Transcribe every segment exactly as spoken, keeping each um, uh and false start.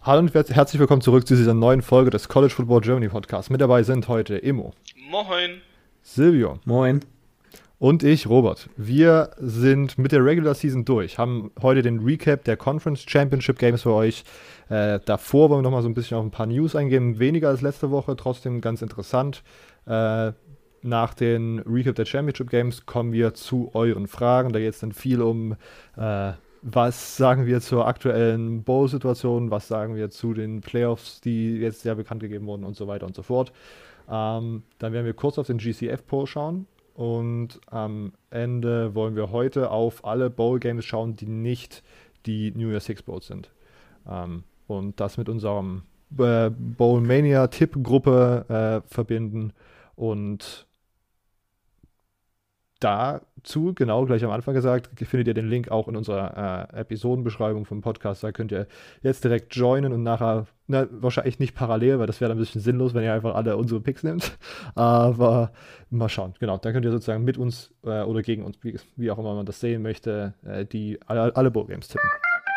Hallo und herzlich willkommen zurück zu dieser neuen Folge des College Football Germany Podcasts. Mit dabei sind heute Immo, Moin, Silvio Moin. und ich, Robert. Wir sind mit der Regular Season durch, haben heute den Recap der Conference Championship Games für euch. Äh, davor wollen wir nochmal so ein bisschen auf ein paar News eingehen, weniger als letzte Woche, trotzdem ganz interessant. Äh, nach den Recap der Championship Games kommen wir zu euren Fragen. Da geht es dann viel um... Äh, Was sagen wir zur aktuellen Bowl-Situation? Was sagen wir zu den Playoffs, die jetzt ja bekannt gegeben wurden und so weiter und so fort? Ähm, dann werden wir kurz auf den G C F-Poll schauen und am Ende wollen wir heute auf alle Bowl-Games schauen, die nicht die New Year's Six Bowls sind. Ähm, und das mit unserem äh, Bowl-Mania-Tipp-Gruppe äh, verbinden und dazu, genau gleich am Anfang gesagt, findet ihr den Link auch in unserer äh, Episodenbeschreibung vom Podcast. Da könnt ihr jetzt direkt joinen und nachher, na, wahrscheinlich nicht parallel, weil das wäre dann ein bisschen sinnlos, wenn ihr einfach alle unsere Picks nehmt. Aber mal schauen. Genau, dann könnt ihr sozusagen mit uns äh, oder gegen uns, wie, wie auch immer man das sehen möchte, äh, die alle, alle Bowl-Games tippen.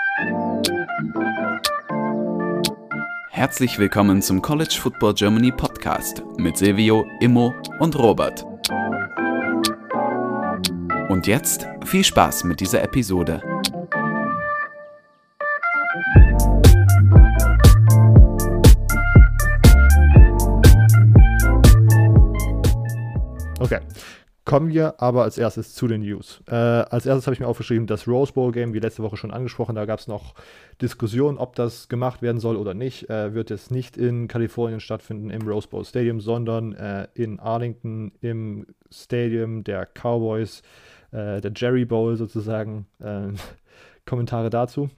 Herzlich willkommen zum College Football Germany Podcast mit Silvio, Immo und Robert. Und jetzt viel Spaß mit dieser Episode. Okay, kommen wir aber als erstes zu den News. Äh, als erstes habe ich mir aufgeschrieben, das Rose Bowl Game, wie letzte Woche schon angesprochen, da gab es noch Diskussionen, ob das gemacht werden soll oder nicht. Äh, wird es nicht in Kalifornien stattfinden, im Rose Bowl Stadium, sondern äh, in Arlington im Stadium der Cowboys. Äh, der Jerry Bowl sozusagen. Äh, Kommentare dazu?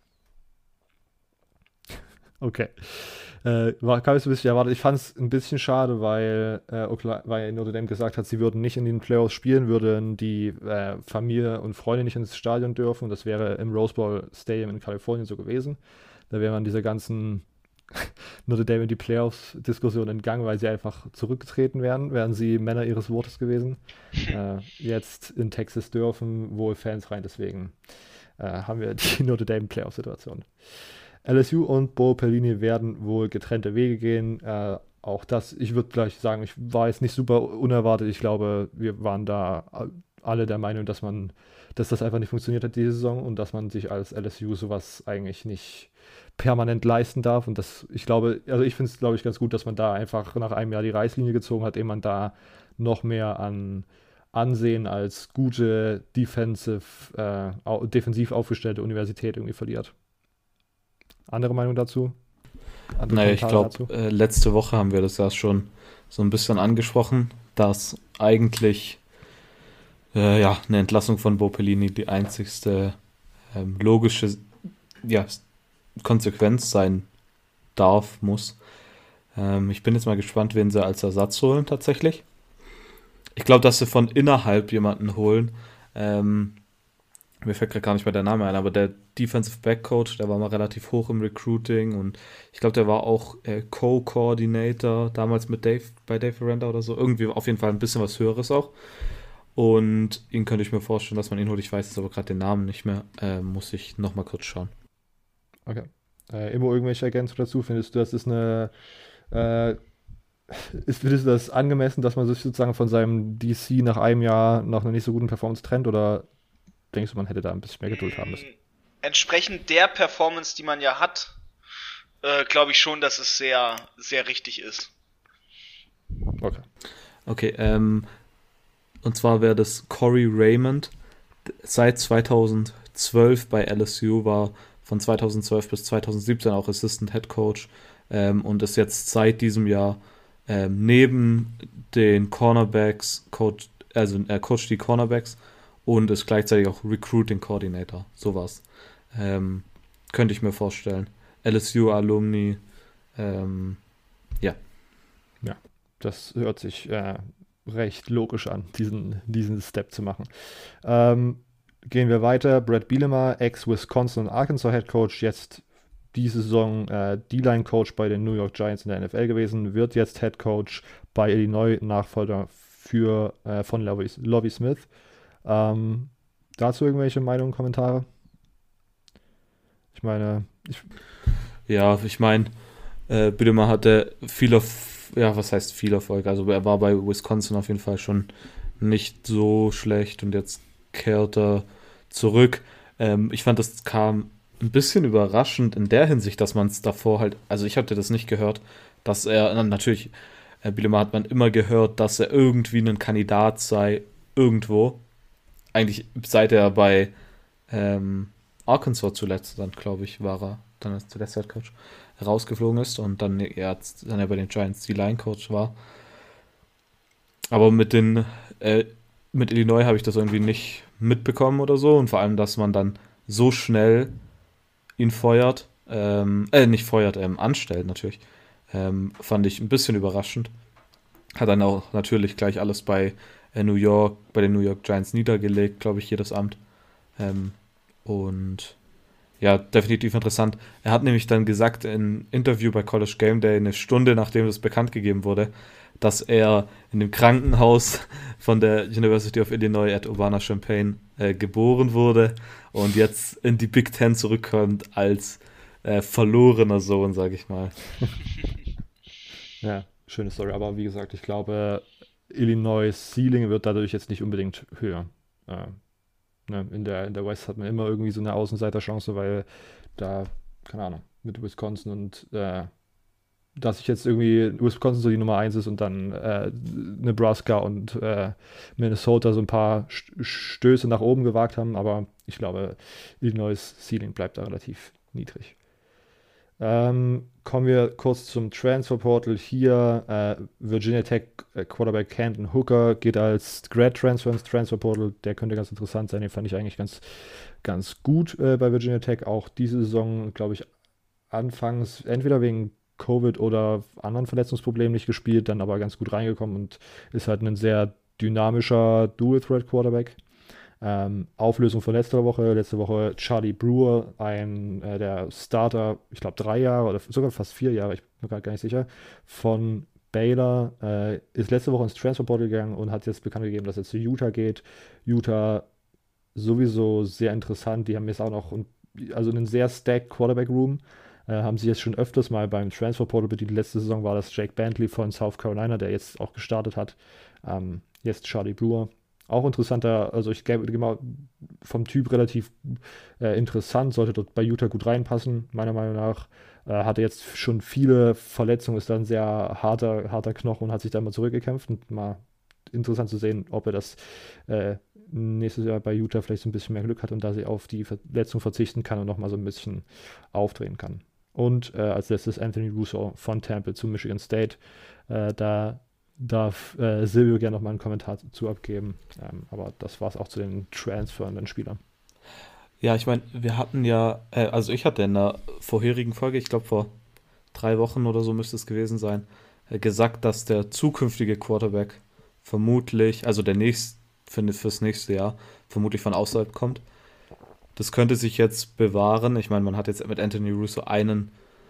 Okay. Äh, war, kann ich so ein bisschen erwartet. Ich fand es ein bisschen schade, weil, äh, Okla- weil Notre Dame gesagt hat, sie würden nicht in den Playoffs spielen, würden die äh, Familie und Freunde nicht ins Stadion dürfen. Das wäre im Rose Bowl Stadium in Kalifornien so gewesen. Da wäre man dieser ganzen Notre Dame in die Playoffs-Diskussion entgangen, weil sie einfach zurückgetreten wären, wären sie Männer ihres Wortes gewesen. äh, jetzt in Texas dürfen wohl Fans rein, deswegen äh, haben wir die Notre Dame Playoff-Situation. L S U und Bo Pelini werden wohl getrennte Wege gehen. Äh, auch das, ich würde gleich sagen, ich war jetzt nicht super unerwartet. Ich glaube, wir waren da alle der Meinung, dass man, dass das einfach nicht funktioniert hat diese Saison und dass man sich als L S U sowas eigentlich nicht permanent leisten darf. Und das, ich glaube, also ich finde es, glaube ich, ganz gut, dass man da einfach nach einem Jahr die Reißlinie gezogen hat, ehe man da noch mehr an Ansehen als gute defensive, äh, au- defensiv aufgestellte Universität irgendwie verliert. Andere Meinung dazu? Andere Naja, ich Kommentare glaube, äh, letzte Woche haben wir das ja schon so ein bisschen angesprochen, dass eigentlich äh, ja, eine Entlassung von Bo Pelini die einzigste ähm, logische ja, Konsequenz sein darf, muss. Ähm, ich bin jetzt mal gespannt, wen sie als Ersatz holen tatsächlich. Ich glaube, dass sie von innerhalb jemanden holen. Ähm, mir fällt gerade gar nicht mehr der Name ein, aber der Defensive Back Coach, der war mal relativ hoch im Recruiting und ich glaube, der war auch äh, Co-Coordinator damals mit Dave, bei Dave Aranda oder so. Irgendwie auf jeden Fall ein bisschen was Höheres auch. Und ihn könnte ich mir vorstellen, dass man ihn holt. Ich weiß jetzt aber gerade den Namen nicht mehr. Äh, muss ich nochmal kurz schauen. Okay. Äh, Immo, irgendwelche Ergänzungen dazu? Findest du, das ist eine äh, ist, findest du das angemessen, dass man sich sozusagen von seinem D C nach einem Jahr nach einer nicht so guten Performance trennt oder denkst du, man hätte da ein bisschen mehr Geduld haben müssen? Entsprechend der Performance, die man ja hat, äh, glaube ich schon, dass es sehr, sehr richtig ist. Okay. Okay, ähm, und zwar wäre das Corey Raymond. Seit zweitausendzwölf bei L S U, war von zweitausendzwölf bis zweitausendsiebzehn auch Assistant Head Coach ähm, und ist jetzt seit diesem Jahr ähm, neben den Cornerbacks, Coach, also er coacht die Cornerbacks und ist gleichzeitig auch Recruiting Coordinator. Sowas. Ähm, könnte ich mir vorstellen. L S U-Alumni, ähm, ja. Ja, das hört sich äh, recht logisch an, diesen, diesen Step zu machen. Ähm, gehen wir weiter. Brad Bielema, Ex-Wisconsin und Arkansas Head Coach, jetzt diese Saison äh, D-Line-Coach bei den New York Giants in der N F L gewesen, wird jetzt Head Coach bei Illinois, Nachfolger für, äh, von Lovie, Lovie Smith. Ähm, dazu irgendwelche Meinungen, Kommentare? Ich meine, ich, Ja, ich meine, äh, Bielema hatte viel auf, ja, was heißt viel Erfolg? Also er war bei Wisconsin auf jeden Fall schon nicht so schlecht und jetzt kehrt er zurück. Ähm, ich fand, das kam ein bisschen überraschend in der Hinsicht, dass man es davor halt, also ich hatte das nicht gehört, dass er, na, natürlich, äh, Bielema hat man immer gehört, dass er irgendwie ein Kandidat sei, irgendwo. Eigentlich seit er bei ähm, Arkansas zuletzt, dann glaube ich, war er dann als zuletzt Head Coach rausgeflogen ist und dann er dann er bei den Giants die Line Coach war. Aber mit den äh, mit Illinois habe ich das irgendwie nicht mitbekommen oder so und vor allem, dass man dann so schnell ihn feuert, ähm, äh, nicht feuert, ähm, anstellt natürlich, ähm, fand ich ein bisschen überraschend. Hat dann auch natürlich gleich alles bei äh, New York, bei den New York Giants niedergelegt, glaube ich, jedes Amt. Ähm, und ja, definitiv interessant. Er hat nämlich dann gesagt in Interview bei College Game Day, eine Stunde nachdem das bekannt gegeben wurde, dass er in dem Krankenhaus von der University of Illinois at Urbana-Champaign äh, geboren wurde und jetzt in die Big Ten zurückkommt als äh, verlorener Sohn, sage ich mal. Ja, schöne Story. Aber wie gesagt, ich glaube, Illinois Ceiling wird dadurch jetzt nicht unbedingt höher. Äh, ne, in der, in der West hat man immer irgendwie so eine Außenseiterchance, weil da, keine Ahnung, mit Wisconsin und äh, dass ich jetzt irgendwie Wisconsin so die Nummer eins ist und dann äh, Nebraska und äh, Minnesota so ein paar St- Stöße nach oben gewagt haben, aber ich glaube, Illinois Ceiling bleibt da relativ niedrig. Ähm, kommen wir kurz zum Transferportal hier. Äh, Virginia Tech äh, Quarterback Canton Hooker geht als Grad Transfer ins Transferportal. Der könnte ganz interessant sein. Den fand ich eigentlich ganz, ganz gut äh, bei Virginia Tech. Auch diese Saison, glaube ich, anfangs entweder wegen Covid oder anderen Verletzungsproblemen nicht gespielt, dann aber ganz gut reingekommen und ist halt ein sehr dynamischer Dual-Threat-Quarterback. Ähm, Auflösung von letzter Woche. Letzte Woche Charlie Brewer, ein äh, der Starter, ich glaube drei Jahre oder sogar fast vier Jahre, ich bin mir gerade gar nicht sicher, von Baylor, äh, ist letzte Woche ins Transferportal gegangen und hat jetzt bekannt gegeben, dass er zu Utah geht. Utah sowieso sehr interessant. Die haben jetzt auch noch ein, also einen sehr stacked Quarterback-Room. Äh, haben sie jetzt schon öfters mal beim Transferportal bedient. Letzte Saison war das Jake Bentley von South Carolina, der jetzt auch gestartet hat. Ähm, jetzt Charlie Brewer. Auch interessanter, also ich gebe mal vom Typ relativ äh, interessant, sollte dort bei Utah gut reinpassen, meiner Meinung nach. Äh, hatte jetzt schon viele Verletzungen, ist dann sehr harter, harter Knochen und hat sich da mal zurückgekämpft. Und mal interessant zu sehen, ob er das äh, nächstes Jahr bei Utah vielleicht so ein bisschen mehr Glück hat und da sie auf die Verletzung verzichten kann und nochmal so ein bisschen aufdrehen kann. Und äh, als letztes Anthony Russo von Temple zu Michigan State. Äh, da darf äh, Silvio gerne noch mal einen Kommentar zu abgeben. Ähm, aber das war es auch zu den transfernden Spielern. Ja, ich meine, wir hatten ja, äh, also ich hatte in der vorherigen Folge, ich glaube vor drei Wochen oder so müsste es gewesen sein, äh, gesagt, dass der zukünftige Quarterback vermutlich, also der nächste, für, fürs nächste Jahr, vermutlich von außerhalb kommt. Das könnte sich jetzt bewahren. Ich meine, man hat jetzt mit Anthony Russo einen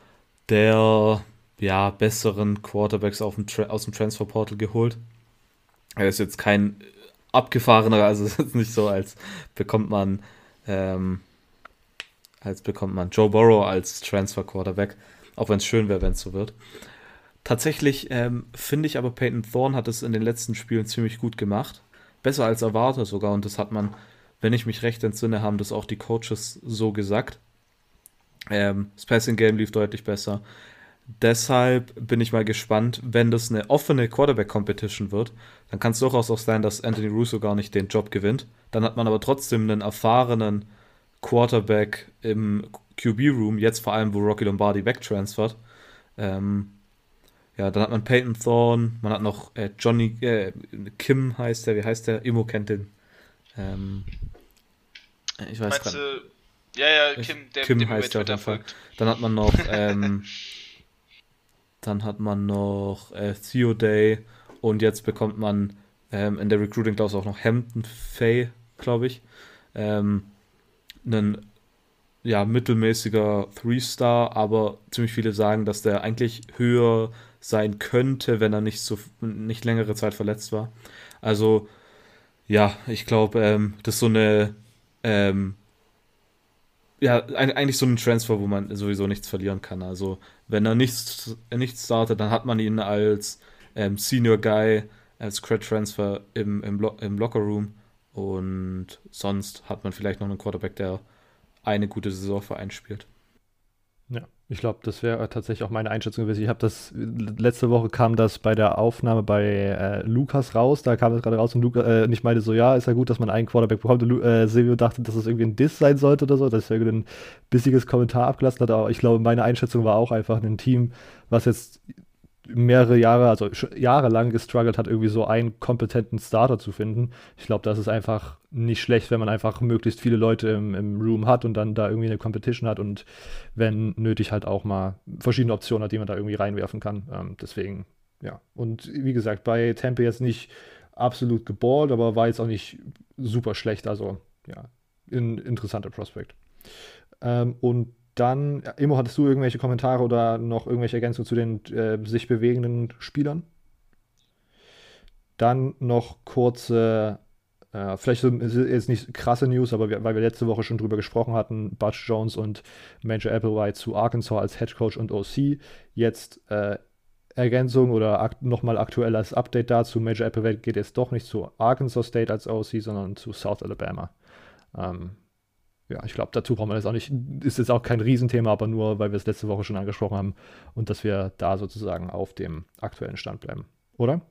der ja, besseren Quarterbacks auf dem Tra- aus dem Transferportal geholt. Er ist jetzt kein abgefahrener, also es ist jetzt nicht so, als bekommt man ähm, als bekommt man Joe Burrow als Transfer-Quarterback, auch wenn es schön wäre, wenn es so wird. Tatsächlich ähm, finde ich aber, Peyton Thorne hat es in den letzten Spielen ziemlich gut gemacht. Besser als erwartet sogar. Und das hat man, wenn ich mich recht entsinne, haben das auch die Coaches so gesagt. Ähm, das Passing-Game lief deutlich besser. Deshalb bin ich mal gespannt, wenn das eine offene Quarterback-Competition wird, dann kann es durchaus auch sein, dass Anthony Russo gar nicht den Job gewinnt. Dann hat man aber trotzdem einen erfahrenen Quarterback im Q B-Room, jetzt vor allem, wo Rocky Lombardi wegtransfert. Ähm, ja, dann hat man Peyton Thorne, man hat noch äh, Johnny, äh, Kim heißt der, wie heißt der? Immo kennt den. Ähm, ich weiß Meinst grad, du, ja, ja, Kim, der Kim dem über heißt der auf Twitter jeden Fall. folgt. Dann hat man noch, ähm, dann hat man noch äh, Theo Day und jetzt bekommt man ähm, in der Recruiting Class auch noch Hampton Fay, glaube ich. Ähm, einen ja, mittelmäßiger Three-Star, aber ziemlich viele sagen, dass der eigentlich höher sein könnte, wenn er nicht so nicht längere Zeit verletzt war. Also ja, ich glaube, ähm, das ist so eine ähm, ja, eigentlich so ein Transfer, wo man sowieso nichts verlieren kann. Also, wenn er nichts, nichts startet, dann hat man ihn als ähm, Senior Guy, als Credit Transfer im, im, Lo- im Locker Room. Und sonst hat man vielleicht noch einen Quarterback, der eine gute Saison für einen spielt. Ja, ich glaube, das wäre tatsächlich auch meine Einschätzung gewesen. Ich habe das, letzte Woche kam das bei der Aufnahme bei äh, Lukas raus, da kam das gerade raus und Luca, äh, und ich meinte so, ja, ist ja gut, dass man einen Quarterback bekommt. Und Lu äh, Silvio dachte, dass das irgendwie ein Diss sein sollte oder so, dass er irgendwie ein bissiges Kommentar abgelassen hat, aber ich glaube, meine Einschätzung war auch einfach ein Team, was jetzt mehrere Jahre, also sch- jahrelang gestruggelt hat, irgendwie so einen kompetenten Starter zu finden. Ich glaube, das ist einfach nicht schlecht, wenn man einfach möglichst viele Leute im, im Room hat und dann da irgendwie eine Competition hat und wenn nötig halt auch mal verschiedene Optionen hat, die man da irgendwie reinwerfen kann. Ähm, deswegen, ja. Und wie gesagt, bei Tampa jetzt nicht absolut geballt, aber war jetzt auch nicht super schlecht. Also, ja, ein interessanter Prospect. Ähm, und dann, ja, Immo, hattest du irgendwelche Kommentare oder noch irgendwelche Ergänzungen zu den äh, sich bewegenden Spielern? Dann noch kurze, äh, vielleicht so, es ist jetzt nicht krasse News, aber wir, weil wir letzte Woche schon drüber gesprochen hatten, Butch Jones und Major Applewhite zu Arkansas als Head Coach und O C. Jetzt äh, Ergänzung oder ak nochmal aktuelles Update dazu. Major Applewhite geht jetzt doch nicht zu Arkansas State als O C, sondern zu South Alabama. Ähm, ja, ich glaube, dazu brauchen wir das auch nicht. Ist jetzt auch kein Riesenthema, aber nur, weil wir es letzte Woche schon angesprochen haben und dass wir da sozusagen auf dem aktuellen Stand bleiben. Oder?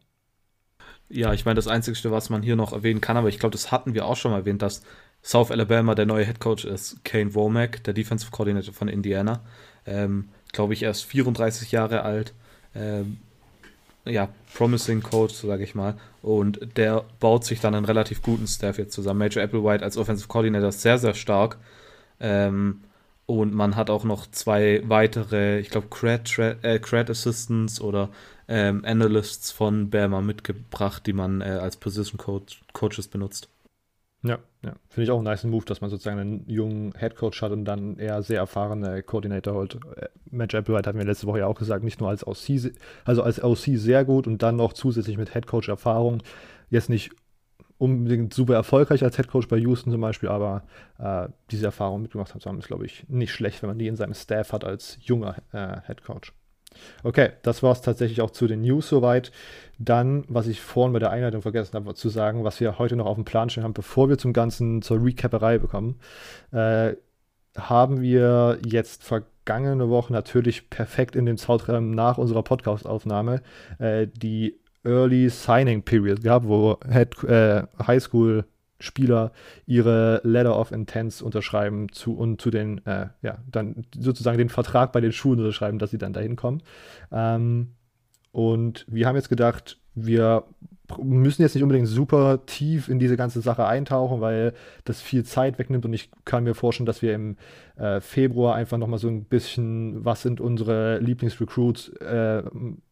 Ja, ich meine, das Einzige, was man hier noch erwähnen kann, aber ich glaube, das hatten wir auch schon mal erwähnt, dass South Alabama der neue Head Coach ist, Kane Womack, der Defensive Coordinator von Indiana. Ähm, glaube ich, er ist vierunddreißig Jahre alt. Ähm, ja, promising Coach, sage ich mal. Und der baut sich dann einen relativ guten Staff jetzt zusammen. Major Applewhite als Offensive Coordinator ist sehr, sehr stark. Ähm, und man hat auch noch zwei weitere, ich glaube, Cred, äh, Cred Assistants oder ähm, Analysts von Bama mitgebracht, die man äh, als Position Coach, Coaches benutzt. Ja, ja. Finde ich auch einen nice Move, dass man sozusagen einen jungen Headcoach hat und dann eher sehr erfahrene Coordinator holt. Äh, Major Applewhite hatten wir letzte Woche ja auch gesagt, nicht nur als O C, se- also als O C sehr gut und dann noch zusätzlich mit Headcoach-Erfahrung. Jetzt nicht unbedingt super erfolgreich als Headcoach bei Houston zum Beispiel, aber äh, diese Erfahrung mitgemacht zu haben, ist, glaube ich, nicht schlecht, wenn man die in seinem Staff hat als junger äh, Headcoach. Okay, das war es tatsächlich auch zu den News soweit. Dann, was ich vorhin bei der Einleitung vergessen habe zu sagen, was wir heute noch auf dem Plan stehen haben, bevor wir zum Ganzen zur Recapperei bekommen, äh, haben wir jetzt vergangene Woche natürlich perfekt in dem Zeitraum nach unserer Podcast-Aufnahme äh, die Early Signing Period gehabt, wo Head, äh, Highschool-Spieler ihre Letter of Intents unterschreiben zu, und zu den, äh, ja, dann sozusagen den Vertrag bei den Schulen unterschreiben, dass sie dann dahin kommen. Ähm, und wir haben jetzt gedacht, wir müssen jetzt nicht unbedingt super tief in diese ganze Sache eintauchen, weil das viel Zeit wegnimmt und ich kann mir vorstellen, dass wir im äh, Februar einfach nochmal so ein bisschen, was sind unsere Lieblingsrecruits, äh,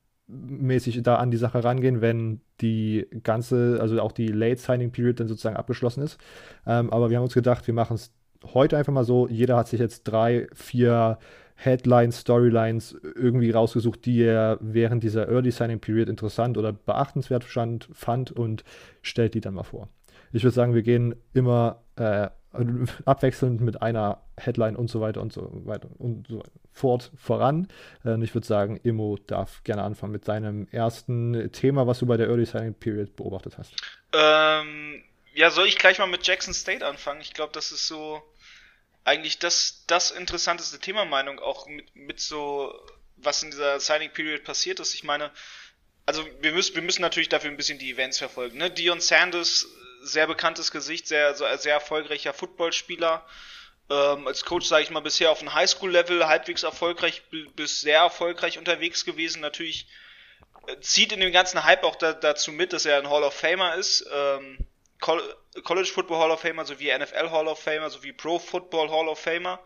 mäßig da an die Sache rangehen, wenn die ganze, also auch die Late Signing Period dann sozusagen abgeschlossen ist. Ähm, aber wir haben uns gedacht, wir machen es heute einfach mal so. Jeder hat sich jetzt drei, vier Headlines, Storylines irgendwie rausgesucht, die er während dieser Early Signing Period interessant oder beachtenswert fand, fand und stellt die dann mal vor. Ich würde sagen, wir gehen immer äh, abwechselnd mit einer Headline und so weiter und so weiter und so fort voran. Äh, und ich würde sagen, Immo darf gerne anfangen mit seinem ersten Thema, was du bei der Early Signing Period beobachtet hast. Ähm, ja, soll ich gleich mal mit Jackson State anfangen? Ich glaube, das ist so eigentlich das, das interessanteste Thema, Meinung, auch mit, mit so, was in dieser Signing Period passiert ist. Ich meine, also wir müssen, wir müssen natürlich dafür ein bisschen die Events verfolgen. Ne? Deion Sanders, sehr bekanntes Gesicht, sehr, sehr erfolgreicher Footballspieler. Ähm, als Coach, sage ich mal, bisher auf dem Highschool-Level halbwegs erfolgreich bis sehr erfolgreich unterwegs gewesen. Natürlich äh, zieht in dem ganzen Hype auch da, dazu mit, dass er ein Hall of Famer ist. Ähm, College Football Hall of Famer sowie N F L Hall of Famer sowie Pro Football Hall of Famer.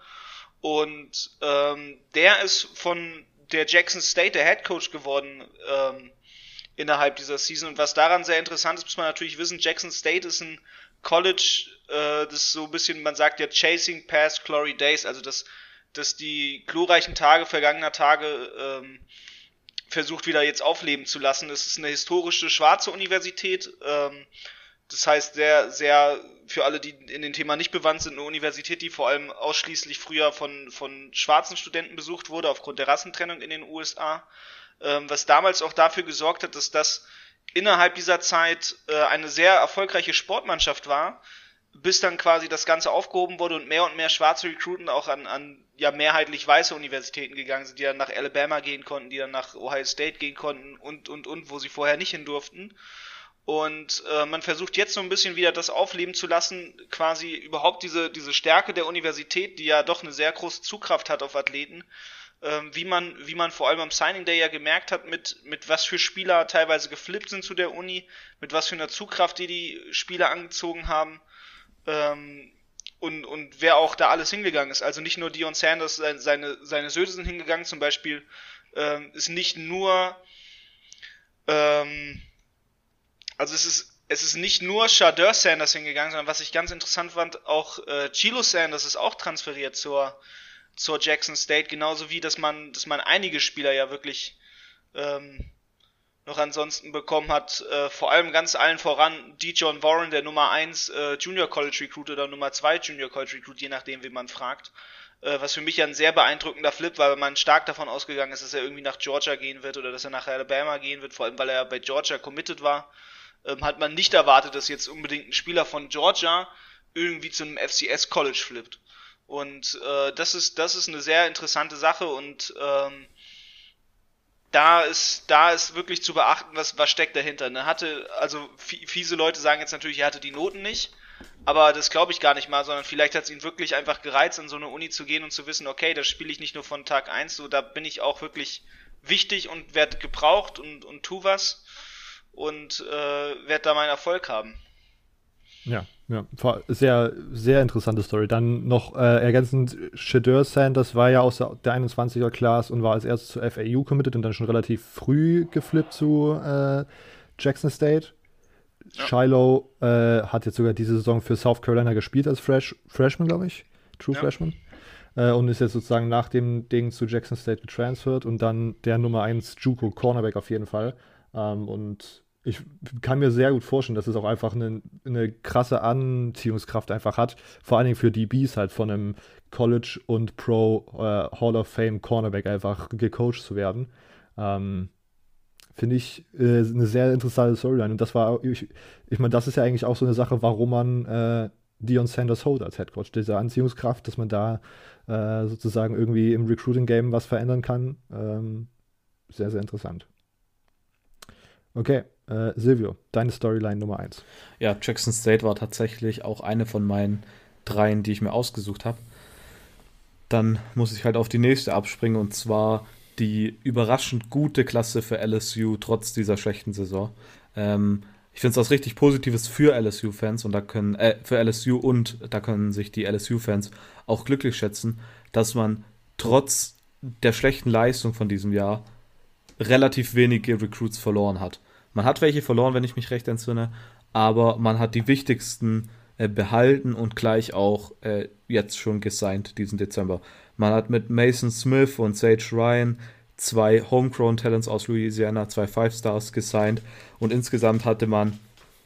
Und ähm, der ist von der Jackson State der Head Coach geworden ähm, innerhalb dieser Season. Und was daran sehr interessant ist, muss man natürlich wissen, Jackson State ist ein College, äh, das ist so ein bisschen, man sagt ja Chasing Past Glory Days, also dass, dass die glorreichen Tage vergangener Tage ähm, versucht wieder jetzt aufleben zu lassen. Es ist eine historische schwarze Universität, ähm, das heißt sehr, sehr, für alle, die in dem Thema nicht bewandt sind, eine Universität, die vor allem ausschließlich früher von, von schwarzen Studenten besucht wurde, aufgrund der Rassentrennung in den U S A, ähm, was damals auch dafür gesorgt hat, dass das innerhalb dieser Zeit äh, eine sehr erfolgreiche Sportmannschaft war, bis dann quasi das Ganze aufgehoben wurde und mehr und mehr schwarze Rekruten auch an, an ja mehrheitlich weiße Universitäten gegangen sind, die dann nach Alabama gehen konnten, die dann nach Ohio State gehen konnten und, und, und, wo sie vorher nicht hin durften. Und äh, man versucht jetzt so ein bisschen wieder das aufleben zu lassen, quasi überhaupt diese, diese Stärke der Universität, die ja doch eine sehr große Zugkraft hat auf Athleten, äh, wie man, wie man vor allem am Signing Day ja gemerkt hat, mit, mit was für Spieler teilweise geflippt sind zu der Uni, mit was für einer Zugkraft die die Spieler angezogen haben. Ähm, und, und wer auch da alles hingegangen ist. Also nicht nur Deion Sanders, seine, seine, seine Söhne sind hingegangen, zum Beispiel ähm, ist nicht nur ähm, also es ist es ist nicht nur Shedeur Sanders hingegangen, sondern was ich ganz interessant fand, auch äh, Chilo Sanders ist auch transferiert zur zur Jackson State, genauso wie, dass man dass man einige Spieler ja wirklich ähm, noch ansonsten bekommen hat, äh, vor allem ganz allen voran Dijon Warren, der Nummer eins äh, Junior College Recruit oder Nummer zwei Junior College Recruit, je nachdem, wen man fragt. Äh, was für mich ja ein sehr beeindruckender Flip war, weil man stark davon ausgegangen ist, dass er irgendwie nach Georgia gehen wird oder dass er nach Alabama gehen wird, vor allem weil er ja bei Georgia committed war. Ähm, hat man nicht erwartet, dass jetzt unbedingt ein Spieler von Georgia irgendwie zu einem F C S College flippt. Und äh, das ist das ist eine sehr interessante Sache und ähm, Da ist, da ist wirklich zu beachten, was, was steckt dahinter. Ne? Hatte, also fiese Leute sagen jetzt natürlich, er hatte die Noten nicht, aber das glaube ich gar nicht mal, sondern vielleicht hat es ihn wirklich einfach gereizt, an so eine Uni zu gehen und zu wissen, okay, da spiele ich nicht nur von Tag eins, so da bin ich auch wirklich wichtig und werde gebraucht und, und tu was und äh, werde da meinen Erfolg haben. Ja, ja, sehr, sehr interessante Story. Dann noch äh, ergänzend, Shedeur Sanders war ja aus der, der einundzwanziger-Class und war als erstes zu F A U committed und dann schon relativ früh geflippt zu äh, Jackson State. Ja. Shiloh äh, hat jetzt sogar diese Saison für South Carolina gespielt als Fresh, Freshman, glaube ich. True ja. Freshman. Äh, und ist jetzt sozusagen nach dem Ding zu Jackson State getransfert und dann der Nummer eins JUCO Cornerback auf jeden Fall. Ähm, und ich kann mir sehr gut vorstellen, dass es auch einfach eine, eine krasse Anziehungskraft einfach hat, vor allen Dingen für D Bs halt von einem College und Pro äh, Hall of Fame Cornerback einfach gecoacht zu werden. Ähm, Finde ich äh, eine sehr interessante Storyline. Und das war, ich, ich meine, das ist ja eigentlich auch so eine Sache, warum man äh, Deion Sanders holt als Headcoach. Diese Anziehungskraft, dass man da äh, sozusagen irgendwie im Recruiting-Game was verändern kann. Ähm, sehr, sehr interessant. Okay, äh, Silvio, deine Storyline Nummer eins. Ja, Jackson State war tatsächlich auch eine von meinen dreien, die ich mir ausgesucht habe. Dann muss ich halt auf die nächste abspringen und zwar die überraschend gute Klasse für L S U trotz dieser schlechten Saison. Ähm, ich finde es was richtig Positives für L S U-Fans und da können äh, für L S U und da können sich die L S U-Fans auch glücklich schätzen, dass man trotz der schlechten Leistung von diesem Jahr relativ wenige Recruits verloren hat. Man hat welche verloren, wenn ich mich recht entsinne, aber man hat die wichtigsten äh, behalten und gleich auch äh, jetzt schon gesigned diesen Dezember. Man hat mit Mason Smith und Sage Ryan zwei Homegrown Talents aus Louisiana, zwei Five Stars gesigned und insgesamt hatte man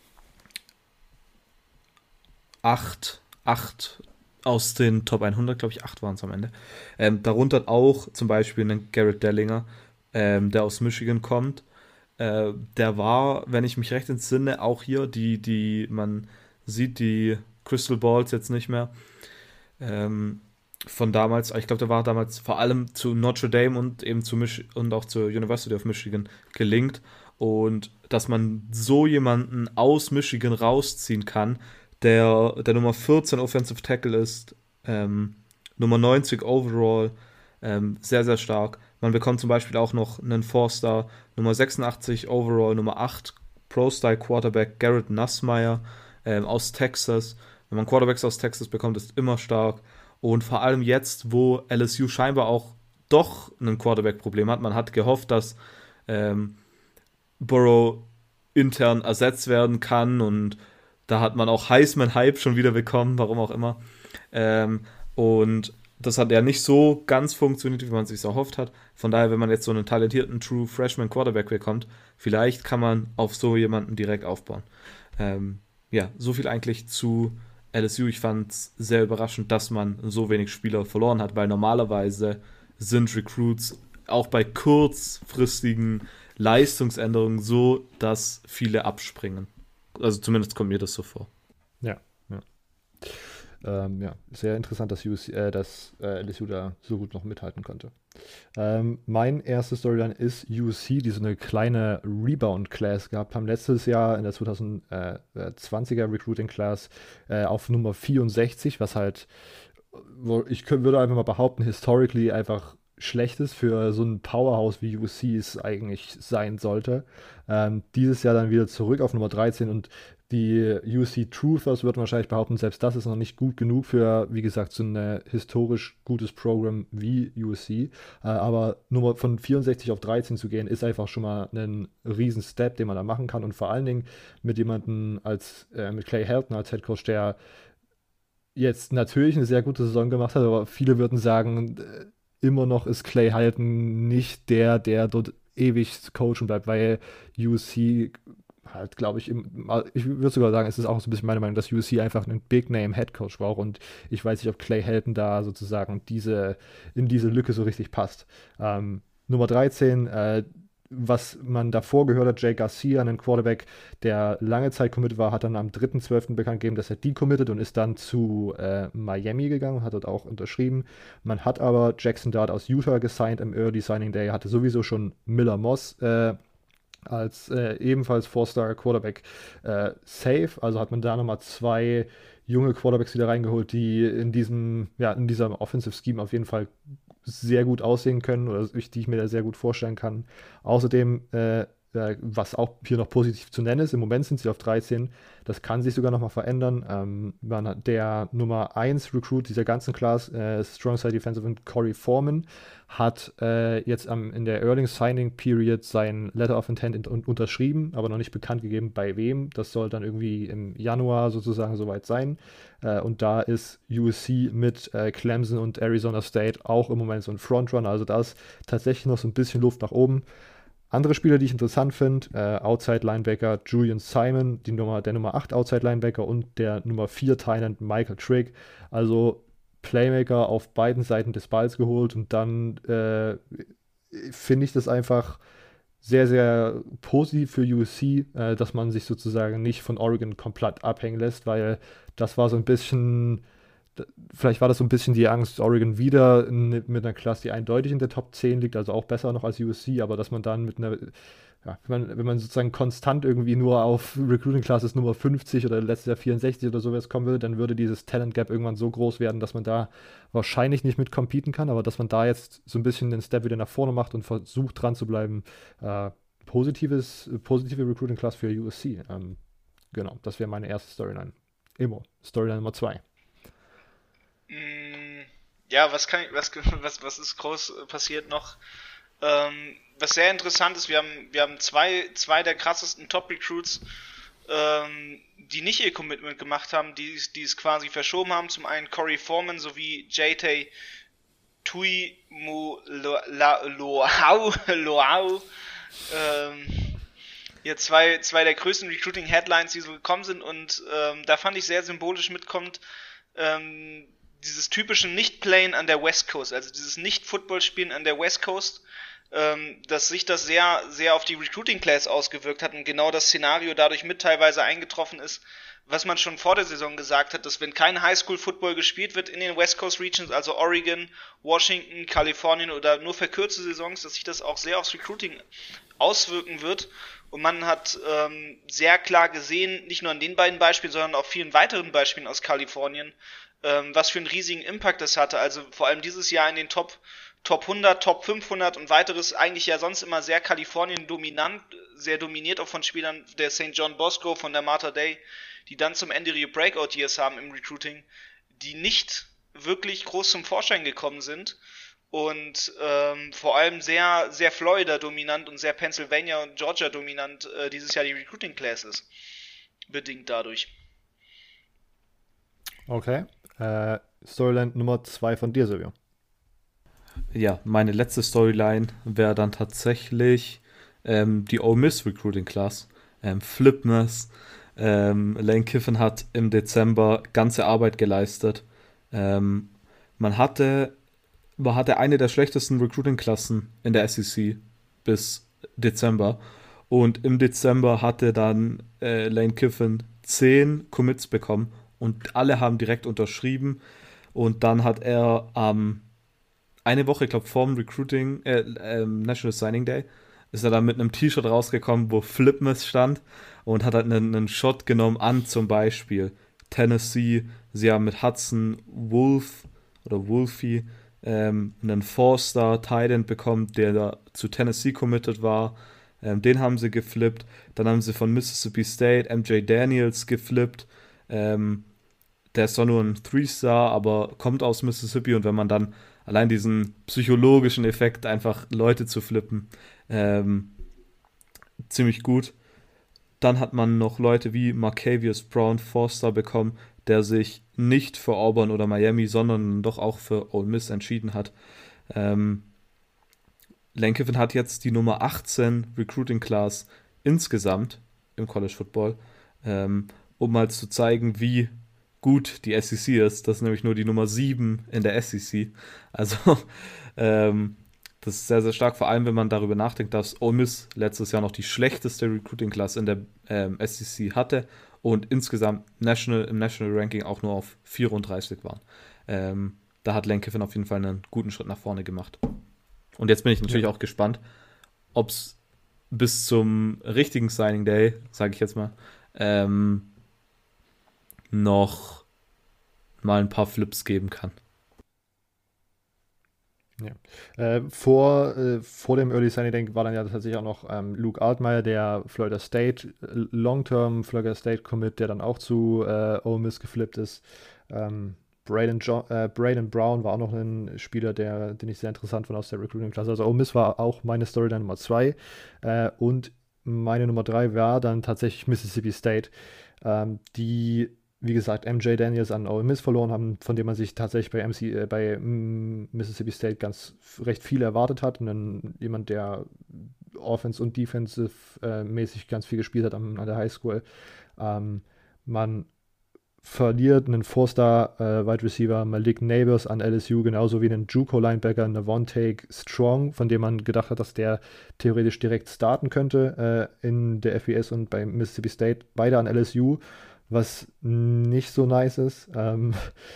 acht, acht aus den Top hundert, glaube ich, acht waren es am Ende. Ähm, darunter auch zum Beispiel einen Garrett Dellinger, ähm, der aus Michigan kommt. Äh, der war, wenn ich mich recht entsinne, auch hier, die, die, man sieht die Crystal Balls jetzt nicht mehr, ähm, von damals, ich glaube, der war damals vor allem zu Notre Dame und eben zu Mich- und auch zur University of Michigan gelingt und dass man so jemanden aus Michigan rausziehen kann, der der Nummer vierzehn Offensive Tackle ist, ähm, Nummer neunzig Overall, ähm, sehr, sehr stark. Man bekommt zum Beispiel auch noch einen Four-Star, Nummer sechsundachtzig Overall, Nummer acht Pro-Style Quarterback Garrett Nussmeier ähm, aus Texas. Wenn man Quarterbacks aus Texas bekommt, ist immer stark. Und vor allem jetzt, wo L S U scheinbar auch doch ein Quarterback-Problem hat. Man hat gehofft, dass ähm, Burrow intern ersetzt werden kann und da hat man auch Heisman-Hype schon wieder bekommen, warum auch immer. Ähm, und das hat ja nicht so ganz funktioniert, wie man es sich erhofft hat. Von daher, wenn man jetzt so einen talentierten True Freshman Quarterback bekommt, vielleicht kann man auf so jemanden direkt aufbauen. Ähm, ja, so viel eigentlich zu L S U. Ich fand es sehr überraschend, dass man so wenig Spieler verloren hat, weil normalerweise sind Recruits auch bei kurzfristigen Leistungsänderungen so, dass viele abspringen. Also zumindest kommt mir das so vor. Ja, ja. Ähm, ja, sehr interessant, dass, U C, äh, dass äh, L S U da so gut noch mithalten konnte. Ähm, mein erste Storyline ist U C, die so eine kleine Rebound-Class gehabt haben. Letztes Jahr in der zwanzig zwanziger Recruiting-Class äh, auf Nummer vierundsechzig, was halt, wo ich könnt, würde einfach mal behaupten, historically einfach schlecht ist für so ein Powerhouse wie U C es eigentlich sein sollte. Ähm, dieses Jahr dann wieder zurück auf Nummer dreizehn und die U C Truthers würden wahrscheinlich behaupten, selbst das ist noch nicht gut genug für, wie gesagt, so ein historisch gutes Programm wie U C. Äh, aber nur mal von vierundsechzig auf dreizehn zu gehen, ist einfach schon mal ein riesen Step, den man da machen kann. Und vor allen Dingen mit jemandem als, äh, mit Clay Helton als Headcoach, der jetzt natürlich eine sehr gute Saison gemacht hat, aber viele würden sagen, äh, immer noch ist Clay Helton nicht der, der dort ewig coachen bleibt, weil U C halt, glaube ich, im, ich würde sogar sagen, es ist auch so ein bisschen meine Meinung, dass U C einfach einen Big-Name-Headcoach braucht und ich weiß nicht, ob Clay Helton da sozusagen diese, in diese Lücke so richtig passt. Ähm, Nummer dreizehn, äh, was man davor gehört hat, Jay Garcia, ein Quarterback, der lange Zeit committed war, hat dann am dritten zwölften bekannt gegeben, dass er decommitted und ist dann zu äh, Miami gegangen, hat dort auch unterschrieben. Man hat aber Jackson Dart aus Utah gesigned im Early Signing Day, hatte sowieso schon Miller Moss äh, als äh, ebenfalls Four-Star-Quarterback äh, safe. Also hat man da nochmal zwei junge Quarterbacks wieder reingeholt, die in diesem, ja, in diesem Offensive Scheme auf jeden Fall sehr gut aussehen können oder die ich mir da sehr gut vorstellen kann. Außerdem, äh, äh, was auch hier noch positiv zu nennen ist, im Moment sind sie auf dreizehn, das kann sich sogar nochmal verändern. Ähm, man hat der Nummer eins Recruit dieser ganzen Class, äh, Strong Side Defensive End Corey Foreman, hat äh, jetzt am, in der Early Signing Period sein Letter of Intent in, un, unterschrieben, aber noch nicht bekannt gegeben, bei wem. Das soll dann irgendwie im Januar sozusagen soweit sein. Äh, und da ist U S C mit äh, Clemson und Arizona State auch im Moment so ein Frontrunner. Also da ist tatsächlich noch so ein bisschen Luft nach oben. Andere Spieler, die ich interessant finde, äh, Outside-Linebacker Julian Simon, die Nummer, der Nummer acht Outside-Linebacker und der Nummer vier Tight Michael Trigg. Also Playmaker auf beiden Seiten des Balls geholt und dann äh, finde ich das einfach sehr, sehr positiv für U S C, äh, dass man sich sozusagen nicht von Oregon komplett abhängen lässt, weil das war so ein bisschen, vielleicht war das so ein bisschen die Angst, Oregon wieder in, mit einer Klasse, die eindeutig in der Top zehn liegt, also auch besser noch als U S C, aber dass man dann mit einer, ja, wenn man, wenn man sozusagen konstant irgendwie nur auf Recruiting Classes Nummer fünfzig oder letztes Jahr vierundsechzig oder sowas kommen würde, dann würde dieses Talent Gap irgendwann so groß werden, dass man da wahrscheinlich nicht mit competen kann, aber dass man da jetzt so ein bisschen den Step wieder nach vorne macht und versucht dran zu bleiben, äh, positives, positive Recruiting Class für U S C. Ähm, genau, das wäre meine erste Storyline. Emo, Storyline Nummer zwei. Ja, was kann ich, was, was, was ist groß passiert noch? Ähm, was sehr interessant ist, wir haben, wir haben zwei, zwei der krassesten Top-Recruits, ähm, die nicht ihr Commitment gemacht haben, die, die es quasi verschoben haben. Zum einen Corey Foreman sowie J T Tuimu Loau, Loau, ähm, ja, zwei, zwei der größten Recruiting-Headlines, die so gekommen sind und ähm, da fand ich sehr symbolisch mitkommt, ähm, dieses typische Nicht-Playen an der West Coast, also dieses Nicht-Football-Spielen an der West Coast, ähm, dass sich das sehr, sehr auf die Recruiting-Class ausgewirkt hat und genau das Szenario dadurch mit teilweise eingetroffen ist, was man schon vor der Saison gesagt hat, dass wenn kein Highschool-Football gespielt wird in den West Coast Regions, also Oregon, Washington, Kalifornien oder nur verkürzte Saisons, dass sich das auch sehr aufs Recruiting auswirken wird. Und man hat ähm, sehr klar gesehen, nicht nur an den beiden Beispielen, sondern auch vielen weiteren Beispielen aus Kalifornien, ähm, was für einen riesigen Impact das hatte. Also vor allem dieses Jahr in den Top, Top hundert, Top fünfhundert und weiteres, eigentlich ja sonst immer sehr Kalifornien dominant, sehr dominiert auch von Spielern der Saint John Bosco, von der Mater Dei, die dann zum Ende ihre Breakout-Years haben im Recruiting, die nicht wirklich groß zum Vorschein gekommen sind und ähm, vor allem sehr, sehr Florida-dominant und sehr Pennsylvania und Georgia-dominant äh, dieses Jahr die Recruiting-Class ist. Bedingt dadurch. Okay. Äh, Storyline Nummer zwei von dir, Silvio. Ja, meine letzte Storyline wäre dann tatsächlich ähm, die Ole Miss Recruiting Class. Ähm, Flipness. Ähm, Lane Kiffin hat im Dezember ganze Arbeit geleistet. Ähm, man hatte, man hatte eine der schlechtesten Recruiting-Klassen in der S E C bis Dezember. Und im Dezember hatte dann äh, Lane Kiffin zehn Commits bekommen und alle haben direkt unterschrieben. Und dann hat er ähm, eine Woche, ich glaube, vor dem Recruiting, äh, ähm, National Signing Day, ist er dann mit einem T-Shirt rausgekommen, wo Flipmas stand und hat halt einen, einen Shot genommen an zum Beispiel Tennessee. Sie haben mit Hudson Wolf oder Wolfie ähm, einen Four-Star-Tight End bekommen, der da zu Tennessee committed war. Ähm, den haben sie geflippt. Dann haben sie von Mississippi State M J Daniels geflippt. Ähm, der ist zwar nur ein Three-Star, aber kommt aus Mississippi und wenn man dann allein diesen psychologischen Effekt, einfach Leute zu flippen, ähm, ziemlich gut. Dann hat man noch Leute wie Marcavius Brown, Four-Star bekommen, der sich nicht für Auburn oder Miami, sondern doch auch für Ole Miss entschieden hat. Ähm, Lane Kiffin hat jetzt die Nummer achtzehn Recruiting Class insgesamt im College Football, ähm, um mal zu zeigen, wie gut die S E C ist. Das ist nämlich nur die Nummer sieben in der S E C. Also, ähm, das ist sehr, sehr stark, vor allem wenn man darüber nachdenkt, dass Ole Miss letztes Jahr noch die schlechteste Recruiting Class in der ähm, S E C hatte und insgesamt National, im National Ranking auch nur auf vierunddreißig waren. Ähm, da hat Lane Kiffin auf jeden Fall einen guten Schritt nach vorne gemacht. Und jetzt bin ich natürlich ja. auch gespannt, ob es bis zum richtigen Signing Day, sage ich jetzt mal, ähm, noch mal ein paar Flips geben kann. Ja. Äh, vor, äh, vor dem Early Signing Day war dann ja tatsächlich auch noch ähm, Luke Altmaier, der Florida State, Long-Term Florida State Commit, der dann auch zu äh, Ole Miss geflippt ist. Ähm, Braden, jo- äh, Braden Brown war auch noch ein Spieler, der, den ich sehr interessant fand aus der Recruiting-Klasse. Also Ole Miss war auch meine Storyline Nummer zwei. Äh, und meine Nummer drei war dann tatsächlich Mississippi State, ähm, die, wie gesagt, M J Daniels an Ole Miss verloren haben, von dem man sich tatsächlich bei, M C, äh, bei mm, Mississippi State ganz recht viel erwartet hat. Und dann jemand, der Offense- und Defensive-mäßig äh, ganz viel gespielt hat an, an der Highschool. Ähm, man verliert einen Four-Star-Wide äh, Receiver Malik Neighbors an L S U, genauso wie einen JUCO-Linebacker Navonte Strong, von dem man gedacht hat, dass der theoretisch direkt starten könnte äh, in der F B S und bei Mississippi State. Beide an L S U, was nicht so nice ist. Ähm,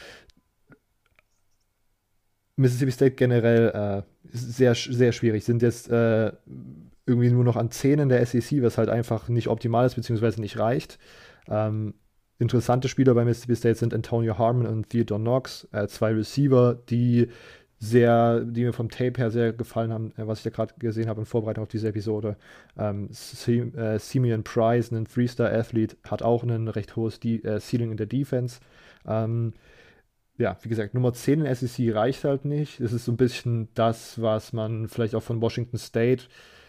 Mississippi State generell äh, sehr, sehr schwierig. Sind jetzt äh, irgendwie nur noch an zehn in der S E C, was halt einfach nicht optimal ist, beziehungsweise nicht reicht. Ähm, Interessante Spieler bei Mississippi State sind Antonio Harmon und Theodore Knox, äh, zwei Receiver, die sehr, die mir vom Tape her sehr gefallen haben, äh, was ich da gerade gesehen habe in Vorbereitung auf diese Episode. Ähm, Se- äh, Simeon Price, ein Three-Star-Athlete, hat auch ein recht hohes De- äh, Ceiling in der Defense. Ähm, ja, wie gesagt, Nummer zehn in S E C reicht halt nicht. Es ist so ein bisschen das, was man vielleicht auch von Washington State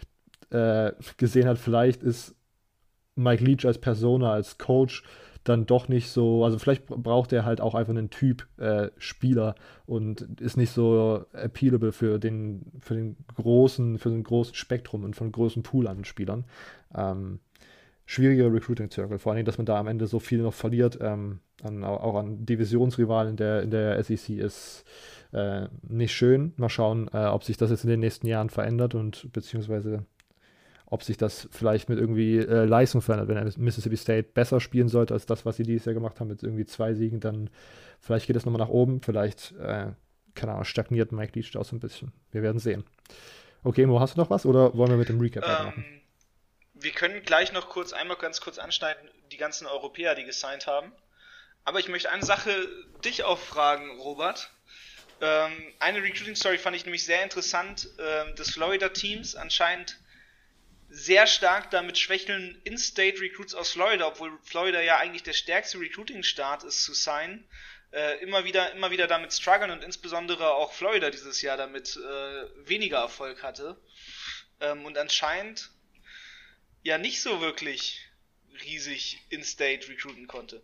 äh, gesehen hat. Vielleicht ist Mike Leach als Persona, als Coach dann doch nicht so, also vielleicht braucht er halt auch einfach einen Typ äh, Spieler und ist nicht so appealable für den, für den großen, für den großen Spektrum und von großen Pool an Spielern. Ähm, schwieriger Recruiting-Circle, vor allem, dass man da am Ende so viel noch verliert, ähm, an, auch an Divisionsrivalen in der, in der S E C ist äh, nicht schön. Mal schauen, äh, ob sich das jetzt in den nächsten Jahren verändert und beziehungsweise ob sich das vielleicht mit irgendwie äh, Leistung verändert. Wenn Mississippi State besser spielen sollte als das, was sie dieses Jahr gemacht haben, mit irgendwie zwei Siegen, dann vielleicht geht es nochmal nach oben. Vielleicht, äh, keine Ahnung, stagniert Mike Leach da auch so ein bisschen. Wir werden sehen. Okay, Mo, hast du noch was oder wollen wir mit dem Recap weitermachen? Ähm, wir können gleich noch kurz, einmal ganz kurz anschneiden, die ganzen Europäer, die gesigned haben. Aber ich möchte eine Sache dich auch fragen, Robert. Ähm, eine Recruiting-Story fand ich nämlich sehr interessant, ähm, des Florida-Teams anscheinend sehr stark damit schwächeln In-State-Recruits aus Florida, obwohl Florida ja eigentlich der stärkste Recruiting-Staat ist zu signen, äh, immer wieder immer wieder damit strugglen und insbesondere auch Florida dieses Jahr damit äh, weniger Erfolg hatte ähm, und anscheinend ja nicht so wirklich riesig In-State recruiten konnte.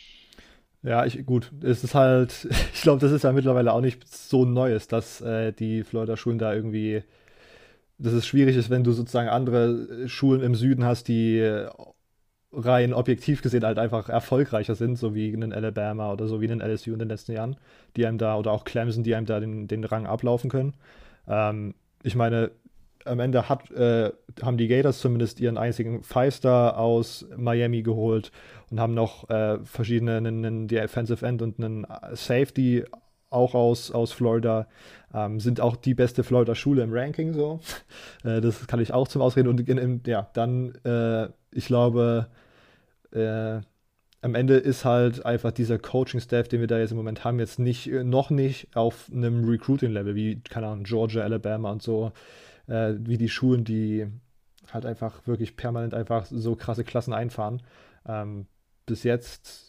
Ja, ich, gut, es ist halt, ich glaube, das ist ja mittlerweile auch nicht so Neues, dass äh, die Florida-Schulen da irgendwie, dass es schwierig ist, wenn du sozusagen andere Schulen im Süden hast, die rein objektiv gesehen halt einfach erfolgreicher sind, so wie in Alabama oder so wie in L S U in den letzten Jahren, die einem da, oder auch Clemson, die einem da den, den Rang ablaufen können. Ähm, ich meine, am Ende hat, äh, haben die Gators zumindest ihren einzigen Five-Star aus Miami geholt und haben noch äh, verschiedene, einen, einen Defensive End und einen Safety auch aus, aus Florida, ähm, sind auch die beste Florida-Schule im Ranking so. äh, das kann ich auch zum Ausreden. Und in, in, ja, dann, äh, ich glaube, äh, am Ende ist halt einfach dieser Coaching-Staff, den wir da jetzt im Moment haben, jetzt nicht, noch nicht auf einem Recruiting-Level, wie, keine Ahnung, Georgia, Alabama und so, äh, wie die Schulen, die halt einfach wirklich permanent einfach so krasse Klassen einfahren. Ähm, bis jetzt,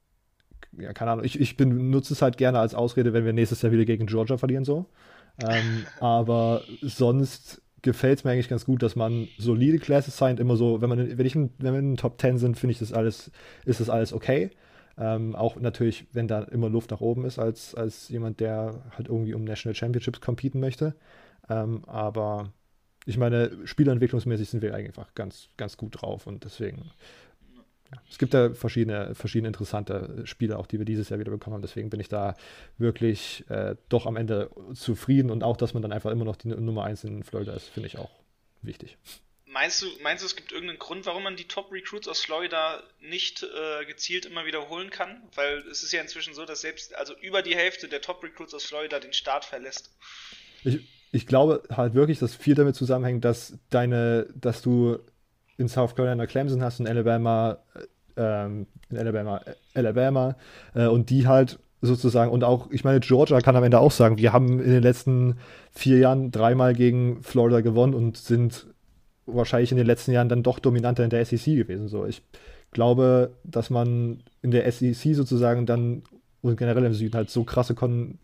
ja, keine Ahnung, ich, ich benutze es halt gerne als Ausrede, wenn wir nächstes Jahr wieder gegen Georgia verlieren, so. Ähm, aber sonst gefällt es mir eigentlich ganz gut, dass man solide Classes signed, immer so, wenn man, wenn ich, in, wenn wir in den Top Ten sind, finde ich das alles, ist das alles okay. Ähm, auch natürlich, wenn da immer Luft nach oben ist, als, als jemand, der halt irgendwie um National Championships competen möchte. Ähm, aber ich meine, spielerentwicklungsmäßig sind wir eigentlich einfach ganz, ganz gut drauf und deswegen, ja, es gibt da verschiedene, verschiedene interessante Spiele, auch die wir dieses Jahr wieder bekommen haben. Deswegen bin ich da wirklich äh, doch am Ende zufrieden und auch, dass man dann einfach immer noch die Nummer eins in Florida ist, finde ich auch wichtig. Meinst du, meinst du, es gibt irgendeinen Grund, warum man die Top-Recruits aus Florida nicht äh, gezielt immer wiederholen kann? Weil es ist ja inzwischen so, dass selbst, also über die Hälfte der Top-Recruits aus Florida den Start verlässt. Ich, ich glaube halt wirklich, dass viel damit zusammenhängt, dass deine, dass du in South Carolina Clemson hast, in Alabama, ähm, in Alabama, Alabama, äh, und die halt sozusagen, und auch, ich meine, Georgia kann am Ende auch sagen, wir haben in den letzten vier Jahren dreimal gegen Florida gewonnen und sind wahrscheinlich in den letzten Jahren dann doch dominanter in der S E C gewesen. So, ich glaube, dass man in der S E C sozusagen dann und generell im Süden halt so krasse Kon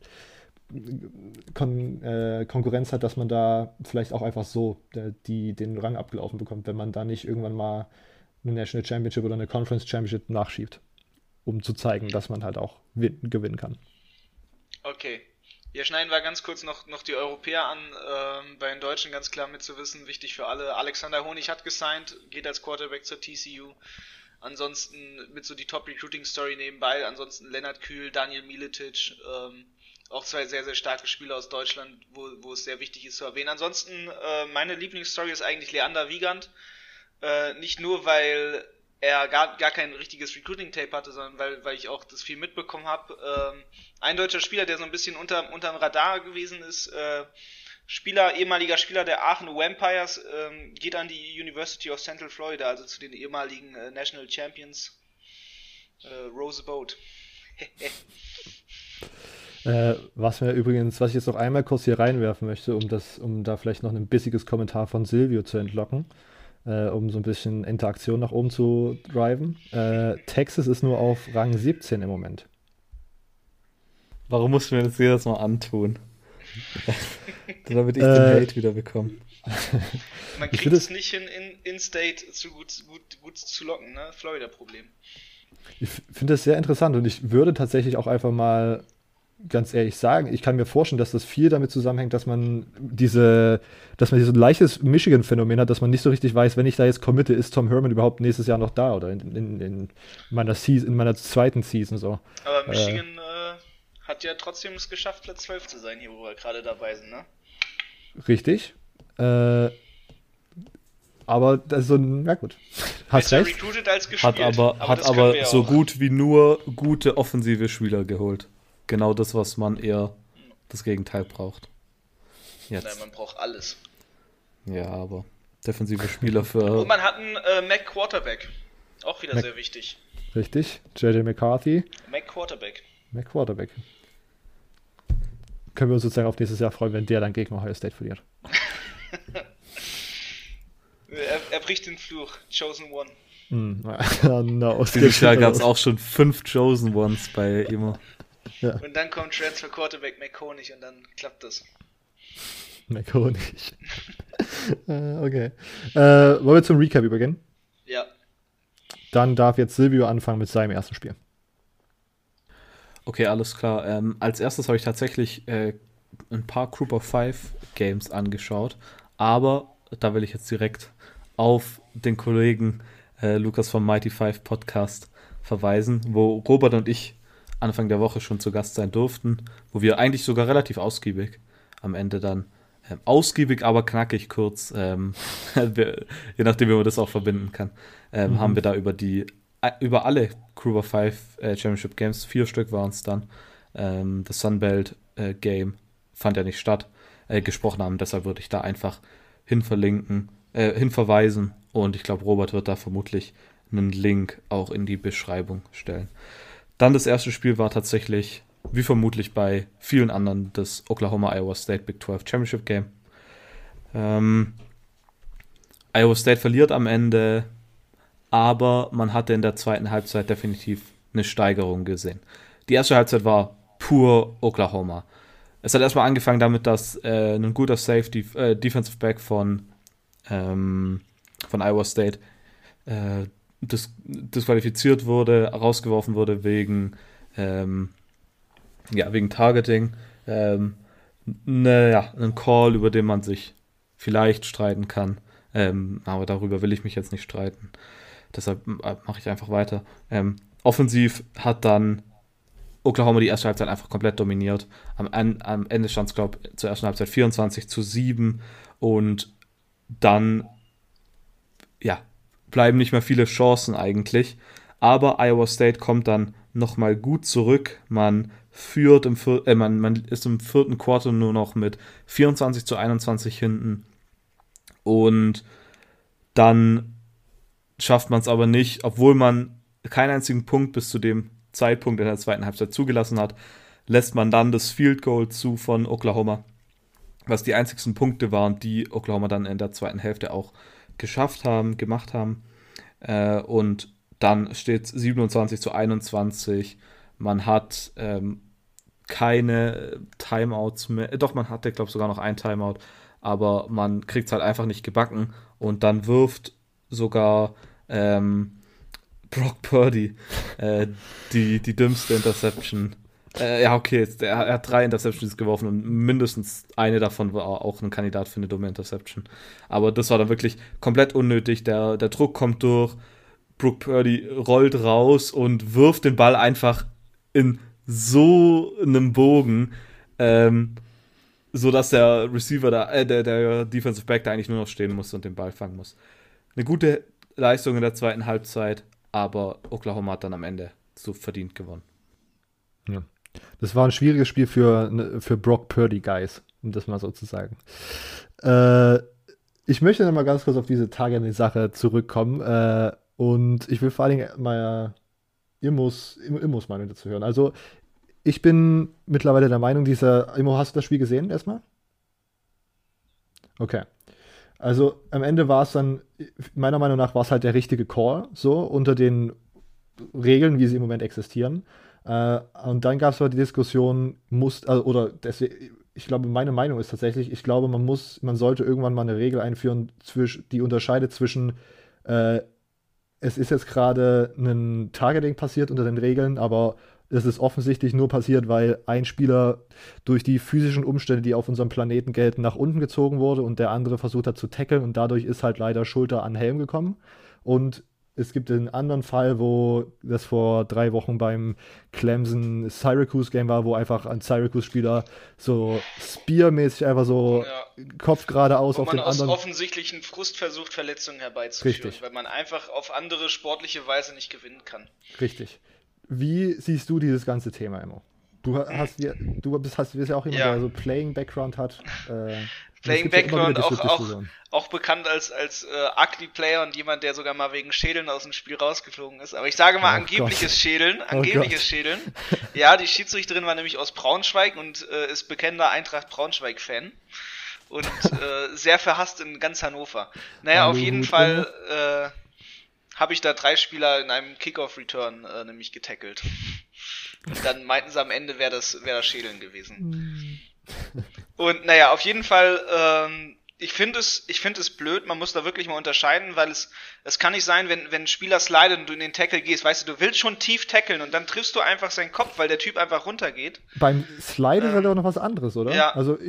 Kon äh, Konkurrenz hat, dass man da vielleicht auch einfach so der, die, den Rang abgelaufen bekommt, wenn man da nicht irgendwann mal eine National Championship oder eine Conference Championship nachschiebt, um zu zeigen, dass man halt auch win- gewinnen kann. Okay. Hier schneiden wir ganz kurz noch, noch die Europäer an, ähm, bei den Deutschen ganz klar mitzuwissen, wichtig für alle. Alexander Honig hat gesigned, geht als Quarterback zur T C U. Ansonsten mit so die Top-Recruiting-Story nebenbei, ansonsten Lennart Kühl, Daniel Miletic, ähm, auch zwei sehr, sehr starke Spieler aus Deutschland, wo, wo es sehr wichtig ist zu erwähnen. Ansonsten, äh, meine Lieblingsstory ist eigentlich Leander Wiegand. Äh, nicht nur, weil er gar, gar kein richtiges Recruiting-Tape hatte, sondern weil, weil ich auch das viel mitbekommen habe. Ähm, ein deutscher Spieler, der so ein bisschen unter, unterm Radar gewesen ist, äh, Spieler, ehemaliger Spieler der Aachen Vampires, ähm, geht an die University of Central Florida, also zu den ehemaligen äh, National Champions, äh, Rose Boat. Äh, was mir übrigens, was ich jetzt noch einmal kurz hier reinwerfen möchte, um das, um da vielleicht noch ein bissiges Kommentar von Silvio zu entlocken, äh, um so ein bisschen Interaktion nach oben zu driven. Äh, Texas ist nur auf Rang siebzehn im Moment. Warum musst du mir das jedes Mal antun? Damit ich Äh, den Hate wieder bekomme. Man Ich kriegt finde es nicht hin, in, in State zu gut, gut, gut zu locken, ne? Florida-Problem. Ich f- finde das sehr interessant und ich würde tatsächlich auch einfach mal ganz ehrlich sagen, ich kann mir vorstellen, dass das viel damit zusammenhängt, dass man diese, dass man dieses leichtes Michigan-Phänomen hat, dass man nicht so richtig weiß, wenn ich da jetzt committe, ist Tom Herman überhaupt nächstes Jahr noch da oder in, in, in meiner Season, in meiner zweiten Season so. Aber Michigan äh, hat ja trotzdem es geschafft, Platz zwölf zu sein, hier wo wir gerade dabei sind, ne? Richtig. Äh, aber das ist so ein, ja gut, hast Besser recht. recruited als gespielt. Hat aber, hat das können aber wir ja so auch. gut wie nur gute offensive Spieler geholt. Genau das, was man eher das Gegenteil braucht. Nein, Jetzt. man braucht alles. Ja, aber defensive Spieler Und für. man hat einen äh, Mac Quarterback. Auch wieder Mac- sehr wichtig. Richtig. J J McCarthy, Mac Quarterback. Mac Quarterback. Können wir uns sozusagen auf nächstes Jahr freuen, wenn der dann gegen Ohio State verliert. Er, er bricht den Fluch. Chosen One. Hm. Oh no. Dieses Jahr gab es auch schon fünf Chosen Ones bei immer. Ja, Und dann kommt Transfer Quarterback McConig und dann klappt das. McConig. äh, okay. Äh, wollen wir zum Recap übergehen? Ja. Dann darf jetzt Silvio anfangen mit seinem ersten Spiel. Okay, alles klar. Ähm, als erstes habe ich tatsächlich äh, ein paar Group of Five Games angeschaut, aber da will ich jetzt direkt auf den Kollegen äh, Lukas vom Mighty Five Podcast verweisen, wo Robert und ich Anfang der Woche schon zu Gast sein durften, wo wir eigentlich sogar relativ ausgiebig am Ende dann, ähm, ausgiebig, aber knackig kurz, ähm, je nachdem, wie man das auch verbinden kann, ähm, mhm. haben wir da über die, über alle Kruber Five äh, Championship Games, vier Stück waren es dann, ähm, das Sunbelt äh, Game fand ja nicht statt, äh, gesprochen haben, deshalb würde ich da einfach hinverlinken, äh, hinverweisen und ich glaube, Robert wird da vermutlich einen Link auch in die Beschreibung stellen. Dann das erste Spiel war tatsächlich, wie vermutlich bei vielen anderen, das Oklahoma-Iowa State Big zwölf Championship Game. Ähm, Iowa State verliert am Ende, aber man hatte in der zweiten Halbzeit definitiv eine Steigerung gesehen. Die erste Halbzeit war pur Oklahoma. Es hat erstmal angefangen damit, dass äh, ein guter Safety, äh, Defensive Back von, ähm, von Iowa State äh, dis- disqualifiziert wurde, rausgeworfen wurde wegen, ähm, ja, wegen Targeting. Ähm, ne, ja, ein Call, über den man sich vielleicht streiten kann. Ähm, aber darüber will ich mich jetzt nicht streiten. Deshalb mache ich einfach weiter. Ähm, offensiv hat dann Oklahoma die erste Halbzeit einfach komplett dominiert. Am, am Ende stand es, glaube ich, zur ersten Halbzeit vierundzwanzig zu sieben und dann, ja, bleiben nicht mehr viele Chancen eigentlich. Aber Iowa State kommt dann nochmal gut zurück. Man führt im Vier- äh, man, man ist im vierten Quarter nur noch mit vierundzwanzig zu einundzwanzig hinten. Und dann schafft man es aber nicht, obwohl man keinen einzigen Punkt bis zu dem Zeitpunkt in der zweiten Halbzeit zugelassen hat, lässt man dann das Field Goal zu von Oklahoma, was die einzigsten Punkte waren, die Oklahoma dann in der zweiten Hälfte auch geschafft haben, gemacht haben. Äh, und dann steht es siebenundzwanzig zu einundzwanzig. Man hat ähm, keine Timeouts mehr. Doch, man hatte, glaube ich, sogar noch ein Timeout, aber man kriegt es halt einfach nicht gebacken. Und dann wirft sogar ähm, Brock Purdy äh, die, die dümmste Interception. Äh, ja, okay, jetzt, er, er hat drei Interceptions geworfen und mindestens eine davon war auch ein Kandidat für eine dumme Interception. Aber das war dann wirklich komplett unnötig. Der, der Druck kommt durch, Brock Purdy rollt raus und wirft den Ball einfach in so einem Bogen, ähm, sodass der Receiver, da, äh, der, der Defensive Back da eigentlich nur noch stehen muss und den Ball fangen muss. Eine gute Leistung in der zweiten Halbzeit, aber Oklahoma hat dann am Ende so verdient gewonnen. Ja. Das war ein schwieriges Spiel für, für Brock Purdy Guys, um das mal so zu sagen. Äh, ich möchte noch mal ganz kurz auf diese Targeting-Sache zurückkommen äh, und ich will vor allen Dingen mal Immos, Immos Meinung dazu hören. Also ich bin mittlerweile der Meinung, dieser Immo, hast du das Spiel gesehen erstmal? Okay. Also am Ende war es dann, meiner Meinung nach, war es halt der richtige Call, so unter den Regeln, wie sie im Moment existieren. Äh, und dann gab es aber die Diskussion, muss, also, oder deswegen, ich glaube, meine Meinung ist tatsächlich, ich glaube, man muss, man sollte irgendwann mal eine Regel einführen, zwisch, die unterscheidet zwischen, äh, es ist jetzt gerade ein Targeting passiert unter den Regeln, aber es ist offensichtlich nur passiert, weil ein Spieler durch die physischen Umstände, die auf unserem Planeten gelten, nach unten gezogen wurde und der andere versucht hat zu tackeln und dadurch ist halt leider Schulter an Helm gekommen. Und es gibt einen anderen Fall, wo das vor drei Wochen beim Clemson-Syracuse-Game war, wo einfach ein Syracuse-Spieler so Spear-mäßig einfach so ja. Kopf geradeaus auf den anderen... Wo man aus offensichtlichen Frust versucht, Verletzungen herbeizuführen, Richtig. Weil man einfach auf andere sportliche Weise nicht gewinnen kann. Richtig. Wie siehst du dieses ganze Thema, Immo? Du hast ja, du bist, hast, bist ja auch jemand, ja. der so Playing-Background hat. Äh, Playing Background, ja auch, auch, auch bekannt als, als äh, Ugly Player und jemand, der sogar mal wegen Schädeln aus dem Spiel rausgeflogen ist. Aber ich sage mal, oh angebliches Gott. Schädeln, angebliches oh Schädeln. Ja, die Schiedsrichterin war nämlich aus Braunschweig und äh, ist bekennender Eintracht Braunschweig-Fan. Und äh, sehr verhasst in ganz Hannover. Naja, Hallo, auf jeden Fall äh, habe ich da drei Spieler in einem Kickoff-Return äh, nämlich getackelt. Und dann meinten sie am Ende, wäre das, wär das Schädeln gewesen. Und naja, auf jeden Fall, ähm, ich finde es, ich finde es blöd, man muss da wirklich mal unterscheiden, weil es, es kann nicht sein, wenn, wenn ein Spieler slidet und du in den Tackle gehst, weißt du, du willst schon tief tackeln und dann triffst du einfach seinen Kopf, weil der Typ einfach runtergeht. Beim Slide ähm, ist halt auch noch was anderes, oder? Ja. Also ich,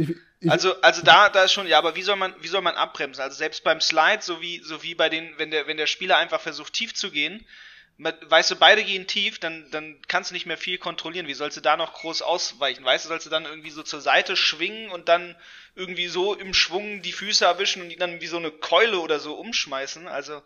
ich, Also, also da, da ist schon, ja, aber wie soll man, wie soll man abbremsen? Also selbst beim Slide, so wie, so wie bei den, wenn der, wenn der Spieler einfach versucht, tief zu gehen, weißt du, beide gehen tief, dann, dann kannst du nicht mehr viel kontrollieren. Wie sollst du da noch groß ausweichen? Weißt du, sollst du dann irgendwie so zur Seite schwingen und dann irgendwie so im Schwung die Füße erwischen und die dann wie so eine Keule oder so umschmeißen? Also,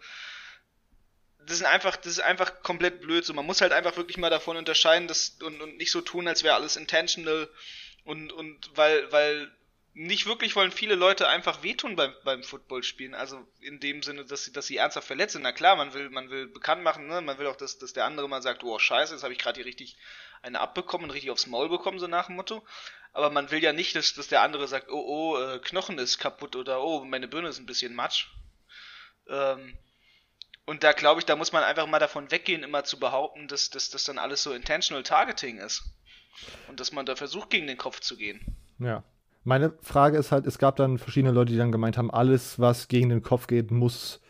das ist einfach, das ist einfach komplett blöd. So, man muss halt einfach wirklich mal davon unterscheiden, dass, und, und nicht so tun, als wäre alles intentional und, und weil, weil nicht wirklich wollen viele Leute einfach wehtun beim, beim Footballspielen. Also in dem Sinne, dass sie, dass sie ernsthaft verletzt sind. Na klar, man will, man will bekannt machen, ne? Man will auch, dass, dass der andere mal sagt, oh scheiße, jetzt habe ich gerade hier richtig eine abbekommen und richtig aufs Maul bekommen, so nach dem Motto. Aber man will ja nicht, dass, dass der andere sagt, oh, oh, äh, Knochen ist kaputt oder oh, meine Birne ist ein bisschen matsch. Ähm, und da glaube ich, da muss man einfach mal davon weggehen, immer zu behaupten, dass das dass dann alles so intentional Targeting ist. Und dass man da versucht, gegen den Kopf zu gehen. Ja. Meine Frage ist halt, es gab dann verschiedene Leute, die dann gemeint haben, alles, was gegen den Kopf geht, muss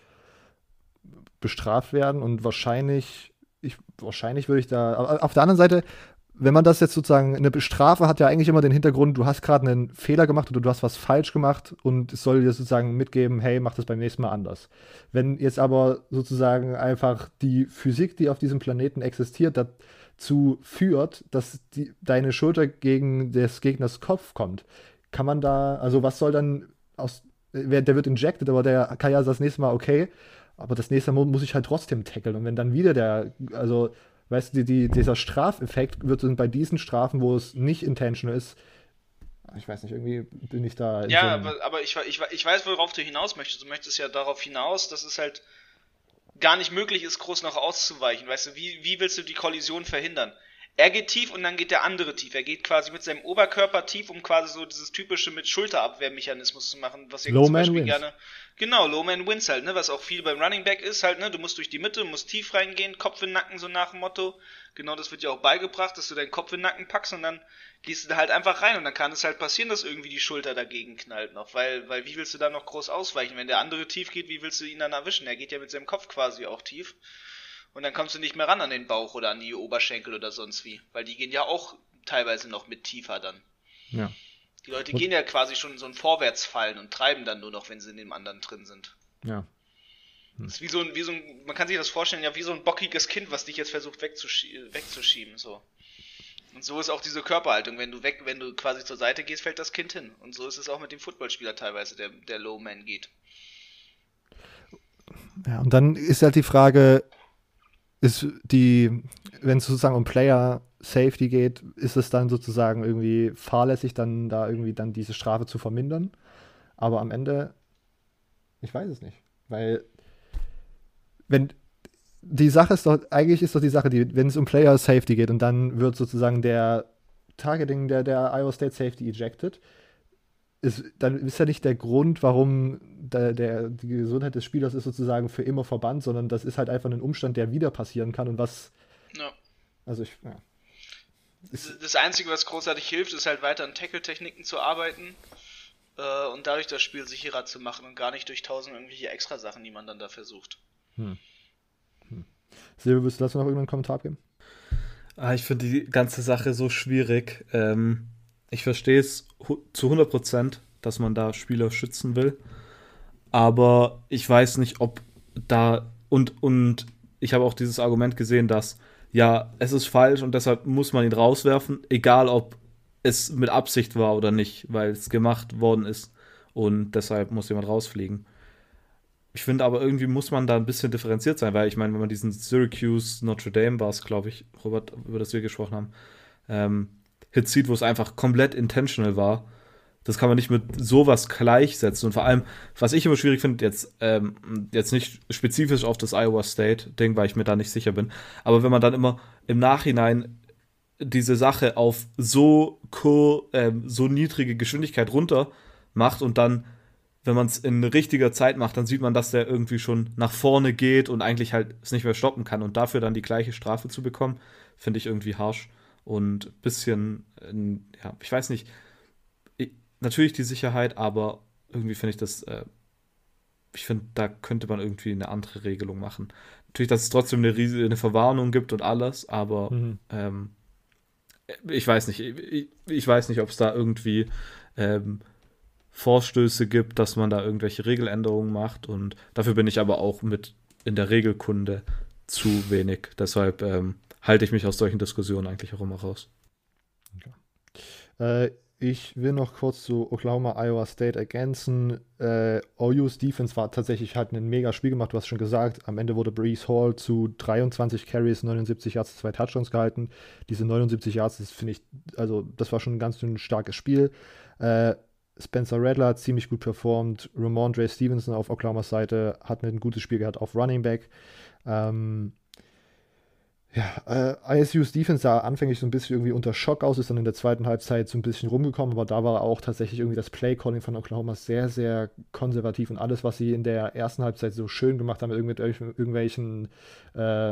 bestraft werden und wahrscheinlich, ich, wahrscheinlich würde ich da, aber auf der anderen Seite, wenn man das jetzt sozusagen, eine Strafe hat ja eigentlich immer den Hintergrund, du hast gerade einen Fehler gemacht oder du hast was falsch gemacht und es soll dir sozusagen mitgeben, hey, mach das beim nächsten Mal anders. Wenn jetzt aber sozusagen einfach die Physik, die auf diesem Planeten existiert, dazu führt, dass die, deine Schulter gegen des Gegners Kopf kommt, kann man da, also was soll dann aus, der wird injected, aber der kann ja das nächste Mal okay, aber das nächste Mal muss ich halt trotzdem tackeln und wenn dann wieder der, also weißt du, die, die, dieser Strafeffekt wird dann bei diesen Strafen, wo es nicht intentional ist, ich weiß nicht, irgendwie bin ich da. Ja, so aber, aber ich, ich, ich weiß, worauf du hinaus möchtest. Du möchtest ja darauf hinaus, dass es halt gar nicht möglich ist, groß noch auszuweichen. Weißt du, wie, wie willst du die Kollision verhindern? Er geht tief und dann geht der andere tief. Er geht quasi mit seinem Oberkörper tief, um quasi so dieses typische mit Schulterabwehrmechanismus zu machen, was ihr zum Beispiel gerne. Genau, Low Man Wins halt, ne, was auch viel beim Running Back ist halt, ne, du musst durch die Mitte, musst tief reingehen, Kopf in den Nacken, so nach dem Motto. Genau, das wird ja auch beigebracht, dass du deinen Kopf in den Nacken packst und dann gehst du da halt einfach rein und dann kann es halt passieren, dass irgendwie die Schulter dagegen knallt noch, weil, weil wie willst du da noch groß ausweichen? Wenn der andere tief geht, wie willst du ihn dann erwischen? Er geht ja mit seinem Kopf quasi auch tief. Und dann kommst du nicht mehr ran an den Bauch oder an die Oberschenkel oder sonst wie. Weil die gehen ja auch teilweise noch mit tiefer dann. Ja. Die Leute und gehen ja quasi schon in so ein Vorwärtsfallen und treiben dann nur noch, wenn sie in dem anderen drin sind. Ja. Hm. Das ist wie so ein, wie so ein, man kann sich das vorstellen, ja wie so ein bockiges Kind, was dich jetzt versucht wegzuschie- wegzuschieben. So. Und so ist auch diese Körperhaltung. Wenn du weg, wenn du quasi zur Seite gehst, fällt das Kind hin. Und so ist es auch mit dem Footballspieler teilweise, der, der Low Man geht. Ja, und dann ist halt die Frage, ist die, wenn es sozusagen um Player Safety geht, ist es dann sozusagen irgendwie fahrlässig, dann da irgendwie dann diese Strafe zu vermindern. Aber am Ende, ich weiß es nicht. Weil, wenn die Sache ist doch, eigentlich ist doch die Sache, die, wenn es um Player Safety geht und dann wird sozusagen der Targeting der, der Iowa State Safety ejected, ist, dann ist ja nicht der Grund, warum der, der, die Gesundheit des Spielers ist sozusagen für immer verbannt, sondern das ist halt einfach ein Umstand, der wieder passieren kann und was. Ja. Also ich. Ja. Das Einzige, was großartig hilft, ist halt weiter an Tackle-Techniken zu arbeiten äh, und dadurch das Spiel sicherer zu machen und gar nicht durch tausend irgendwelche extra Sachen, die man dann da versucht. Hm. Hm. Silvio, willst du dazu noch irgendeinen Kommentar abgeben? Ah, ich finde die ganze Sache so schwierig. Ähm, ich verstehe es hu- zu hundert Prozent, dass man da Spieler schützen will. Aber ich weiß nicht, ob da und, und ich habe auch dieses Argument gesehen, dass ja, es ist falsch und deshalb muss man ihn rauswerfen, egal ob es mit Absicht war oder nicht, weil es gemacht worden ist und deshalb muss jemand rausfliegen. Ich finde aber irgendwie muss man da ein bisschen differenziert sein, weil ich meine, wenn man diesen Syracuse Notre Dame war es, glaube ich, Robert, über das wir gesprochen haben, ähm, Hit sieht, wo es einfach komplett intentional war. Das kann man nicht mit sowas gleichsetzen. Und vor allem, was ich immer schwierig finde, jetzt, ähm, jetzt nicht spezifisch auf das Iowa State-Ding, weil ich mir da nicht sicher bin, aber wenn man dann immer im Nachhinein diese Sache auf so, kur- ähm, so niedrige Geschwindigkeit runter macht und dann, wenn man es in richtiger Zeit macht, dann sieht man, dass der irgendwie schon nach vorne geht und eigentlich halt es nicht mehr stoppen kann. Und dafür dann die gleiche Strafe zu bekommen, finde ich irgendwie harsch und ein bisschen, äh, ja, ich weiß nicht, natürlich die Sicherheit, aber irgendwie finde ich das, äh, ich finde, da könnte man irgendwie eine andere Regelung machen. Natürlich, dass es trotzdem eine, riesige, eine Verwarnung gibt und alles, aber mhm. ähm, ich weiß nicht, ich, ich weiß nicht, ob es da irgendwie ähm, Vorstöße gibt, dass man da irgendwelche Regeländerungen macht. Und dafür bin ich aber auch mit in der Regelkunde zu wenig. Deshalb ähm, halte ich mich aus solchen Diskussionen eigentlich auch immer raus. Okay. Äh, ich will noch kurz zu Oklahoma, Iowa State ergänzen. Äh, O U's Defense war tatsächlich, hat ein mega Spiel gemacht, du hast schon gesagt. Am Ende wurde Breece Hall zu dreiundzwanzig Carries, neunundsiebzig Yards, zwei Touchdowns gehalten. Diese neunundsiebzig Yards, das finde ich, also das war schon ein ganz ein starkes Spiel. Äh, Spencer Rattler hat ziemlich gut performt. Ramondre Stevenson auf Oklahomas Seite hat ein gutes Spiel gehabt auf Running Back. Ähm, ja, äh, I S U's Defense sah anfänglich so ein bisschen irgendwie unter Schock aus, ist dann in der zweiten Halbzeit so ein bisschen rumgekommen, aber da war auch tatsächlich irgendwie das Play-Calling von Oklahoma sehr, sehr konservativ und alles, was sie in der ersten Halbzeit so schön gemacht haben, mit irgendwelchen äh,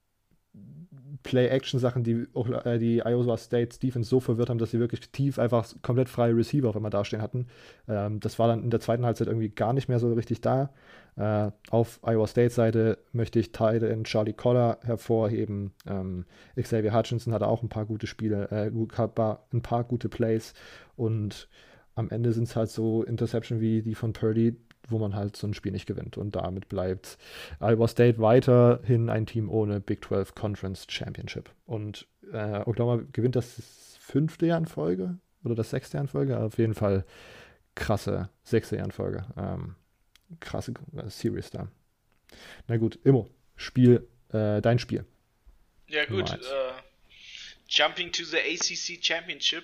Play-Action-Sachen, die, äh, die Iowa State Defense so verwirrt haben, dass sie wirklich tief einfach komplett freie Receiver auf einmal dastehen hatten. Ähm, das war dann in der zweiten Halbzeit irgendwie gar nicht mehr so richtig da. Äh, auf Iowa State-Seite möchte ich Teile in Charlie Collar hervorheben. Ähm, Xavier Hutchinson hatte auch ein paar gute Spiele, äh, ein paar gute Plays und am Ende sind es halt so Interception wie die von Purdy, wo man halt so ein Spiel nicht gewinnt. Und damit bleibt Iowa State weiterhin ein Team ohne Big zwölf Conference Championship. Und äh, Oklahoma gewinnt das fünfte Jahr in Folge oder das sechste Jahr in Folge. Auf jeden Fall krasse sechste Jahr in Folge. Ähm, krasse äh, Series da. Na gut, Immo, Spiel, äh, dein Spiel. Ja gut, äh, Jumping to the A C C Championship.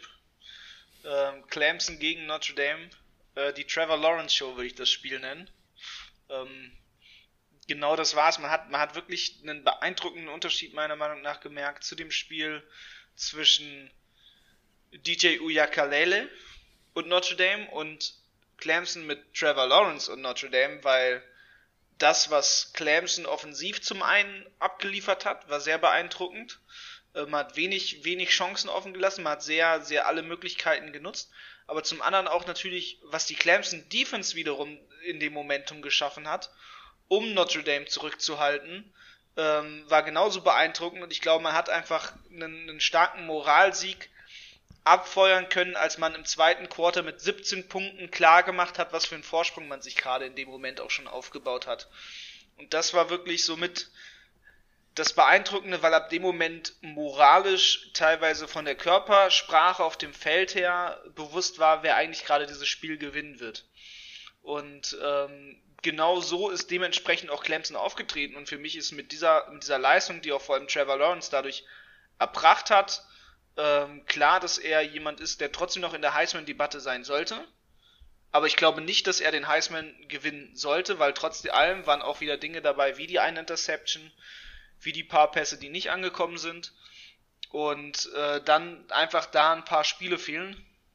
Ähm, Clemson gegen Notre Dame. Die Trevor Lawrence Show würde ich das Spiel nennen. Ähm, genau das war's. Man hat, man hat wirklich einen beeindruckenden Unterschied meiner Meinung nach gemerkt zu dem Spiel zwischen D J Uiagalelei und Notre Dame und Clemson mit Trevor Lawrence und Notre Dame, weil das, was Clemson offensiv zum einen abgeliefert hat, war sehr beeindruckend. Man hat wenig, wenig Chancen offen gelassen, man hat sehr, sehr alle Möglichkeiten genutzt. Aber zum anderen auch natürlich, was die Clemson Defense wiederum in dem Momentum geschaffen hat, um Notre Dame zurückzuhalten, ähm, war genauso beeindruckend. Und ich glaube, man hat einfach einen, einen starken Moralsieg abfeuern können, als man im zweiten Quarter mit siebzehn Punkten klar gemacht hat, was für einen Vorsprung man sich gerade in dem Moment auch schon aufgebaut hat. Und das war wirklich somit das Beeindruckende, weil ab dem Moment moralisch teilweise von der Körpersprache auf dem Feld her bewusst war, wer eigentlich gerade dieses Spiel gewinnen wird. Und ähm, genau so ist dementsprechend auch Clemson aufgetreten. Und für mich ist mit dieser, mit dieser Leistung, die auch vor allem Trevor Lawrence dadurch erbracht hat, ähm, klar, dass er jemand ist, der trotzdem noch in der Heisman-Debatte sein sollte. Aber ich glaube nicht, dass er den Heisman gewinnen sollte, weil trotz allem waren auch wieder Dinge dabei, wie die eine Interception, wie die paar Pässe, die nicht angekommen sind. Und äh, dann einfach da ein paar Spiele fehlen,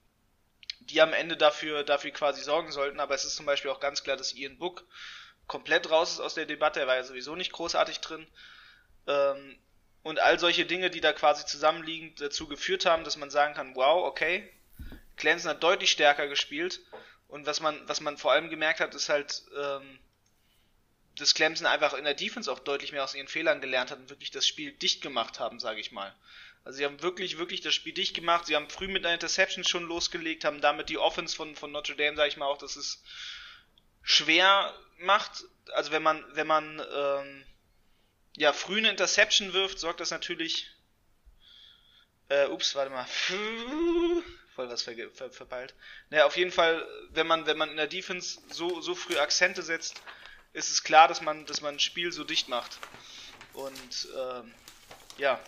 die am Ende dafür, dafür quasi sorgen sollten. Aber es ist zum Beispiel auch ganz klar, dass Ian Book komplett raus ist aus der Debatte. Er war ja sowieso nicht großartig drin. Ähm, und all solche Dinge, die da quasi zusammenliegend dazu geführt haben, dass man sagen kann, wow, okay, Clemson hat deutlich stärker gespielt. Und was man, was man vor allem gemerkt hat, ist halt, ähm, dass Clemson einfach in der Defense auch deutlich mehr aus ihren Fehlern gelernt hat und wirklich das Spiel dicht gemacht haben, sage ich mal. Also sie haben wirklich, wirklich das Spiel dicht gemacht, sie haben früh mit einer Interception schon losgelegt, haben damit die Offense von, von Notre Dame, sage ich mal, auch, dass es schwer macht. Also wenn man, wenn man ähm, ja früh eine Interception wirft, sorgt das natürlich äh, ups, warte mal. Voll was ver, ver, verpeilt. Naja, auf jeden Fall, wenn man, wenn man in der Defense so, so früh Akzente setzt, ist es klar, dass man, dass man ein Spiel so dicht macht. Und ähm, ja.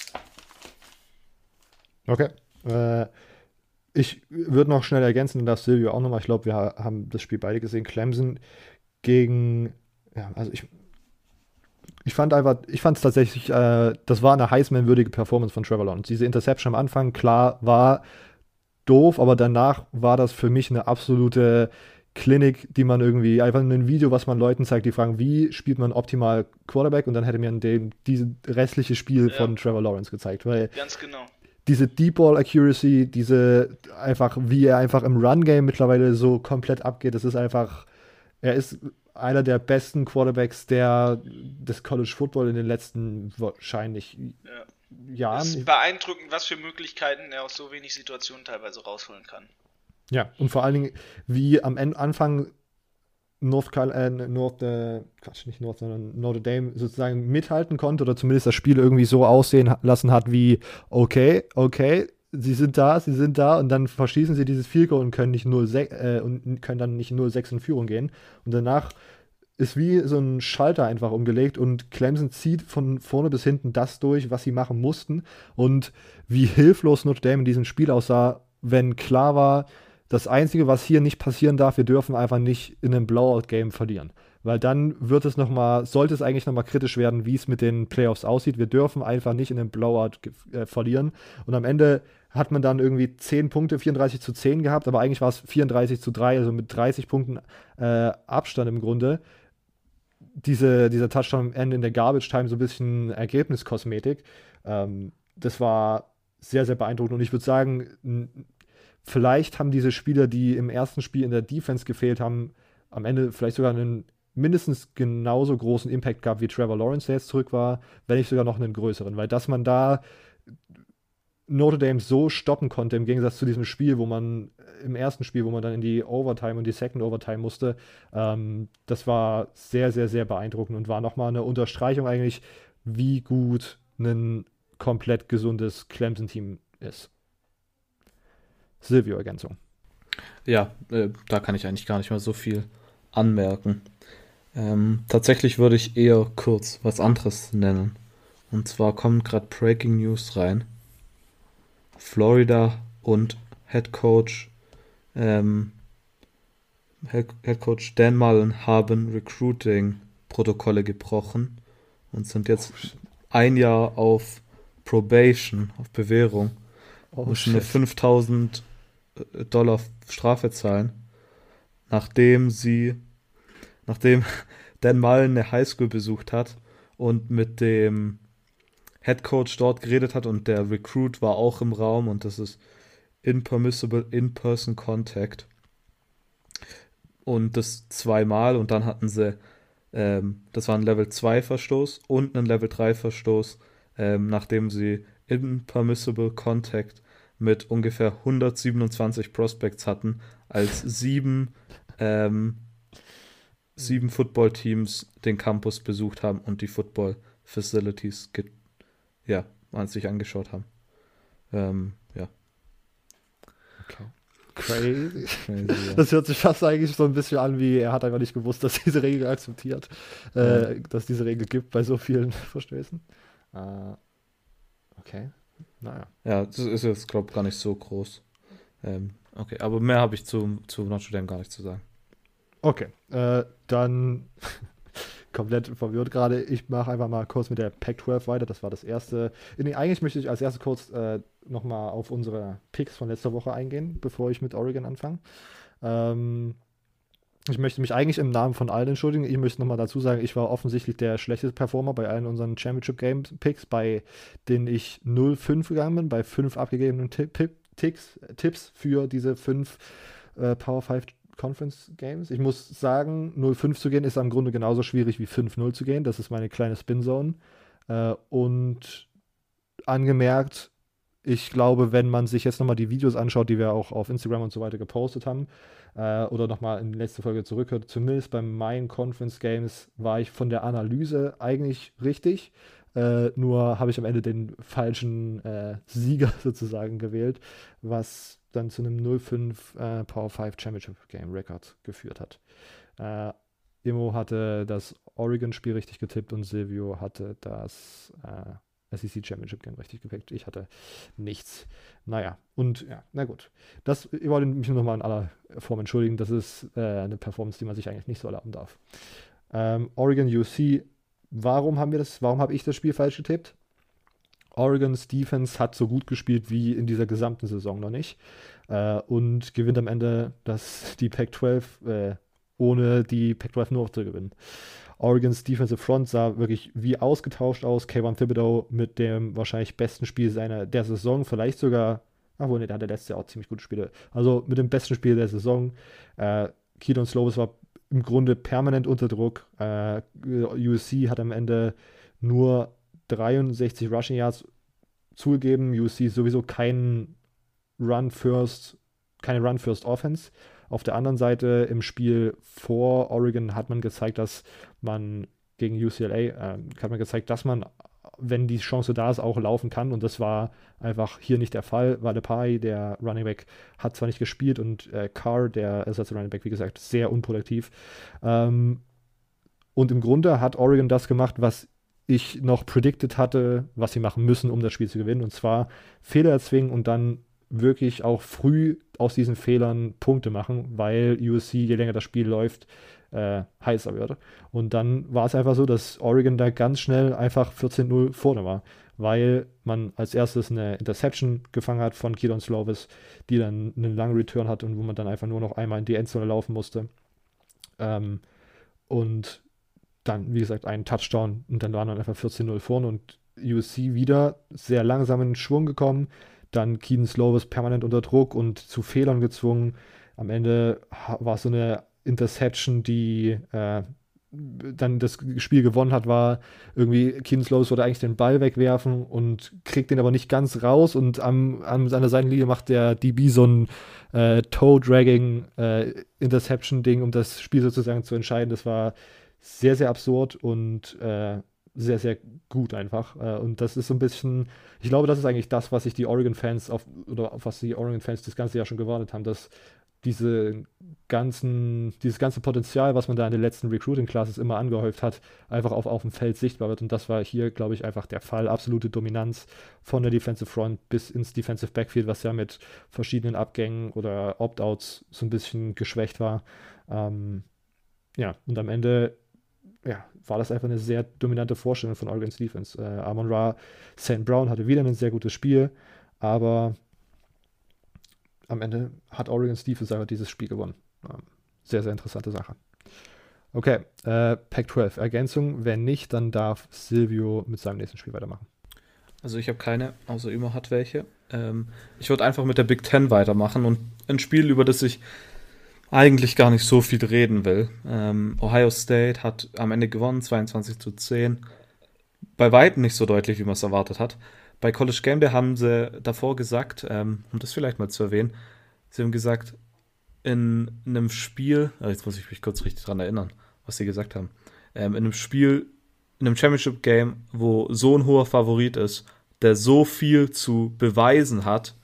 Okay. Äh, ich würde noch schnell ergänzen, und das Silvio auch nochmal. Ich glaube, wir haben das Spiel beide gesehen. Clemson gegen, ja, also ich, ich fand einfach, ich fand es tatsächlich, äh, das war eine Heisman-würdige Performance von Trevor Lawrence. Diese Interception am Anfang, klar, war doof, aber danach war das für mich eine absolute Klinik, die man irgendwie, einfach ein Video, was man Leuten zeigt, die fragen, wie spielt man optimal Quarterback, und dann hätte mir in dem dieses restliche Spiel ja. von Trevor Lawrence gezeigt, weil ganz genau. Diese Deep Ball Accuracy, diese einfach, wie er einfach im Run Game mittlerweile so komplett abgeht, das ist einfach, er ist einer der besten Quarterbacks der des College Football in den letzten wahrscheinlich ja. Jahren. Es ist beeindruckend, was für Möglichkeiten er aus so wenig Situationen teilweise rausholen kann. Ja, und vor allen Dingen, wie am Ende, Anfang North, Carol- äh, North äh, Quatsch, nicht North, sondern Notre Dame sozusagen mithalten konnte oder zumindest das Spiel irgendwie so aussehen ha- lassen hat wie, okay, okay, sie sind da, sie sind da und dann verschießen sie dieses Field Goal und können nicht null sechs äh, und können dann nicht null sechs in Führung gehen. Und danach ist wie so ein Schalter einfach umgelegt und Clemson zieht von vorne bis hinten das durch, was sie machen mussten. Und wie hilflos Notre Dame in diesem Spiel aussah, wenn klar war, das Einzige, was hier nicht passieren darf, wir dürfen einfach nicht in einem Blowout-Game verlieren. Weil dann wird es noch mal, sollte es eigentlich nochmal kritisch werden, wie es mit den Playoffs aussieht. Wir dürfen einfach nicht in einem Blowout äh, verlieren. Und am Ende hat man dann irgendwie zehn Punkte, vierunddreißig zu zehn gehabt, aber eigentlich war es vierunddreißig zu drei, also mit dreißig Punkten äh, Abstand im Grunde. Diese, dieser Touchdown am Ende in der Garbage Time so ein bisschen Ergebniskosmetik. Ähm, das war sehr, sehr beeindruckend. Und ich würde sagen, n- vielleicht haben diese Spieler, die im ersten Spiel in der Defense gefehlt haben, am Ende vielleicht sogar einen mindestens genauso großen Impact gehabt wie Trevor Lawrence, der jetzt zurück war, wenn nicht sogar noch einen größeren. Weil dass man da Notre Dame so stoppen konnte, im Gegensatz zu diesem Spiel, wo man im ersten Spiel, wo man dann in die Overtime und die Second Overtime musste, ähm, das war sehr, sehr, sehr beeindruckend und war nochmal eine Unterstreichung eigentlich, wie gut ein komplett gesundes Clemson-Team ist. Silvio-Ergänzung. Ja, äh, da kann ich eigentlich gar nicht mal so viel anmerken. Ähm, tatsächlich würde ich eher kurz was anderes nennen. Und zwar kommen gerade Breaking News rein. Florida und Head Coach ähm, Head, Head Coach Dan Mullen haben Recruiting-Protokolle gebrochen und sind jetzt ein Jahr auf Probation, auf Bewährung. Oh, Müssen eine shit. fünftausend Dollar Strafe zahlen, nachdem sie, nachdem Dan Mullen eine Highschool besucht hat und mit dem Head Coach dort geredet hat und der Recruit war auch im Raum und das ist impermissible in-person contact. Und das zweimal und dann hatten sie, ähm, das war ein Level zwei Verstoß und ein Level drei Verstoß, ähm, nachdem sie impermissible contact mit ungefähr hundertsiebenundzwanzig Prospects hatten, als sieben, ähm, sieben Football-Teams den Campus besucht haben und die Football-Facilities ge- ja, an sich angeschaut haben. Ähm, ja. Okay. Crazy. Crazy, ja. Das hört sich fast eigentlich so ein bisschen an, wie er hat einfach nicht gewusst, dass diese Regel akzeptiert, äh, dass diese Regel gibt bei so vielen Verstößen. Äh, okay, naja. Ja, das ist jetzt, glaube ich, gar nicht so groß. Ähm, okay, aber mehr habe ich zu, zu Notre Dame gar nicht zu sagen. Okay, äh, dann komplett verwirrt gerade. Ich mache einfach mal kurz mit der Pac zwölf weiter. Das war das erste. Nee, eigentlich möchte ich als erstes kurz äh, nochmal auf unsere Picks von letzter Woche eingehen, bevor ich mit Oregon anfange. Ähm, ich möchte mich eigentlich im Namen von allen entschuldigen. Ich möchte nochmal dazu sagen, ich war offensichtlich der schlechteste Performer bei allen unseren Championship Game Picks, bei denen ich null fünf gegangen bin, bei fünf abgegebenen Tipp, Ticks, Tipps für diese fünf äh, Power fünf Conference Games. Ich muss sagen, null fünf zu gehen ist im Grunde genauso schwierig wie fünf null zu gehen. Das ist meine kleine Spin-Zone. Äh, und angemerkt, ich glaube, wenn man sich jetzt nochmal die Videos anschaut, die wir auch auf Instagram und so weiter gepostet haben, äh, oder nochmal in die letzte Folge zurückhört, zumindest bei meinen Conference Games war ich von der Analyse eigentlich richtig. Äh, nur habe ich am Ende den falschen äh, Sieger sozusagen gewählt, was dann zu einem null fünf äh, Power fünf Championship Game Record geführt hat. Äh, Immo hatte das Oregon-Spiel richtig getippt und Silvio hatte das äh, S E C Championship Game richtig gepickt. Ich hatte nichts. Naja, und ja, na gut. Das, ich wollte mich nur nochmal in aller Form entschuldigen. Das ist äh, eine Performance, die man sich eigentlich nicht so erlauben darf. Ähm, Oregon U C, warum haben wir das, warum habe ich das Spiel falsch getippt? Oregons Defense hat so gut gespielt wie in dieser gesamten Saison noch nicht äh, und gewinnt am Ende das, die Pac zwölf, äh, ohne die Pac zwölf nur zu gewinnen. Oregons Defensive Front sah wirklich wie ausgetauscht aus. Kayvon Thibodeau mit dem wahrscheinlich besten Spiel seiner der Saison, vielleicht sogar, obwohl, ne, der hatte letztes Jahr auch ziemlich gute Spiele. Also mit dem besten Spiel der Saison. Äh, Keaton Slovis war im Grunde permanent unter Druck. Äh, U S C hat am Ende nur dreiundsechzig Rushing Yards zugegeben. U S C ist sowieso kein Run-First keine Run-First-Offense. Auf der anderen Seite im Spiel vor Oregon hat man gezeigt, dass man gegen U C L A, äh, hat man gezeigt, dass man, wenn die Chance da ist, auch laufen kann. Und das war einfach hier nicht der Fall. Valepai, der Running Back, hat zwar nicht gespielt und äh, Carr, der Ersatz Running Back, wie gesagt, sehr unproduktiv. Ähm, und im Grunde hat Oregon das gemacht, was ich noch predicted hatte, was sie machen müssen, um das Spiel zu gewinnen. Und zwar Fehler erzwingen und dann wirklich auch früh aus diesen Fehlern Punkte machen, weil U S C, je länger das Spiel läuft, äh, heißer wird. Und dann war es einfach so, dass Oregon da ganz schnell einfach vierzehn null vorne war, weil man als erstes eine Interception gefangen hat von Keelan Slovis, die dann einen langen Return hat und wo man dann einfach nur noch einmal in die Endzone laufen musste. Ähm, und dann, wie gesagt, einen Touchdown und dann waren dann einfach vierzehn null vorne und U S C wieder sehr langsam in den Schwung gekommen. Dann Keelan Slovis permanent unter Druck und zu Fehlern gezwungen. Am Ende war es so eine Interception, die äh, dann das Spiel gewonnen hat, war irgendwie, Keelan Slovis wollte eigentlich den Ball wegwerfen und kriegt den aber nicht ganz raus und am, an seiner Seitenlinie macht der D B so ein äh, Toe-Dragging äh, Interception-Ding, um das Spiel sozusagen zu entscheiden. Das war sehr, sehr absurd und äh, sehr, sehr gut einfach. Äh, und das ist so ein bisschen, ich glaube, das ist eigentlich das, was sich die Oregon-Fans auf, oder auf was die Oregon-Fans das ganze Jahr schon gewartet haben, dass diese ganzen, dieses ganze Potenzial, was man da in den letzten Recruiting-Classes immer angehäuft hat, einfach auf, auf dem Feld sichtbar wird. Und das war hier, glaube ich, einfach der Fall. Absolute Dominanz von der Defensive Front bis ins Defensive Backfield, was ja mit verschiedenen Abgängen oder Opt-outs so ein bisschen geschwächt war. Ähm, ja, und am Ende ja, war das einfach eine sehr dominante Vorstellung von Oregon's Defense. Äh, Amon-Ra Saint Brown hatte wieder ein sehr gutes Spiel, aber am Ende hat Oregon's Defense einfach dieses Spiel gewonnen. Ähm, sehr, sehr interessante Sache. Okay, äh, Pac zwölf. Ergänzung, wenn nicht, dann darf Silvio mit seinem nächsten Spiel weitermachen. Also ich habe keine, außer Immer hat welche. Ähm, ich würde einfach mit der Big Ten weitermachen und ein Spiel, über das ich eigentlich gar nicht so viel reden will. Ähm, Ohio State hat am Ende gewonnen, zweiundzwanzig zu zehn. Bei weitem nicht so deutlich, wie man es erwartet hat. Bei College Game Day haben sie davor gesagt, ähm, um das vielleicht mal zu erwähnen, sie haben gesagt, in einem Spiel, also jetzt muss ich mich kurz richtig dran erinnern, was sie gesagt haben, ähm, in einem Spiel, in einem Championship Game, wo so ein hoher Favorit ist, der so viel zu beweisen hat,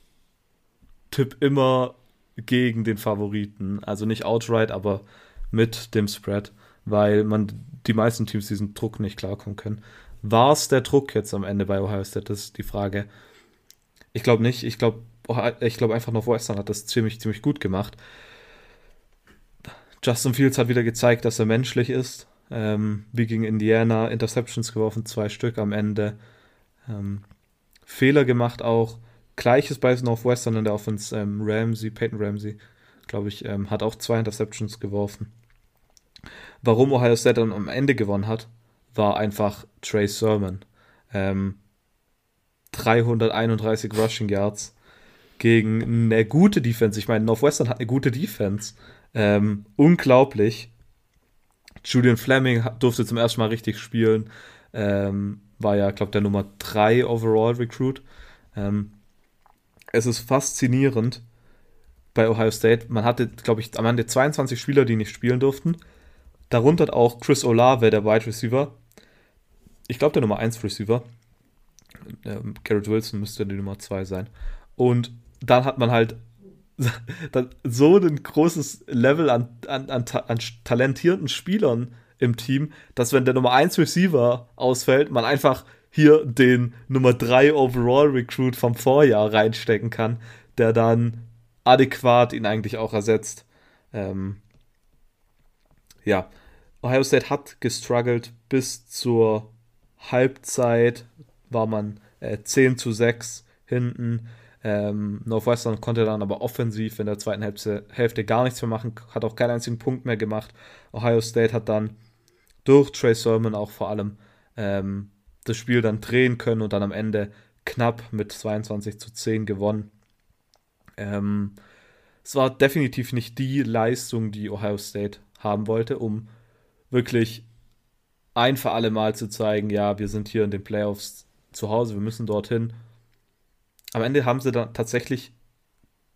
tipp immer gegen den Favoriten, also nicht outright, aber mit dem Spread, weil man die meisten Teams diesen Druck nicht klarkommen können. War es der Druck jetzt am Ende bei Ohio State? Das ist die Frage. Ich glaube nicht. Ich glaube ich glaub einfach, Northwestern hat das ziemlich, ziemlich gut gemacht. Justin Fields hat wieder gezeigt, dass er menschlich ist. Ähm, wie gegen Indiana, Interceptions geworfen, zwei Stück am Ende. Ähm, Fehler gemacht auch. Gleiches bei Northwestern in der Offense. Ähm, Ramsey, Peyton Ramsey, glaube ich, ähm, hat auch zwei Interceptions geworfen. Warum Ohio State dann am Ende gewonnen hat, war einfach Trey Sermon. Ähm, dreihunderteinunddreißig Rushing Yards gegen eine gute Defense. Ich meine, Northwestern hat eine gute Defense. Ähm, unglaublich. Julian Fleming durfte zum ersten Mal richtig spielen. Ähm, war ja, glaube ich, der Nummer drei Overall Recruit. Ähm, es ist faszinierend bei Ohio State. Man hatte, glaube ich, am Ende zweiundzwanzig Spieler, die nicht spielen durften. Darunter auch Chris Olave, der Wide Receiver. Ich glaube, der Nummer eins Receiver. Ähm, Garrett Wilson müsste die Nummer zwei sein. Und dann hat man halt so ein großes Level an, an, an, an talentierten Spielern im Team, dass wenn der Nummer eins Receiver ausfällt, man einfach hier den Nummer drei Overall Recruit vom Vorjahr reinstecken kann, der dann adäquat ihn eigentlich auch ersetzt. Ähm, ja, Ohio State hat gestruggelt. Bis zur Halbzeit war man äh, zehn zu sechs hinten. Ähm, Northwestern konnte dann aber offensiv in der zweiten Hälfte, Hälfte gar nichts mehr machen, hat auch keinen einzigen Punkt mehr gemacht. Ohio State hat dann durch Trey Sermon auch vor allem ähm, das Spiel dann drehen können und dann am Ende knapp mit zweiundzwanzig zu zehn gewonnen. Ähm, es war definitiv nicht die Leistung, die Ohio State haben wollte, um wirklich ein für alle Mal zu zeigen, ja, wir sind hier in den Playoffs zu Hause, wir müssen dorthin. Am Ende haben sie dann tatsächlich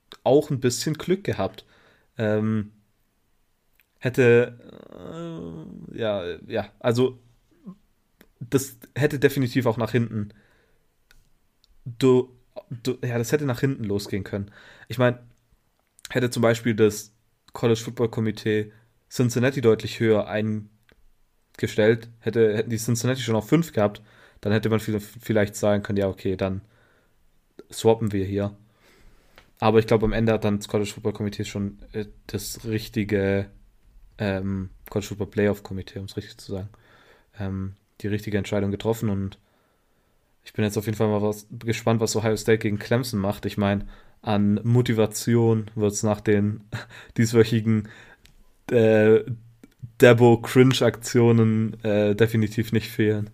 auch ein bisschen Glück gehabt. Ähm, hätte, äh, ja, ja, also das hätte definitiv auch nach hinten, du, du, ja, das hätte nach hinten losgehen können. Ich meine, hätte zum Beispiel das College Football Komitee Cincinnati deutlich höher eingestellt, hätte, hätten die Cincinnati schon auf fünf gehabt, dann hätte man vielleicht sagen können, ja, okay, dann swappen wir hier. Aber ich glaube, am Ende hat dann das College Football Komitee schon äh, das richtige ähm, College Football Playoff Komitee, um es richtig zu sagen, ähm, die richtige Entscheidung getroffen und ich bin jetzt auf jeden Fall mal was, gespannt, was Ohio State gegen Clemson macht. Ich meine, an Motivation wird es nach den dieswöchigen äh, Dabo-Cringe-Aktionen äh, definitiv nicht fehlen.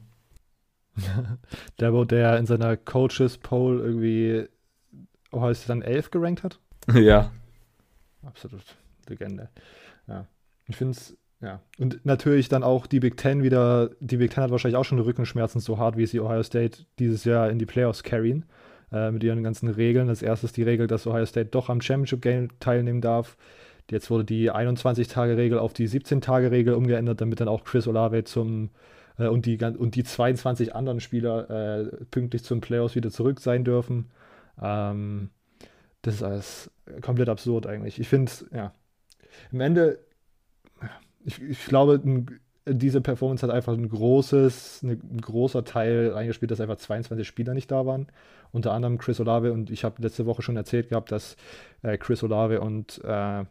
Dabo, der in seiner Coaches-Poll irgendwie Ohio State dann elf gerankt hat. Ja. Absolut. Legende. Ja. Ich finde es, ja. Und natürlich dann auch die Big Ten wieder, die Big Ten hat wahrscheinlich auch schon Rückenschmerzen, so hart wie sie Ohio State dieses Jahr in die Playoffs carryen, äh, mit ihren ganzen Regeln. Als erstes die Regel, dass Ohio State doch am Championship-Game teilnehmen darf. Jetzt wurde die einundzwanzig-Tage-Regel auf die siebzehn-Tage-Regel umgeändert, damit dann auch Chris Olave zum äh, und, die, und die zweiundzwanzig anderen Spieler äh, pünktlich zum Playoffs wieder zurück sein dürfen. Ähm, das ist alles komplett absurd eigentlich. Ich finde, ja, am Ende, ich, ich glaube, ein, diese Performance hat einfach ein großes, eine, ein großer Teil reingespielt, dass einfach zweiundzwanzig Spieler nicht da waren. Unter anderem Chris Olave und ich habe letzte Woche schon erzählt gehabt, dass äh, Chris Olave und äh,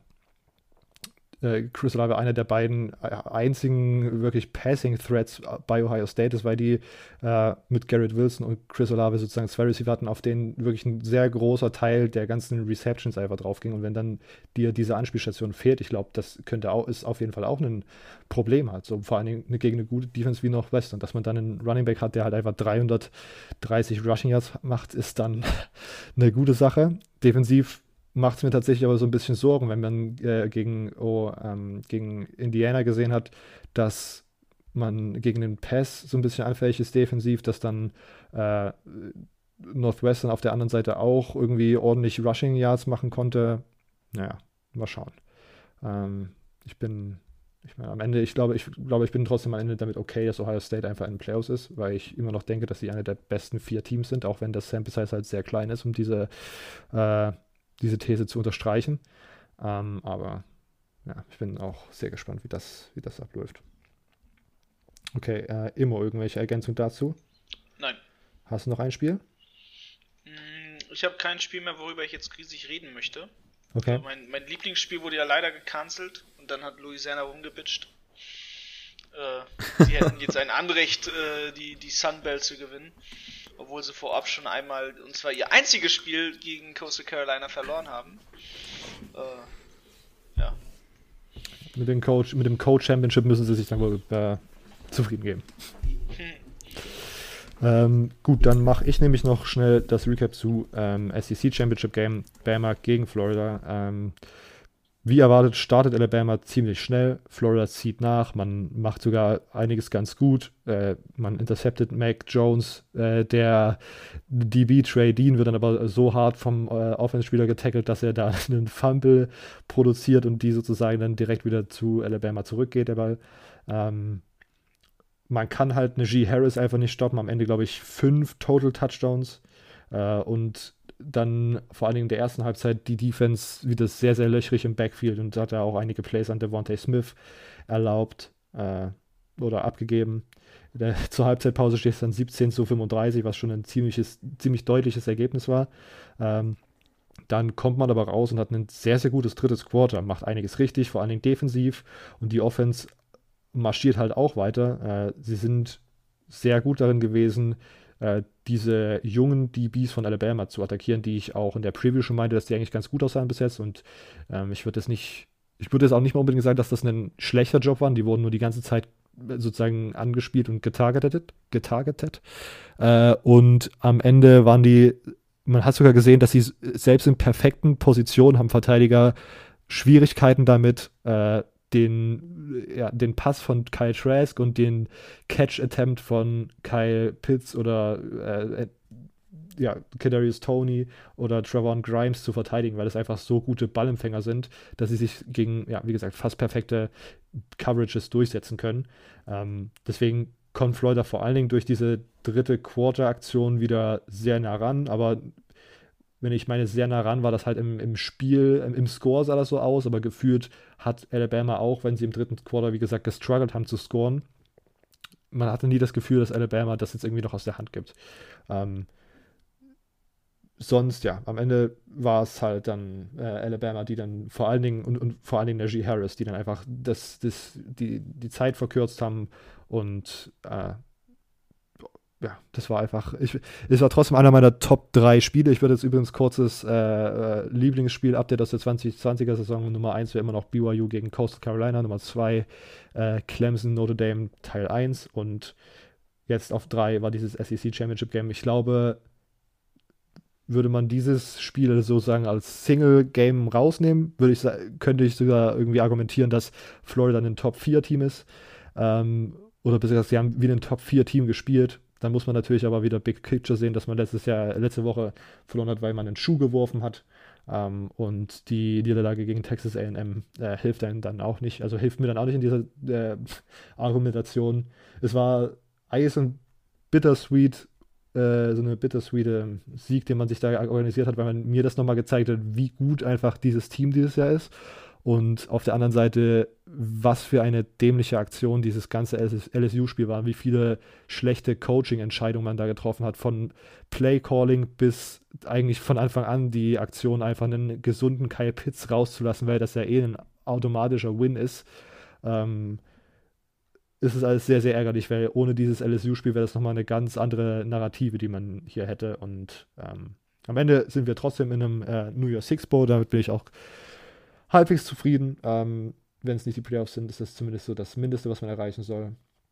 Chris Olave einer der beiden einzigen wirklich Passing-Threats bei Ohio State ist, weil die äh, mit Garrett Wilson und Chris Olave sozusagen zwei Receiver hatten, auf denen wirklich ein sehr großer Teil der ganzen Receptions einfach drauf ging. Und wenn dann dir diese Anspielstation fehlt, ich glaube, das könnte auch, ist auf jeden Fall auch ein Problem hat. So vor allen Dingen gegen eine gute Defense wie Northwestern. Dass man dann einen Running Back hat, der halt einfach dreihundertdreißig Rushing Yards macht, ist dann eine gute Sache. Defensiv macht es mir tatsächlich aber so ein bisschen Sorgen, wenn man äh, gegen, oh, ähm, gegen Indiana gesehen hat, dass man gegen den Pass so ein bisschen anfällig ist defensiv, dass dann äh, Northwestern auf der anderen Seite auch irgendwie ordentlich Rushing Yards machen konnte. Naja, mal schauen. Ähm, ich bin, ich meine, am Ende, ich glaube, ich glaube, ich bin trotzdem am Ende damit okay, dass Ohio State einfach in den Playoffs ist, weil ich immer noch denke, dass sie eine der besten vier Teams sind, auch wenn das Sample Size halt sehr klein ist, um diese äh, diese These zu unterstreichen. Ähm, aber ja, ich bin auch sehr gespannt, wie das, wie das abläuft. Okay, äh, Immo, irgendwelche Ergänzungen dazu? Nein. Hast du noch ein Spiel? Ich habe kein Spiel mehr, worüber ich jetzt riesig reden möchte. Okay. Also mein, mein Lieblingsspiel wurde ja leider gecancelt und dann hat Louisiana rumgebitscht. Äh, sie hätten jetzt ein Anrecht, äh, die, die Sun Belt zu gewinnen. Obwohl sie vorab schon einmal, und zwar ihr einziges Spiel gegen Coastal Carolina verloren haben. Äh, ja. Mit dem Coach, mit dem Coach Championship müssen sie sich dann wohl äh, zufrieden geben. Hm. Ähm, gut, dann mache ich nämlich noch schnell das Recap zu ähm, S E C Championship Game Bama gegen Florida. Ähm, Wie erwartet startet Alabama ziemlich schnell, Florida zieht nach, man macht sogar einiges ganz gut, äh, man interceptet Mac Jones, äh, der D B Trey Dean wird dann aber so hart vom äh, Offense-Spieler getackelt, dass er da einen Fumble produziert und die sozusagen dann direkt wieder zu Alabama zurückgeht, der Ball. Ähm, man kann halt eine G. Harris einfach nicht stoppen, am Ende glaube ich fünf Total Touchdowns äh, und dann vor allen Dingen in der ersten Halbzeit die Defense wieder sehr, sehr löchrig im Backfield und hat da auch einige Plays an Devontae Smith erlaubt äh, oder abgegeben. Der, zur Halbzeitpause steht es dann siebzehn zu fünfunddreißig, was schon ein ziemliches, ziemlich deutliches Ergebnis war. Ähm, dann kommt man aber raus und hat ein sehr, sehr gutes drittes Quarter, macht einiges richtig, vor allen Dingen defensiv und die Offense marschiert halt auch weiter. Äh, sie sind sehr gut darin gewesen, diese jungen D Bs von Alabama zu attackieren, die ich auch in der Preview schon meinte, dass die eigentlich ganz gut aussahen bis jetzt und ähm, ich würde jetzt nicht, ich würde jetzt auch nicht mal unbedingt sagen, dass das ein schlechter Job war, die wurden nur die ganze Zeit sozusagen angespielt und getargetet, getargetet äh, und am Ende waren die, man hat sogar gesehen, dass sie selbst in perfekten Positionen haben Verteidiger Schwierigkeiten damit, äh, Den, ja, den Pass von Kyle Trask und den Catch-Attempt von Kyle Pitts oder äh, ja, Kadarius Toney oder Trevon Grimes zu verteidigen, weil es einfach so gute Ballempfänger sind, dass sie sich gegen, ja, wie gesagt, fast perfekte Coverages durchsetzen können. Ähm, deswegen kommt Florida vor allen Dingen durch diese dritte Quarter-Aktion wieder sehr nah ran, aber wenn ich meine sehr nah ran, war das halt im, im Spiel, im, im Score sah das so aus, aber gefühlt hat Alabama auch, wenn sie im dritten Quarter, wie gesagt, gestruggelt haben zu scoren, man hatte nie das Gefühl, dass Alabama das jetzt irgendwie noch aus der Hand gibt. Ähm, sonst, ja, am Ende war es halt dann äh, Alabama, die dann vor allen Dingen, und, und vor allen Dingen Najee Harris, die dann einfach das, das, die, die Zeit verkürzt haben und äh, ja, das war einfach, ich, es war trotzdem einer meiner Top drei Spiele. Ich würde jetzt übrigens kurzes äh, äh, Lieblingsspiel-Update aus der zwanzig zwanziger Saison. Nummer eins wäre immer noch B Y U gegen Coastal Carolina, Nummer zwei äh, Clemson Notre Dame Teil eins und jetzt auf drei war dieses S E C Championship Game. Ich glaube, würde man dieses Spiel sozusagen als Single-Game rausnehmen, würde ich, könnte ich sogar irgendwie argumentieren, dass Florida ein Top vier Team ist. Ähm, oder besser gesagt, sie haben wie ein Top vier Team gespielt. Dann muss man natürlich aber wieder Big Picture sehen, dass man letztes Jahr, letzte Woche verloren hat, weil man einen Schuh geworfen hat. Ähm, und die Niederlage gegen Texas A und M äh, hilft einem dann auch nicht. Also hilft mir dann auch nicht in dieser äh, Argumentation. Es war Eis und Bittersweet, äh, so eine bittersweete Sieg, den man sich da organisiert hat, weil man mir das nochmal gezeigt hat, wie gut einfach dieses Team dieses Jahr ist. Und auf der anderen Seite, was für eine dämliche Aktion dieses ganze L S U-Spiel war, wie viele schlechte Coaching-Entscheidungen man da getroffen hat, von Play-Calling bis eigentlich von Anfang an die Aktion, einfach einen gesunden Kyle Pitts rauszulassen, weil das ja eh ein automatischer Win ist. Ähm, ist es alles sehr, sehr ärgerlich, weil ohne dieses L S U-Spiel wäre das nochmal eine ganz andere Narrative, die man hier hätte. Und ähm, am Ende sind wir trotzdem in einem äh, New Year's Six Bowl, damit bin ich auch halbwegs zufrieden. Ähm, wenn es nicht die Playoffs sind, ist das zumindest so das Mindeste, was man erreichen soll.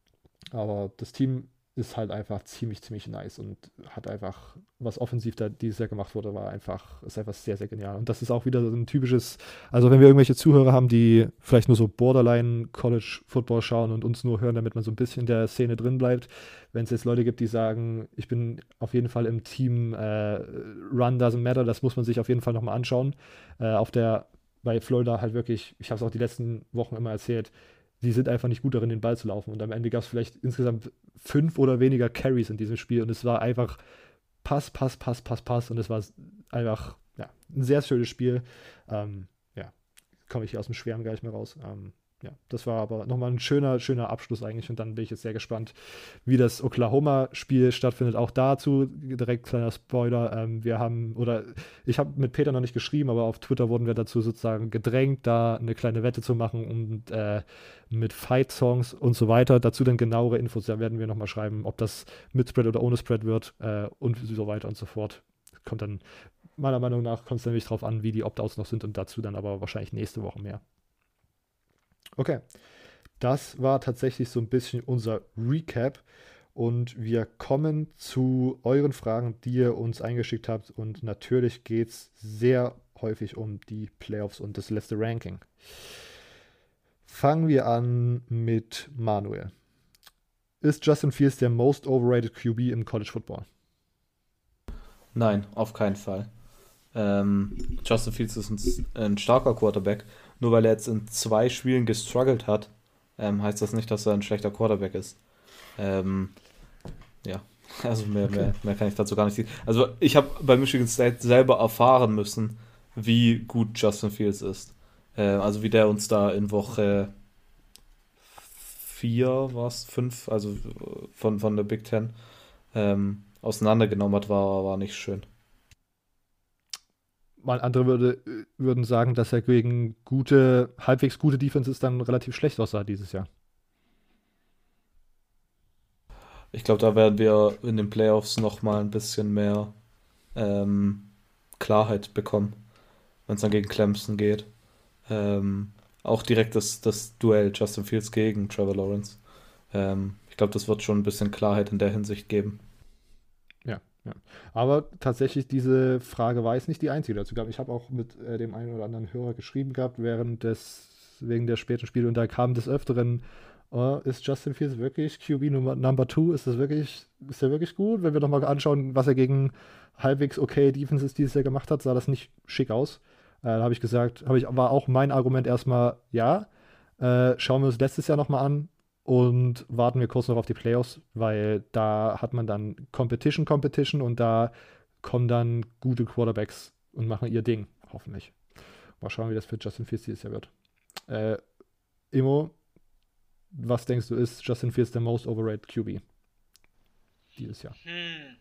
Aber das Team ist halt einfach ziemlich, ziemlich nice und hat einfach, was offensiv da dieses Jahr gemacht wurde, war einfach, ist einfach sehr, sehr genial. Und das ist auch wieder so ein typisches, also wenn wir irgendwelche Zuhörer haben, die vielleicht nur so Borderline College Football schauen und uns nur hören, damit man so ein bisschen in der Szene drin bleibt, wenn es jetzt Leute gibt, die sagen, ich bin auf jeden Fall im Team äh, Run doesn't matter, das muss man sich auf jeden Fall nochmal anschauen. Äh, auf der bei Florida halt wirklich, ich habe es auch die letzten Wochen immer erzählt, die sind einfach nicht gut darin, den Ball zu laufen. Und am Ende gab es vielleicht insgesamt fünf oder weniger Carries in diesem Spiel. Und es war einfach Pass, Pass, Pass, Pass, Pass. Und es war einfach ja, ein sehr schönes Spiel. Ähm, ja, komme ich hier aus dem Schwärmen gar nicht mehr raus. Ähm, ja, das war aber nochmal ein schöner, schöner Abschluss eigentlich. Und dann bin ich jetzt sehr gespannt, wie das Oklahoma-Spiel stattfindet. Auch dazu direkt kleiner Spoiler. Ähm, wir haben, oder ich habe mit Peter noch nicht geschrieben, aber auf Twitter wurden wir dazu sozusagen gedrängt, da eine kleine Wette zu machen und äh, mit Fight-Songs und so weiter. Dazu dann genauere Infos. Da werden wir nochmal schreiben, ob das mit Spread oder ohne Spread wird äh, und so weiter und so fort. Kommt dann, meiner Meinung nach, kommt es nämlich drauf an, wie die Opt-outs noch sind und dazu dann aber wahrscheinlich nächste Woche mehr. Okay, das war tatsächlich so ein bisschen unser Recap und wir kommen zu euren Fragen, die ihr uns eingeschickt habt und natürlich geht es sehr häufig um die Playoffs und das letzte Ranking. Fangen wir an mit Manuel. Ist Justin Fields der most overrated Q B im College Football? Nein, auf keinen Fall. Ähm, Justin Fields ist ein, ein starker Quarterback. Nur weil er jetzt in zwei Spielen gestruggelt hat, ähm, heißt das nicht, dass er ein schlechter Quarterback ist. Ähm, ja, also mehr, okay. mehr, mehr kann ich dazu gar nicht sagen. Also ich habe bei Michigan State selber erfahren müssen, wie gut Justin Fields ist. Äh, also wie der uns da in Woche vier, was, fünf, also von, von der Big Ten ähm, auseinandergenommen hat, war, war nicht schön. Mal andere würde, würden sagen, dass er gegen gute, halbwegs gute Defenses dann relativ schlecht aussah dieses Jahr. Ich glaube, da werden wir in den Playoffs nochmal ein bisschen mehr ähm, Klarheit bekommen, wenn es dann gegen Clemson geht. Ähm, auch direkt das, das Duell Justin Fields gegen Trevor Lawrence. Ähm, ich glaube, das wird schon ein bisschen Klarheit in der Hinsicht geben. Ja, ja. Aber tatsächlich, diese Frage war jetzt nicht die einzige dazu. Ich habe auch mit äh, dem einen oder anderen Hörer geschrieben gehabt, während des, wegen der späten Spiele, und da kam des Öfteren, oh, ist Justin Fields wirklich Q B Number, Number Two? Ist das wirklich, ist der wirklich gut? Wenn wir nochmal anschauen, was er gegen halbwegs okay Defenses dieses Jahr gemacht hat, sah das nicht schick aus. Äh, da habe ich gesagt, hab ich, war auch mein Argument erstmal, ja, äh, schauen wir uns letztes Jahr nochmal an und warten wir kurz noch auf die Playoffs, weil da hat man dann Competition, Competition und da kommen dann gute Quarterbacks und machen ihr Ding, hoffentlich. Mal schauen, wie das für Justin Fields dieses Jahr wird. Äh, Immo, was denkst du, ist Justin Fields der most overrated Q B dieses Jahr? Hm.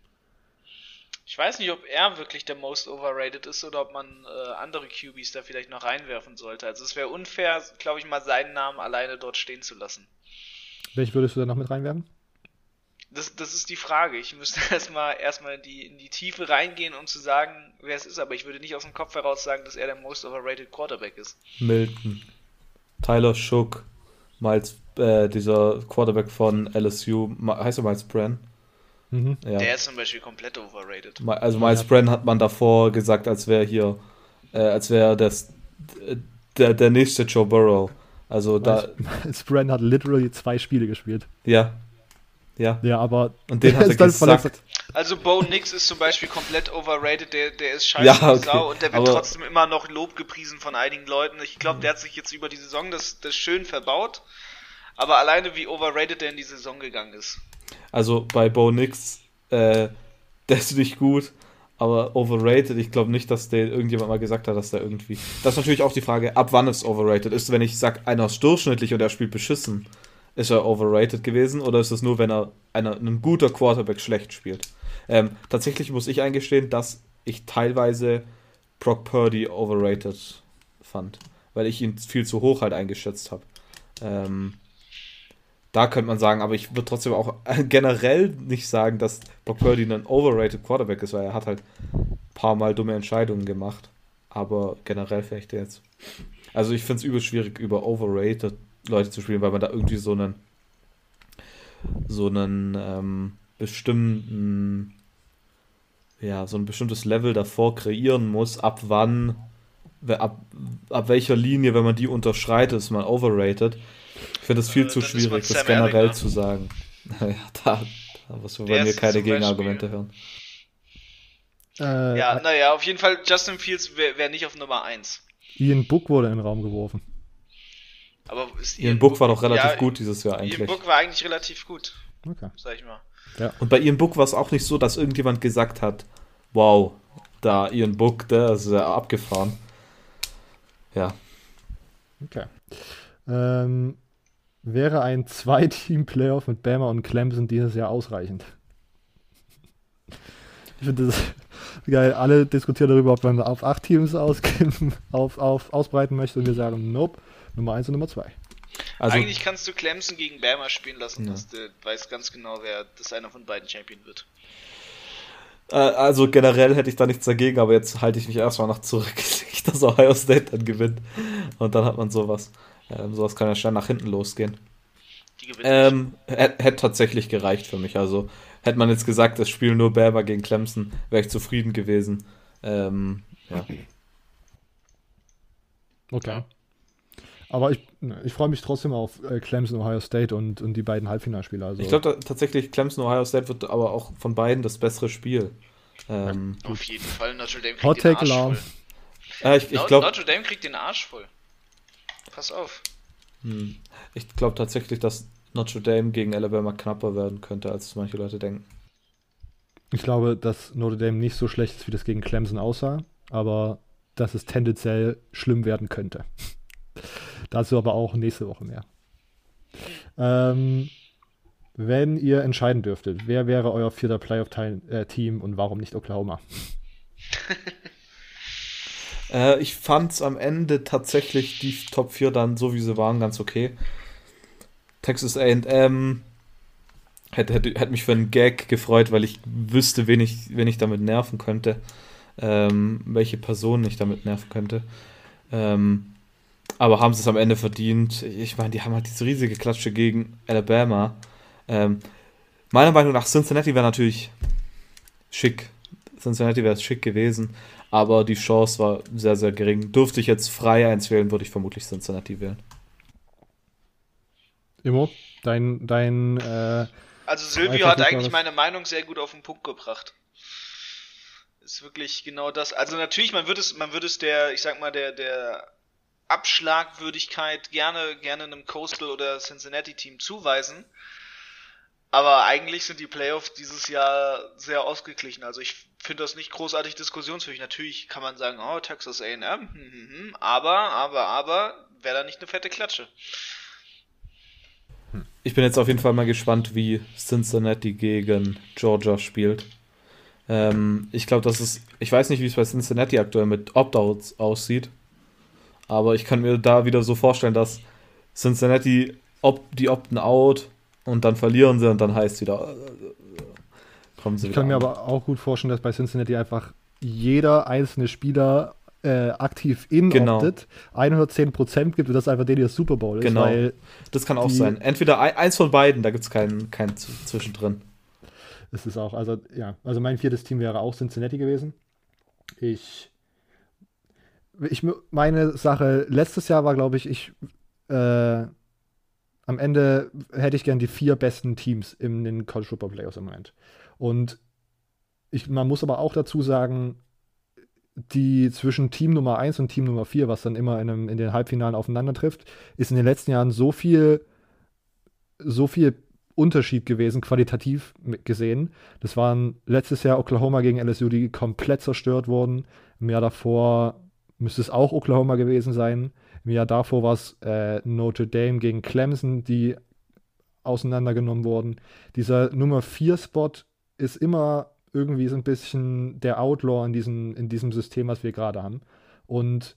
Ich weiß nicht, ob er wirklich der most overrated ist oder ob man äh, andere Q Bs da vielleicht noch reinwerfen sollte. Also es wäre unfair, glaube ich mal, seinen Namen alleine dort stehen zu lassen. Welche würdest du da noch mit reinwerfen? Das, das ist die Frage. Ich müsste erstmal erstmal in die, in die Tiefe reingehen, um zu sagen, wer es ist. Aber ich würde nicht aus dem Kopf heraus sagen, dass er der most overrated Quarterback ist. Milton, Tyler Shook, Miles, äh, dieser Quarterback von L S U, heißt er Miles Brennan? Mhm. Ja. Der ist zum Beispiel komplett overrated. Also Miles Brennan hat man davor gesagt, als wäre hier, äh, als wäre das äh, der, der nächste Joe Burrow. Also da. Miles Brennan hat literally zwei Spiele gespielt. Ja. Ja. Ja, aber und den hat er ist dann gesackt. verletzt. Also Bo Nix ist zum Beispiel komplett overrated, der, der ist scheiße Ja, wie okay. Sau und der wird Aber- trotzdem immer noch Lob gepriesen von einigen Leuten. Ich glaube, der hat sich jetzt über die Saison das, das schön verbaut, aber alleine wie overrated der in die Saison gegangen ist. Also bei Bo Nix, äh, der ist nicht gut, aber overrated, ich glaube nicht, dass der irgendjemand mal gesagt hat, dass der irgendwie. Das ist natürlich auch die Frage, ab wann es overrated ist. Wenn ich sage, einer ist durchschnittlich und er spielt beschissen, ist er overrated gewesen, oder ist es nur, wenn er einer, ein guter Quarterback schlecht spielt? Ähm, tatsächlich muss ich eingestehen, dass ich teilweise Brock Purdy overrated fand, weil ich ihn viel zu hoch halt eingeschätzt habe. Ähm, da könnte man sagen, aber ich würde trotzdem auch generell nicht sagen, dass Brock Purdy ein overrated Quarterback ist, weil er hat halt ein paar Mal dumme Entscheidungen gemacht. Aber generell vielleicht jetzt. Also ich finde es übel schwierig, über overrated Leute zu spielen, weil man da irgendwie so einen so einen ähm, bestimmten ja, so ein bestimmtes Level davor kreieren muss, ab wann ab, ab welcher Linie, wenn man die unterschreitet, ist man overrated. Ich finde es viel Äh, zu dann ist man schwierig, das Sam generell Ellinger. zu sagen. Ja, da, da wirst du Der bei mir ist keine zum Beispiel- Gegenargumente hören. Äh, Ja, naja, auf jeden Fall, Justin Fields wäre wär nicht auf Nummer eins. Ian Book wurde in den Raum geworfen. Aber ist Ian Book war doch relativ ja, gut dieses Jahr Ian eigentlich. Book war eigentlich relativ gut, Okay. sag ich mal. Und bei Ian Book war es auch nicht so, dass irgendjemand gesagt hat, wow, da Ian Book, der ist ja abgefahren. Ja. Okay. Ähm, wäre ein Zwei-Team-Playoff mit Bama und Clemson dieses Jahr ausreichend? Ich finde das geil. Alle diskutieren darüber, ob man auf acht Teams ausgeben, auf, auf, ausbreiten möchte und wir sagen, nope, Nummer eins und Nummer zwei. Also, Eigentlich kannst du Clemson gegen Bama spielen lassen, Ja. dass du weißt ganz genau, wer das einer von beiden Champion wird. äh, also generell hätte ich da nichts dagegen, aber jetzt halte ich mich erstmal noch zurück, nicht, dass Ohio State dann gewinnt. Und dann hat man sowas. Ähm, sowas kann ja schnell nach hinten losgehen. Die gewinnen Ähm, hätte hätt tatsächlich gereicht für mich. Also hätte man jetzt gesagt, das Spiel nur Bama gegen Clemson, wäre ich zufrieden gewesen. Ähm, ja. Okay. Aber ich, ich freue mich trotzdem auf äh, Clemson, Ohio State und, und die beiden Halbfinalspiele. Also, Ich glaube tatsächlich, Clemson, Ohio State wird aber auch von beiden das bessere Spiel. Ähm, nicht. Auf jeden Fall, Notre Dame kriegt Hot den Take Arsch Alarm. voll. äh, ich ich Not- glaube Notre Dame kriegt den Arsch voll. Pass auf. hm, ich glaub tatsächlich, dass Notre Dame gegen Alabama knapper werden könnte, als manche Leute denken. Ich glaube, dass Notre Dame nicht so schlecht ist, wie das gegen Clemson aussah, aber dass es tendenziell schlimm werden könnte. Dazu aber auch nächste Woche mehr. Ähm, wenn ihr entscheiden dürftet, wer wäre euer vierter Playoff-Team und warum nicht Oklahoma? Äh, ich fand's am Ende tatsächlich die Top vier dann, so wie sie waren, ganz okay. Texas A und M hätte, hätte, hätte mich für einen Gag gefreut, weil ich wüsste, wen ich, wen ich damit nerven könnte. Ähm, welche Person ich damit nerven könnte. Ähm, aber haben sie es am Ende verdient. Ich meine, die haben halt diese riesige Klatsche gegen Alabama. Ähm, meiner Meinung nach, Cincinnati wäre natürlich schick. Cincinnati wäre es schick gewesen, aber die Chance war sehr, sehr gering. Dürfte ich jetzt frei eins wählen, würde ich vermutlich Cincinnati wählen. Immo, dein, dein äh, Also Silvio Einfach hat nicht eigentlich mal meine Meinung sehr gut auf den Punkt gebracht. ist wirklich genau das. Also natürlich, man würde es, man würde es der, ich sag mal, der, der Abschlagwürdigkeit gerne, gerne einem Coastal oder Cincinnati-Team zuweisen. Aber eigentlich sind die Playoffs dieses Jahr sehr ausgeglichen. Also ich finde das nicht großartig diskussionsfähig. Natürlich kann man sagen, oh, Texas A und M, hm, hm, hm, aber, aber, aber, wäre da nicht eine fette Klatsche. Ich bin jetzt auf jeden Fall mal gespannt, wie Cincinnati gegen Georgia spielt. Ähm, ich glaube, das ist, ich weiß nicht, wie es bei Cincinnati aktuell mit Opt-outs aussieht, aber ich kann mir da wieder so vorstellen, dass Cincinnati, op- die opten out und dann verlieren sie und dann heißt es wieder, äh, kommen sie Ich wieder kann mir an. aber auch gut vorstellen, dass bei Cincinnati einfach jeder einzelne Spieler äh, aktiv in-optet, Genau. hundertzehn Prozent gibt und das einfach denen ihr Super Bowl ist, Genau. weil Das kann auch die- sein. Entweder ein- eins von beiden, da gibt es keinen kein Z- zwischendrin. es ist auch, also ja, also mein viertes Team wäre auch Cincinnati gewesen. Ich, ich meine Sache letztes Jahr war, glaube ich, ich äh, am Ende hätte ich gern die vier besten Teams in den College Football Playoffs im Moment. Und ich, man muss aber auch dazu sagen, die zwischen Team Nummer eins und Team Nummer vier, was dann immer in, einem, in den Halbfinalen aufeinander trifft, ist in den letzten Jahren so viel, so viel Unterschied gewesen, qualitativ mit- gesehen. Das waren letztes Jahr Oklahoma gegen L S U, die komplett zerstört wurden. Im Jahr davor müsste es auch Oklahoma gewesen sein. Im Jahr davor war es äh, Notre Dame gegen Clemson, die auseinandergenommen wurden. Dieser Nummer vier Spot ist immer irgendwie so ein bisschen der Outlaw in diesem, in diesem System, was wir gerade haben. Und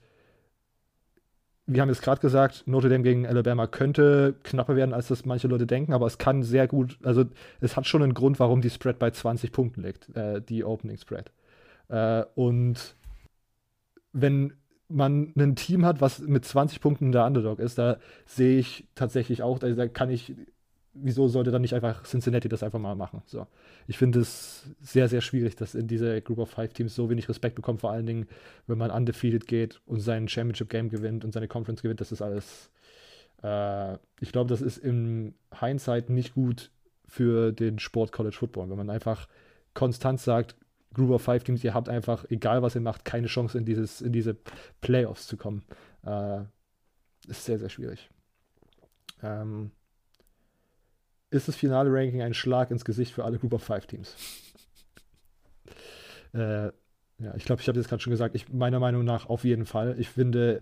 wir haben jetzt gerade gesagt, Notre Dame gegen Alabama könnte knapper werden, als das manche Leute denken, aber es kann sehr gut, also es hat schon einen Grund, warum die Spread bei zwanzig Punkten liegt, äh, die Opening Spread. Äh, und wenn man ein Team hat, was mit zwanzig Punkten der Underdog ist, da sehe ich tatsächlich auch, da, da kann ich, wieso sollte dann nicht einfach Cincinnati das einfach mal machen? So. Ich finde es sehr, sehr schwierig, dass in diese Group of Five Teams so wenig Respekt bekommen, vor allen Dingen, wenn man undefeated geht und sein Championship Game gewinnt und seine Conference gewinnt. Das ist alles, äh, ich glaube, das ist im Hindsight nicht gut für den Sport College Football, wenn man einfach konstant sagt, Group of Five Teams, ihr habt einfach, egal was ihr macht, keine Chance in, dieses, in diese Playoffs zu kommen. Äh, ist sehr, sehr schwierig. Ähm, ist das finale Ranking ein Schlag ins Gesicht für alle Group of Five Teams? äh, ja, ich glaube, ich habe jetzt gerade schon gesagt, ich, meiner Meinung nach auf jeden Fall. Ich finde,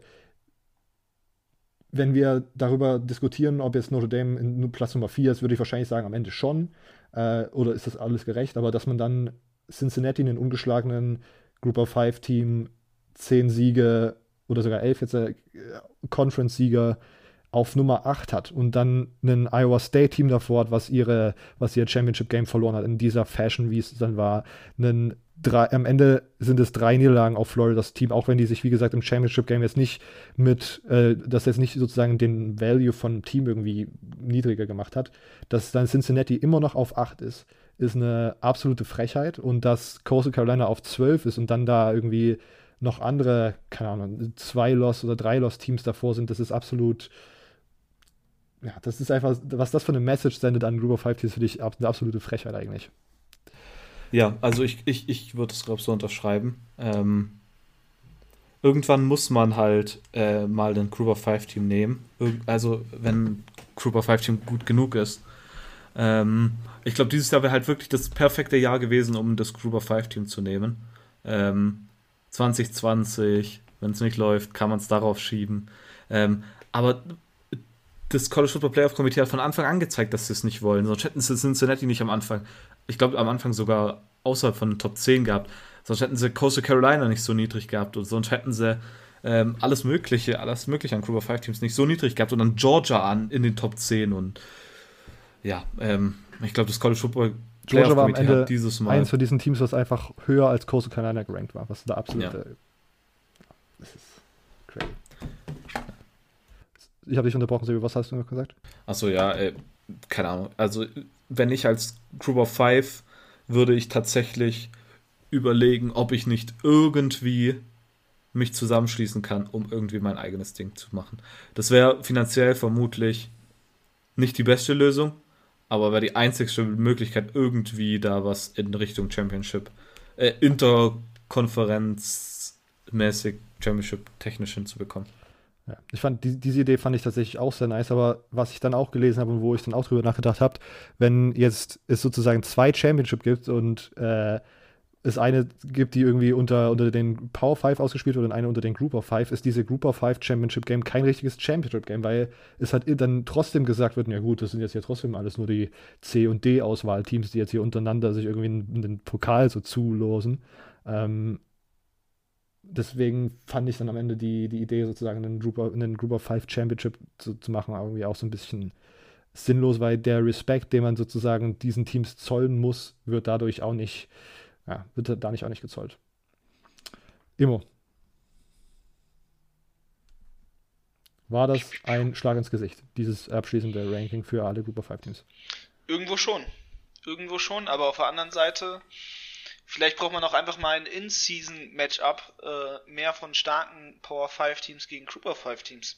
wenn wir darüber diskutieren, ob jetzt Notre Dame in Platz Nummer vier ist, würde ich wahrscheinlich sagen, am Ende schon. Äh, oder ist das alles gerecht? Aber dass man dann Cincinnati, einen ungeschlagenen Group of Five Team, zehn Siege oder sogar elf jetzt äh, Conference-Sieger auf Nummer acht hat und dann ein Iowa State-Team davor hat, was ihre, was ihr Championship-Game verloren hat, in dieser Fashion, wie es dann war. Einen drei, am Ende sind es drei Niederlagen auf Floridas Team, auch wenn die sich, wie gesagt, im Championship-Game jetzt nicht mit, äh, das jetzt nicht sozusagen den Value von Team irgendwie niedriger gemacht hat, dass dann Cincinnati immer noch auf acht ist, ist eine absolute Frechheit, und dass Coastal Carolina auf zwölf ist und dann da irgendwie noch andere, keine Ahnung, zwei Loss oder drei Loss Teams davor sind, das ist absolut, ja, das ist einfach, was das für eine Message sendet an Group of Five Teams, finde ich eine absolute Frechheit eigentlich. Ja, also ich, ich, ich würde es, glaube ich, so unterschreiben. Ähm, irgendwann muss man halt äh, mal den Group of Five Team nehmen. Irg- also wenn Group of Five Team gut genug ist. Ähm, ich glaube, dieses Jahr wäre halt wirklich das perfekte Jahr gewesen, um das Group of Five Team zu nehmen. Ähm, zwanzig zwanzig, wenn es nicht läuft, kann man es darauf schieben. Ähm, aber das College Football Playoff Komitee hat von Anfang an gezeigt, dass sie es nicht wollen. Sonst hätten sie Cincinnati nicht am Anfang, ich glaube am Anfang sogar außerhalb von den Top zehn gehabt. Sonst hätten sie Coastal Carolina nicht so niedrig gehabt und sonst hätten sie ähm, alles Mögliche, alles Mögliche an Group of Five Teams nicht so niedrig gehabt und dann Georgia an in den Top zehn und ja, ähm, ich glaube, das College Football Georgia war am Komitee Ende hat dieses Mal eins von diesen Teams, was einfach höher als Coastal Carolina gerankt war, was da absolute, Ja. das ist crazy. Ich habe dich unterbrochen, Silvio, was hast du noch gesagt? Achso, ja, äh, keine Ahnung. Also, wenn ich als Group of Five würde ich tatsächlich überlegen, ob ich nicht irgendwie mich zusammenschließen kann, um irgendwie mein eigenes Ding zu machen. Das wäre finanziell vermutlich nicht die beste Lösung, aber wäre die einzigste Möglichkeit, irgendwie da was in Richtung Championship, äh, konferenzmäßig Championship technisch hinzubekommen. Ja, ich fand, die, diese Idee fand ich tatsächlich auch sehr nice, aber was ich dann auch gelesen habe und wo ich dann auch drüber nachgedacht habe, wenn jetzt es sozusagen zwei Championship gibt und äh, es eine gibt, die irgendwie unter, unter den Power Five ausgespielt wird und eine unter den Group of Five, ist diese Group of Five Championship Game kein richtiges Championship Game, weil es halt dann trotzdem gesagt wird, ja gut, das sind jetzt ja trotzdem alles nur die C- und D-Auswahlteams, die jetzt hier untereinander sich irgendwie einen, einen Pokal so zulosen. Ähm, deswegen fand ich dann am Ende die, die Idee, sozusagen einen Group of, einen Group of Five Championship zu, zu machen, irgendwie auch so ein bisschen sinnlos, weil der Respekt, den man sozusagen diesen Teams zollen muss, wird dadurch auch nicht, ja, wird da nicht auch nicht gezollt. Immo. War das ein Schlag ins Gesicht, dieses abschließende Ranking für alle Group of Five Teams? Irgendwo schon. Irgendwo schon, aber auf der anderen Seite, vielleicht braucht man auch einfach mal ein In-Season-Matchup, äh, mehr von starken Power Five Teams gegen Group of Five Teams.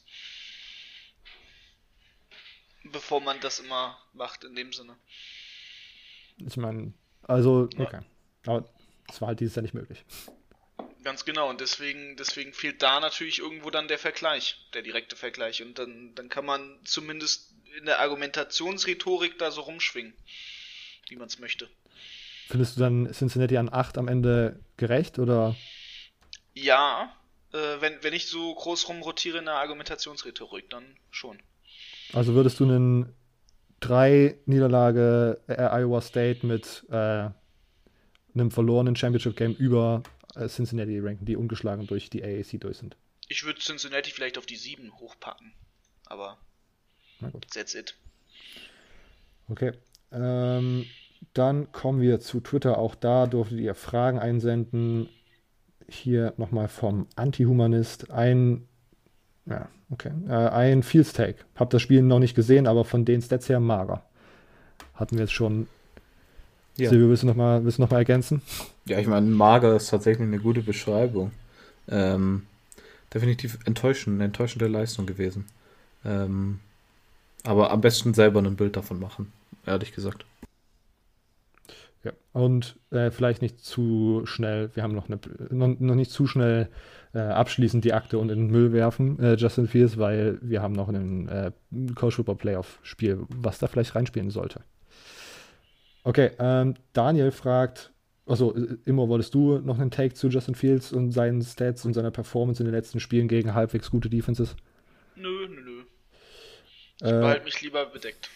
Bevor man das immer macht, in dem Sinne. Ich meine, also, Ja. okay. Aber das war halt dieses Jahr nicht möglich. Ganz genau, und deswegen, deswegen fehlt da natürlich irgendwo dann der Vergleich, der direkte Vergleich. Und dann, dann kann man zumindest in der Argumentationsrhetorik da so rumschwingen, wie man es möchte. Findest du dann Cincinnati an acht am Ende gerecht oder? Ja, äh, wenn, wenn ich so groß rumrotiere in der Argumentationsrhetorik, dann schon. Also würdest du einen drei Niederlage äh, Iowa State mit äh, einem verlorenen Championship-Game über äh, Cincinnati ranken, die ungeschlagen durch die A A C durch sind? Ich würde Cincinnati vielleicht auf die sieben hochpacken, aber Na gut. that's it. Okay. Ähm, dann kommen wir zu Twitter. Auch da durftet ihr Fragen einsenden. Hier nochmal vom Antihumanist. Ein, ja, okay. Äh, ein Fields Take. Hab das Spiel noch nicht gesehen, aber von den Stats her mager. Hatten wir jetzt schon. Ja. Silvio, willst du nochmal noch mal ergänzen? Ja, ich meine, mager ist tatsächlich eine gute Beschreibung. Ähm, definitiv enttäuschend, eine enttäuschende Leistung gewesen. Ähm, aber am besten selber ein Bild davon machen, ehrlich gesagt. Ja. Und äh, vielleicht nicht zu schnell, wir haben noch, eine, noch, noch nicht zu schnell äh, abschließend die Akte und in den Müll werfen, äh, Justin Fields, weil wir haben noch ein äh, College Football Playoff Spiel, was da vielleicht reinspielen sollte. Okay, ähm, Daniel fragt, also immer wolltest du noch einen Take zu Justin Fields und seinen Stats und seiner Performance in den letzten Spielen gegen halbwegs gute Defenses? Nö, nö, nö. Ich Äh, behalte mich lieber bedeckt.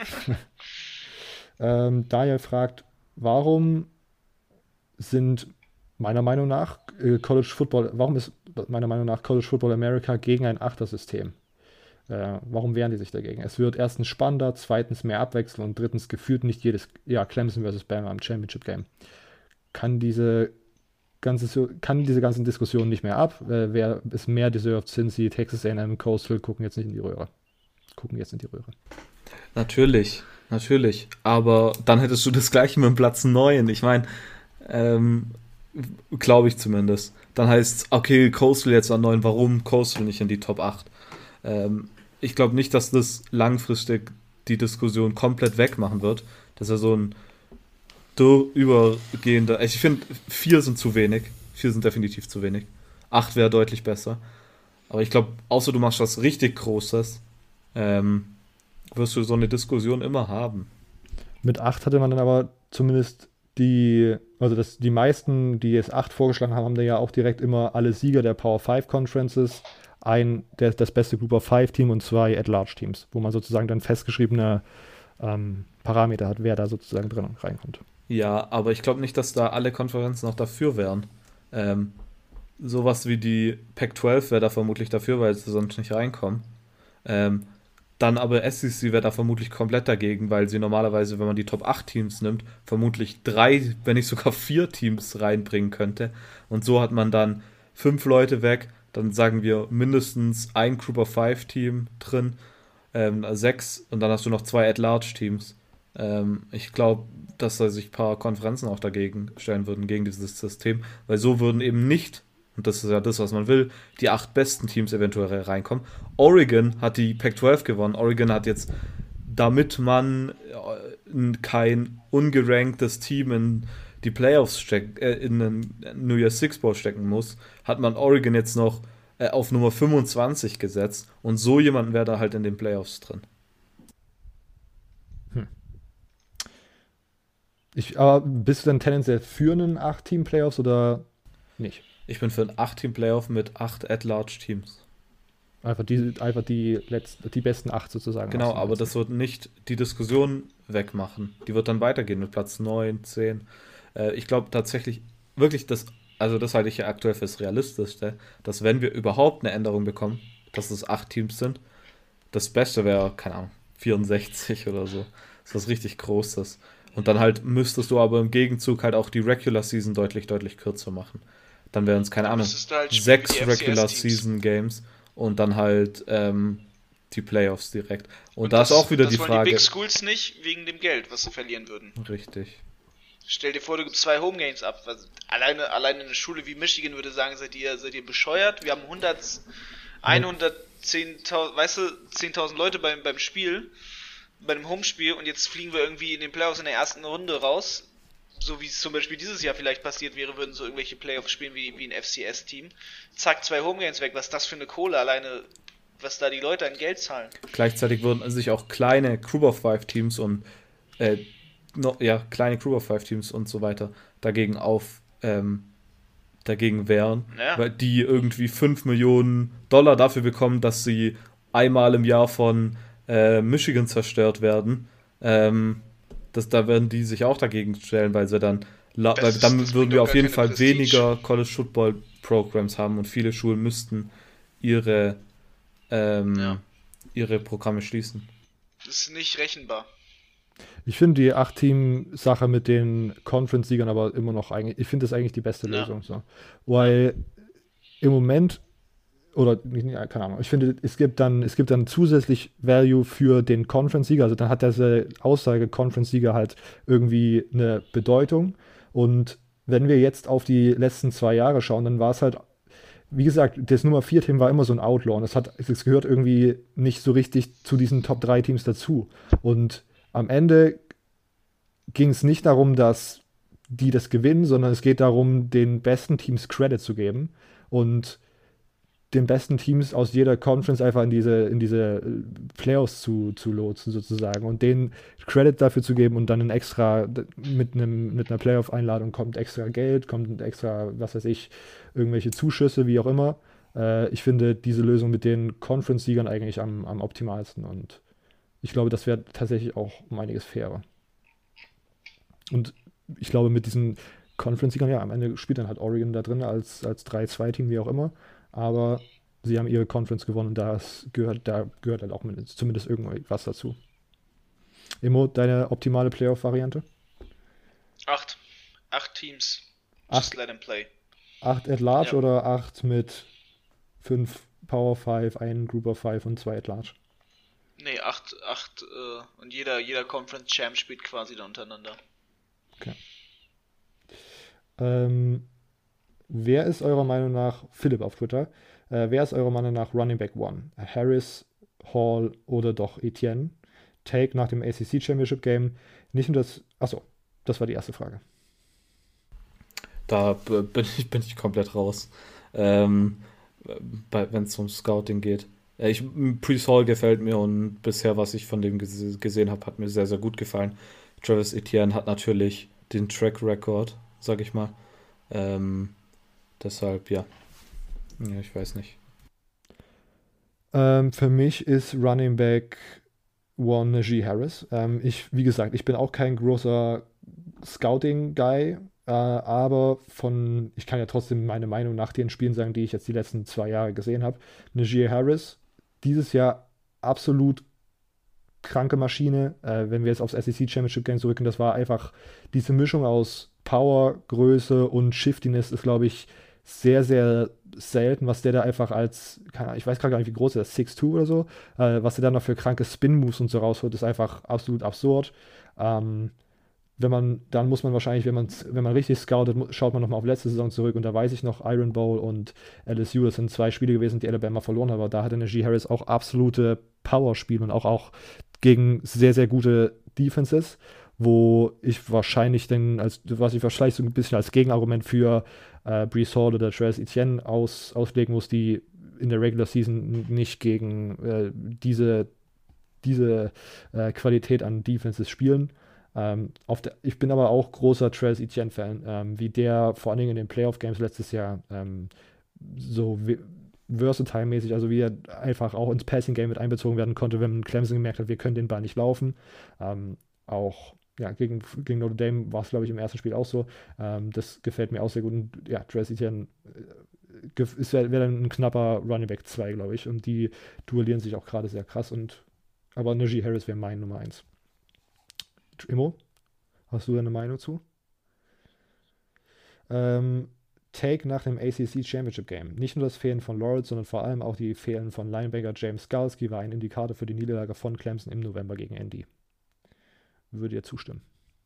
ähm, Daniel fragt, warum sind meiner Meinung nach äh, College Football, warum ist meiner Meinung nach College Football America gegen ein Achtersystem? Äh, warum wehren die sich dagegen? Es wird erstens spannender, zweitens mehr Abwechslung und drittens gefühlt nicht jedes, ja, Clemson versus Bama im Championship Game. Kann diese ganze, kann diese ganzen Diskussionen nicht mehr ab? Äh, wer ist mehr deserved? Cincy, Texas A and M, Coastal gucken jetzt nicht in die Röhre. Gucken jetzt in die Röhre. Natürlich, natürlich. Aber dann hättest du das gleiche mit dem Platz neun. Ich meine, ähm, glaube ich zumindest. Dann heißt es, okay, Coastal jetzt an neun. Warum Coastal nicht in die Top acht? Ähm, ich glaube nicht, dass das langfristig die Diskussion komplett wegmachen wird. Das ist ja so ein übergehender. Ich finde, vier sind zu wenig. Vier sind definitiv zu wenig. Acht wäre deutlich besser. Aber ich glaube, außer du machst was richtig Großes, ähm, wirst du so eine Diskussion immer haben. Mit acht hatte man dann aber zumindest die, also das, die meisten, die jetzt acht vorgeschlagen haben, haben dann ja auch direkt immer alle Sieger der Power five Conferences, ein, der, das beste Group of Five Team und zwei At-Large-Teams, wo man sozusagen dann festgeschriebene ähm, Parameter hat, wer da sozusagen drin reinkommt. Ja, aber ich glaube nicht, dass da alle Konferenzen auch dafür wären. Ähm, sowas wie die Pac zwölf wäre da vermutlich dafür, weil sie sonst nicht reinkommen. Ähm, dann aber S E C wäre da vermutlich komplett dagegen, weil sie normalerweise, wenn man die Top acht Teams nimmt, vermutlich drei, wenn nicht sogar vier Teams reinbringen könnte. Und so hat man dann fünf Leute weg, dann sagen wir mindestens ein Group of Five Team drin, ähm, sechs und dann hast du noch zwei At-Large-Teams. Ähm, ich glaube, dass da sich ein paar Konferenzen auch dagegen stellen würden, gegen dieses System, weil so würden eben nicht, und das ist ja das, was man will, die acht besten Teams eventuell reinkommen. Oregon hat die Pac zwölf gewonnen. Oregon hat jetzt, damit man kein ungeranktes Team in die Playoffs steck, äh, in einen New Year's Six Bowl stecken muss, hat man Oregon jetzt noch äh, auf Nummer fünfundzwanzig gesetzt und so jemanden wäre da halt in den Playoffs drin. Hm. Ich, aber bist du dann tendenziell für einen acht Team Playoffs oder nicht? Ich bin für ein acht Team Playoff mit acht At-Large-Teams. Einfach die, einfach die, letzten, die besten acht sozusagen. Genau, aber das wird nicht die Diskussion wegmachen. Die wird dann weitergehen mit Platz neun, zehn. Äh, ich glaube tatsächlich, wirklich, das, also das halte ich ja aktuell fürs Realistischste, dass wenn wir überhaupt eine Änderung bekommen, dass es acht Teams sind, das Beste wäre, keine Ahnung, vierundsechzig oder so. Das ist was richtig Großes. Und dann halt müsstest du aber im Gegenzug halt auch die Regular Season deutlich, deutlich kürzer machen. Dann wären es, keine Ahnung, Halt sechs Regular Season Games und dann halt ähm, die Playoffs direkt. Und, und da das, ist auch wieder die Frage. Das wollen die Big Schools nicht wegen dem Geld, was sie verlieren würden. Richtig. Stell dir vor, du gibst zwei Home Games ab. Also alleine, alleine eine Schule wie Michigan würde sagen, seid ihr, seid ihr bescheuert? Wir haben hundert, hundertzehntausend, weißt du, zehntausend Leute beim, beim Spiel, bei einem Homespiel und jetzt fliegen wir irgendwie in den Playoffs in der ersten Runde raus. So wie es zum Beispiel dieses Jahr vielleicht passiert wäre, würden so irgendwelche Playoffs spielen wie, wie ein F C S-Team. Zack, zwei Homegames weg. Was ist das für eine Kohle? Alleine, was da die Leute an Geld zahlen. Gleichzeitig würden sich auch kleine Group of Five Teams und äh, no, ja, kleine Group of Five Teams und so weiter dagegen auf ähm, dagegen wehren, ja. Weil die irgendwie fünf Millionen Dollar dafür bekommen, dass sie einmal im Jahr von äh, Michigan zerstört werden. Ähm, Das, da werden die sich auch dagegen stellen, weil sie dann, la- weil dann ist, würden wir auf jeden Fall Prestige. weniger College Football Programs haben und viele Schulen müssten ihre, ähm, ja. ihre Programme schließen. Das ist nicht rechenbar. Ich finde die acht Team Sache mit den Conference-Siegern aber immer noch eigentlich, ich finde das eigentlich die beste ja. Lösung. So. Weil im Moment oder, keine Ahnung, ich finde, es gibt dann, es gibt dann zusätzlich Value für den Conference-Sieger, also dann hat diese Aussage Conference-Sieger halt irgendwie eine Bedeutung und wenn wir jetzt auf die letzten zwei Jahre schauen, dann war es halt, wie gesagt, das Nummer vier Team war immer so ein Outlaw und es hat, es gehört irgendwie nicht so richtig zu diesen Top drei Teams dazu und am Ende ging es nicht darum, dass die das gewinnen, sondern es geht darum, den besten Teams Credit zu geben und den besten Teams aus jeder Conference einfach in diese, in diese Playoffs zu, zu lotsen sozusagen und denen Credit dafür zu geben und dann ein extra, mit, einem, mit einer Playoff-Einladung kommt extra Geld, kommt extra, was weiß ich, irgendwelche Zuschüsse, wie auch immer. Äh, ich finde diese Lösung mit den Conference-Siegern eigentlich am, am optimalsten und ich glaube, das wäre tatsächlich auch um einiges fairer. Und ich glaube, mit diesen Conference-Siegern, ja, am Ende spielt dann halt Oregon da drin als, als drei zwei Team, wie auch immer. Aber sie haben ihre Conference gewonnen und das gehört, da gehört halt auch zumindest irgendwas dazu. Immo, deine optimale Playoff-Variante? Acht. Acht Teams. Acht, Just let them play. Acht at large ja. oder acht mit fünf Power Five, ein Group of Five und zwei at large? Nee, acht, acht äh, und jeder, jeder Conference Champ spielt quasi da untereinander. Okay. Ähm, wer ist eurer Meinung nach, Philipp auf Twitter, äh, wer ist eurer Meinung nach Running Back One? Harris, Hall oder doch Etienne? Take nach dem A C C Championship Game. Nicht nur das, achso, das war die erste Frage. Da bin ich, bin ich komplett raus, ähm, wenn es um Scouting geht. Ich, Breece Hall gefällt mir und bisher, was ich von dem ges- gesehen habe, hat mir sehr, sehr gut gefallen. Travis Etienne hat natürlich den Track Record, sag ich mal. Ähm, deshalb, ja. Ja, ich weiß nicht. Ähm, für mich ist Running Back One Najee Harris. Ähm, ich, wie gesagt, ich bin auch kein großer Scouting-Guy, äh, aber von, ich kann ja trotzdem meine Meinung nach den Spielen sagen, die ich jetzt die letzten zwei Jahre gesehen habe. Najee Harris, dieses Jahr absolut kranke Maschine. Äh, wenn wir jetzt aufs S E C Championship Game zurückgehen, das war einfach diese Mischung aus Power, Größe und Shiftiness ist, glaube ich, sehr, sehr selten, was der da einfach als, keine Ahnung, ich weiß gerade gar nicht, wie groß er ist, sechs zwei oder so, äh, was er dann noch für kranke Spin-Moves und so rausholt, ist einfach absolut absurd. Ähm, wenn man, dann muss man wahrscheinlich, wenn man, wenn man richtig scoutet, schaut man nochmal auf letzte Saison zurück und da weiß ich noch, Iron Bowl und L S U, das sind zwei Spiele gewesen, die Alabama verloren hat, aber da hatte Najee Harris auch absolute Power-Spiele und auch, auch gegen sehr, sehr gute Defenses wo ich wahrscheinlich dann, als, was ich wahrscheinlich so ein bisschen als Gegenargument für äh, Breece Hall oder Travis Etienne aus, auslegen muss, die in der Regular Season nicht gegen äh, diese, diese äh, Qualität an Defenses spielen. Ähm, auf der, ich bin aber auch großer Travis Etienne-Fan, ähm, wie der vor allen Dingen in den Playoff-Games letztes Jahr ähm, so versatile-mäßig, also wie er einfach auch ins Passing-Game mit einbezogen werden konnte, wenn Clemson gemerkt hat, wir können den Ball nicht laufen. Ähm, auch ja, gegen, gegen Notre Dame war es, glaube ich, im ersten Spiel auch so. Ähm, das gefällt mir auch sehr gut. Und ja, Travis Etienne äh, wäre wär dann ein knapper Running Back zwei, glaube ich. Und die duellieren sich auch gerade sehr krass. Und, aber Najee Harris wäre mein Nummer eins. Immo, hast du da eine Meinung zu? Ähm, Take nach dem A C C Championship Game. Nicht nur das Fehlen von Lawrence, sondern vor allem auch die Fehlen von Linebacker James Skalski war ein Indikator für die Niederlage von Clemson im November gegen Indy. Würde ihr zustimmen?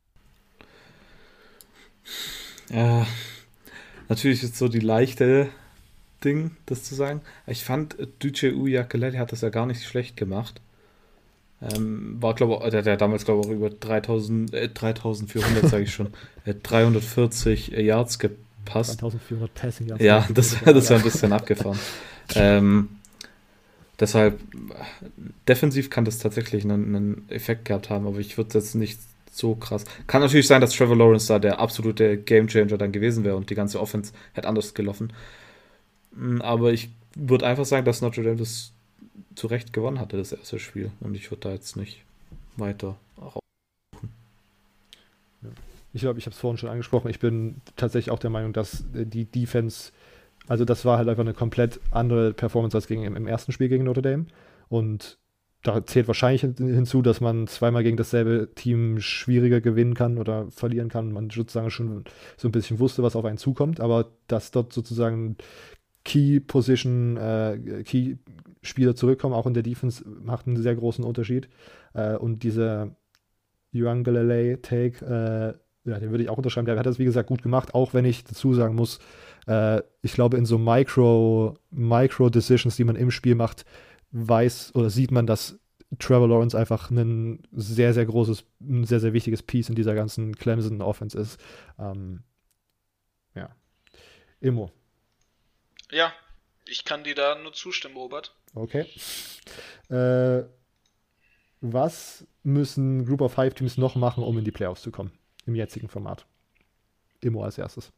Ja, natürlich ist so die leichte Ding, das zu sagen. Ich fand, D J Uiagalelei hat das ja gar nicht schlecht gemacht. Ähm, war, glaube ich, der hat damals, glaube ich, auch über dreitausend, äh, dreitausendvierhundert, sage ich schon, äh, dreihundertvierzig Yards gepasst. dreitausendvierhundert Passing Yards. Ja, das, das war ein bisschen abgefahren. ähm, deshalb, defensiv kann das tatsächlich einen, einen Effekt gehabt haben, aber ich würde jetzt nicht so krass. Kann natürlich sein, dass Trevor Lawrence da der absolute Gamechanger dann gewesen wäre und die ganze Offense hätte anders gelaufen. Aber ich würde einfach sagen, dass Notre Dame das zu Recht gewonnen hatte, das erste Spiel. Und ich würde da jetzt nicht weiter rauchen. Ich glaube, ich habe es vorhin schon angesprochen. Ich bin tatsächlich auch der Meinung, dass die Defense, also das war halt einfach eine komplett andere Performance als gegen, im ersten Spiel gegen Notre Dame. Und da zählt wahrscheinlich hinzu, dass man zweimal gegen dasselbe Team schwieriger gewinnen kann oder verlieren kann. Man sozusagen schon so ein bisschen wusste, was auf einen zukommt. Aber dass dort sozusagen Key-Position, äh, Key-Spieler zurückkommen, auch in der Defense, macht einen sehr großen Unterschied. Äh, und dieser Uiagalelei-Take, äh, ja, den würde ich auch unterschreiben. Der hat das, wie gesagt, gut gemacht, auch wenn ich dazu sagen muss, äh, ich glaube, in so Micro, Micro-Decisions, die man im Spiel macht, weiß oder sieht man, dass Trevor Lawrence einfach ein sehr, sehr großes, ein sehr, sehr wichtiges Piece in dieser ganzen Clemson-Offense ist. Ähm, ja. Immo. Ja, ich kann dir da nur zustimmen, Robert. Okay. Äh, was müssen Group of Five Teams noch machen, um in die Playoffs zu kommen? Im jetzigen Format. Immo als erstes.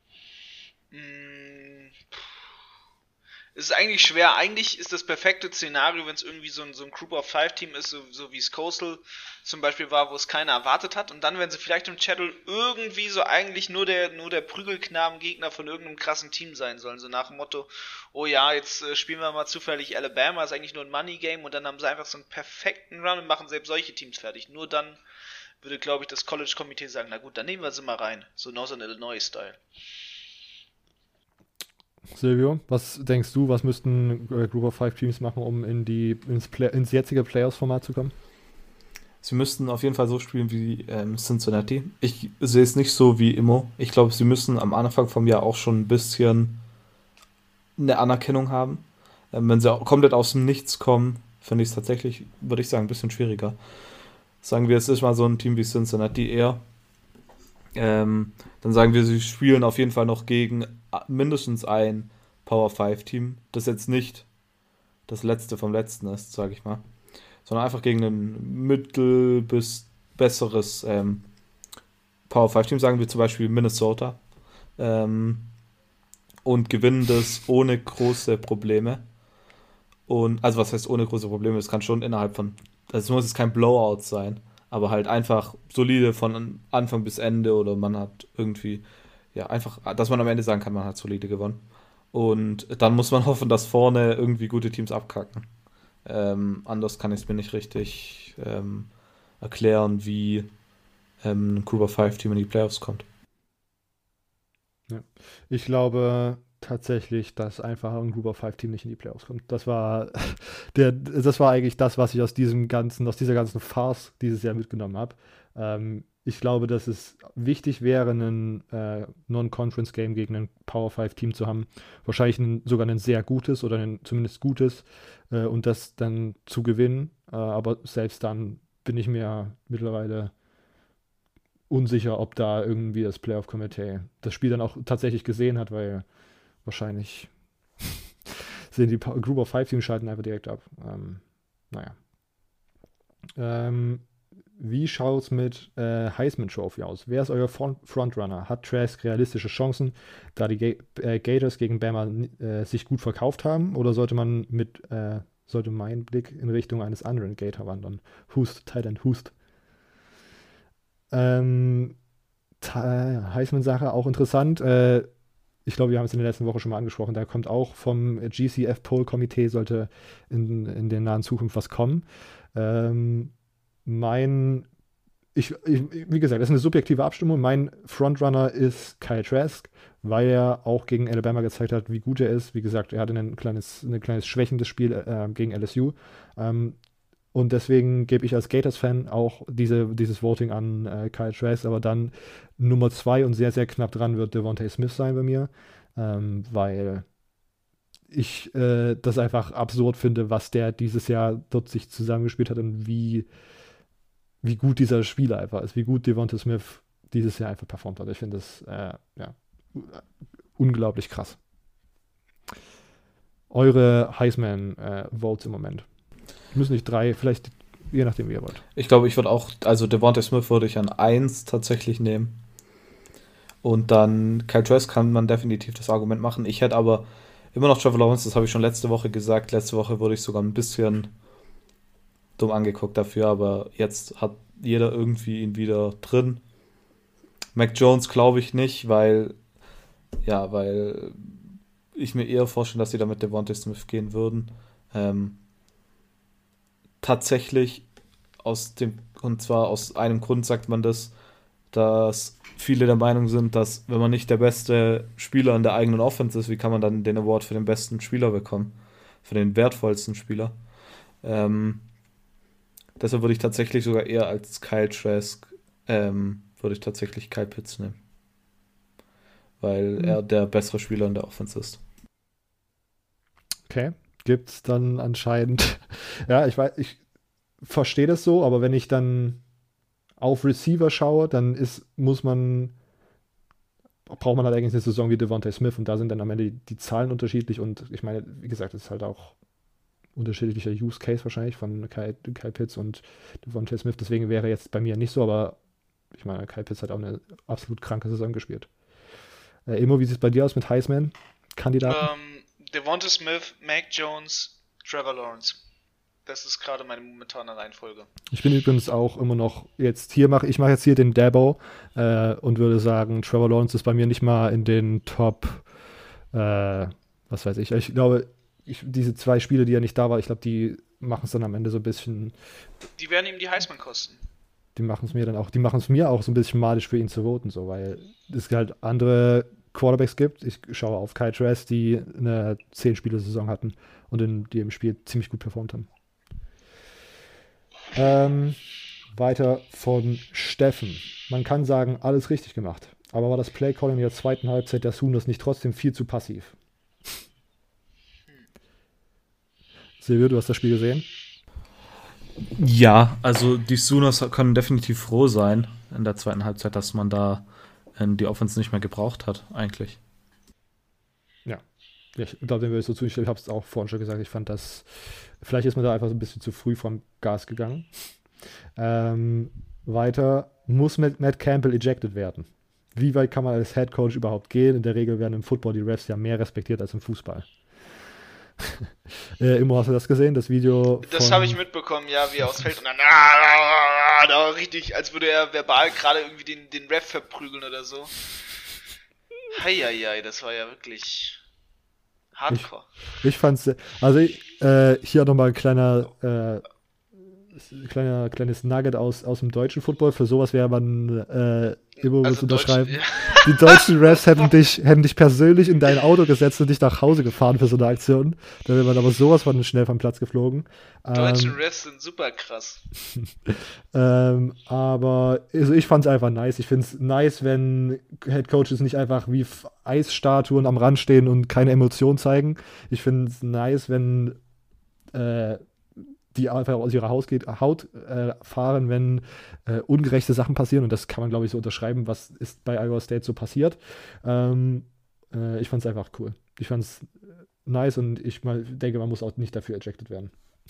Es ist eigentlich schwer. Eigentlich ist das perfekte Szenario, wenn es irgendwie so ein, so ein Group of Five Team ist, so, so wie es Coastal zum Beispiel war, wo es keiner erwartet hat. Und dann, wenn sie vielleicht im Chattel irgendwie so eigentlich nur der, nur der Prügelknaben-Gegner von irgendeinem krassen Team sein sollen. So nach dem Motto, oh ja, jetzt äh, spielen wir mal zufällig Alabama, ist eigentlich nur ein Money-Game. Und dann haben sie einfach so einen perfekten Run und machen selbst solche Teams fertig. Nur dann würde, glaube ich, das College-Komitee sagen, na gut, dann nehmen wir sie mal rein. So Northern Illinois-Style. Silvio, was denkst du, was müssten äh, Group of Five Teams machen, um in die, ins, Play- ins jetzige Playoffs-Format zu kommen? Sie müssten auf jeden Fall so spielen wie ähm, Cincinnati. Ich sehe es nicht so wie Immo. Ich glaube, sie müssen am Anfang vom Jahr auch schon ein bisschen eine Anerkennung haben. Ähm, wenn sie auch komplett aus dem Nichts kommen, finde ich es tatsächlich, würde ich sagen, ein bisschen schwieriger. Sagen wir, es ist mal so ein Team wie Cincinnati eher. Ähm, dann sagen wir, sie spielen auf jeden Fall noch gegen mindestens ein Power five Team, das jetzt nicht das letzte vom letzten ist, sage ich mal, sondern einfach gegen ein mittel- bis besseres ähm, Power five Team, sagen wir zum Beispiel Minnesota, ähm, und gewinnen das ohne große Probleme. Und, also was heißt ohne große Probleme? Es kann schon innerhalb von, also es muss jetzt kein Blowout sein, aber halt einfach solide von Anfang bis Ende oder man hat irgendwie, ja, einfach, dass man am Ende sagen kann, man hat solide gewonnen. Und dann muss man hoffen, dass vorne irgendwie gute Teams abkacken. Ähm, anders kann ich es mir nicht richtig ähm, erklären, wie ähm, ein Group of Five Team in die Playoffs kommt. Ja. Ich glaube tatsächlich, dass einfach ein Group of Five Team nicht in die Playoffs kommt. Das war der, das war eigentlich das, was ich aus diesem ganzen, aus dieser ganzen Farce dieses Jahr mitgenommen habe. Ähm, ich glaube, dass es wichtig wäre, ein äh, Non-Conference-Game gegen ein Power five Team zu haben. Wahrscheinlich ein, sogar ein sehr gutes oder ein zumindest gutes äh, und das dann zu gewinnen. Äh, aber selbst dann bin ich mir mittlerweile unsicher, ob da irgendwie das Playoff-Komitee das Spiel dann auch tatsächlich gesehen hat, weil wahrscheinlich sehen die Pa- Group of Five Teams schalten einfach direkt ab. Ähm, naja. Ähm, wie schaut es mit äh, Heisman Trophy aus? Wer ist euer Front Frontrunner? Hat Trask realistische Chancen, da die Ga äh, Gators gegen Bama äh, sich gut verkauft haben? Oder sollte man mit, äh, sollte mein Blick in Richtung eines anderen Gator wandern? Hust, Tight Hust. Ähm, Heisman-Sache auch interessant. Äh, ich glaube, wir haben es in der letzten Woche schon mal angesprochen. Da kommt auch vom G C F-Poll-Komitee, sollte in, in der nahen Zukunft was kommen. Ähm, mein, ich, ich, wie gesagt, das ist eine subjektive Abstimmung. Mein Frontrunner ist Kyle Trask, weil er auch gegen Alabama gezeigt hat, wie gut er ist. Wie gesagt, er hatte ein kleines, ein kleines schwächendes Spiel äh, gegen L S U. Ähm, und deswegen gebe ich als Gators-Fan auch diese, dieses Voting an äh, Kyle Trask. Aber dann Nummer zwei und sehr, sehr knapp dran wird Devontae Smith sein bei mir, ähm, weil ich äh, das einfach absurd finde, was der dieses Jahr dort sich zusammengespielt hat und wie, wie gut dieser Spieler einfach ist, wie gut Devontae Smith dieses Jahr einfach performt hat. Ich finde das äh, ja, unglaublich krass. Eure Heisman-Votes äh, im Moment. Müssen nicht drei, vielleicht je nachdem, wie ihr wollt. Ich glaube, ich würde auch, also Devontae Smith würde ich an eins tatsächlich nehmen. Und dann Kyle Trask kann man definitiv das Argument machen. Ich hätte aber immer noch Trevor Lawrence, das habe ich schon letzte Woche gesagt. Letzte Woche wurde ich sogar ein bisschen dumm angeguckt dafür, aber jetzt hat jeder irgendwie ihn wieder drin. Mac Jones glaube ich nicht, weil ja, weil ich mir eher vorstelle, dass sie da mit Devontae Smith gehen würden. Ähm, tatsächlich aus dem, und zwar aus einem Grund sagt man das, dass viele der Meinung sind, dass wenn man nicht der beste Spieler in der eigenen Offense ist, wie kann man dann den Award für den besten Spieler bekommen? Für den wertvollsten Spieler. Ähm, deshalb würde ich tatsächlich sogar eher als Kyle Trask, ähm, würde ich tatsächlich Kyle Pitts nehmen. Weil mhm. er der bessere Spieler in der Offense ist. Okay, gibt's dann anscheinend, ja, ich weiß, ich verstehe das so, aber wenn ich dann auf Receiver schaue, dann ist, muss man, braucht man halt eigentlich eine Saison wie Devontae Smith und da sind dann am Ende die, die Zahlen unterschiedlich und ich meine, wie gesagt, es ist halt auch unterschiedlicher Use Case wahrscheinlich von Kyle, Kyle Pitts und Devontae Smith, deswegen wäre jetzt bei mir nicht so, aber ich meine, Kyle Pitts hat auch eine absolut kranke Saison gespielt. Äh, Immo, wie sieht es bei dir aus mit Heisman-Kandidaten? Um, Devontae Smith, Mac Jones, Trevor Lawrence. Das ist gerade meine momentane Reihenfolge. Ich bin übrigens auch immer noch jetzt hier, mache ich mache jetzt hier den Dabo äh, und würde sagen, Trevor Lawrence ist bei mir nicht mal in den Top, äh, was weiß ich. Ich glaube, ich, diese zwei Spiele, die er nicht da war, ich glaube, die machen es dann am Ende so ein bisschen. Die werden ihm die Heisman kosten. Die machen es mir dann auch, die machen es mir auch so ein bisschen madisch für ihn zu voten, so, weil es halt andere Quarterbacks gibt. Ich schaue auf Kyle Trask, die eine zehn-Spiele-Saison hatten und in, die im Spiel ziemlich gut performt haben. Ähm, weiter von Steffen. Man kann sagen, alles richtig gemacht. Aber war das Playcalling in der zweiten Halbzeit der Sooners nicht trotzdem viel zu passiv? Silvio, du hast das Spiel gesehen? Ja, also die Sooners können definitiv froh sein in der zweiten Halbzeit, dass man da die Offense nicht mehr gebraucht hat, eigentlich. Ja, ich glaube, dem würde ich so zustimmen. Ich habe es auch vorhin schon gesagt, ich fand das, vielleicht ist man da einfach so ein bisschen zu früh vom Gas gegangen. Ähm, weiter, muss Matt Campbell ejected werden? Wie weit kann man als Head Coach überhaupt gehen? In der Regel werden im Football die Refs ja mehr respektiert als im Fußball. äh, Immo, hast du das gesehen, das Video? Das habe ich mitbekommen, ja, wie er ausfällt und dann ah, ah, ah, da richtig, als würde er verbal gerade irgendwie den, den Ref verprügeln oder so. Heieiei, das war ja wirklich hardcore. Ich, ich fand's, also ich, äh, hier nochmal ein kleiner, äh, kleiner, kleines Nugget aus, aus dem deutschen Football. Für sowas wäre man äh, immer also unterschreiben. Deutsch, ja. Die deutschen Refs hätten dich, hätten dich persönlich in dein Auto gesetzt und dich nach Hause gefahren für so eine Aktion. Da wäre man aber sowas von schnell vom Platz geflogen. Deutsche ähm, Refs sind super krass. ähm, aber also ich fand es einfach nice. Ich finde es nice, wenn Head Coaches nicht einfach wie Eisstatuen am Rand stehen und keine Emotion zeigen. Ich finde es nice, wenn äh, die einfach aus ihrer Haut, geht, Haut äh, fahren, wenn äh, ungerechte Sachen passieren. Und das kann man, glaube ich, so unterschreiben, was ist bei Iowa State so passiert. Ähm, äh, ich fand es einfach cool. Ich fand es nice und ich mal denke, man muss auch nicht dafür ejected werden.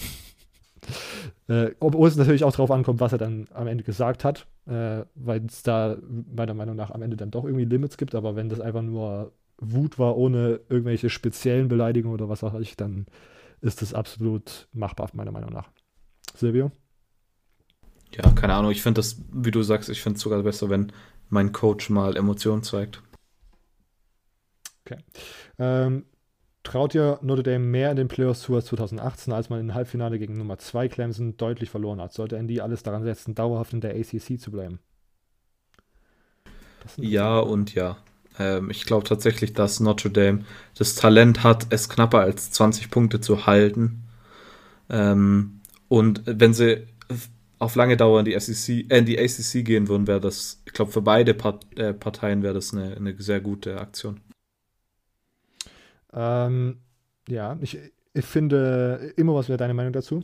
äh, obwohl es natürlich auch darauf ankommt, was er dann am Ende gesagt hat, äh, weil es da meiner Meinung nach am Ende dann doch irgendwie Limits gibt, aber wenn das einfach nur Wut war, ohne irgendwelche speziellen Beleidigungen oder was auch immer, dann ist das absolut machbar, meiner Meinung nach. Silvio? Ja, keine Ahnung, ich finde das, wie du sagst, ich finde es sogar besser, wenn mein Coach mal Emotionen zeigt. Okay. Ähm, traut ihr Notre Dame mehr in den Playoffs zu als zwanzig achtzehn, als man im Halbfinale gegen Nummer zwei Clemson deutlich verloren hat? Sollte Andy alles daran setzen, dauerhaft in der A C C zu bleiben? Ja und ja. Ähm, ich glaube tatsächlich, dass Notre Dame das Talent hat, es knapper als zwanzig Punkte zu halten. Ähm, und wenn sie auf lange Dauer in die, S E C, äh, in die A C C gehen würden, wäre das, ich glaube, für beide Part, äh, Parteien wäre das eine, eine sehr gute Aktion. Ähm, ja, ich, ich finde, immer was wäre deine Meinung dazu?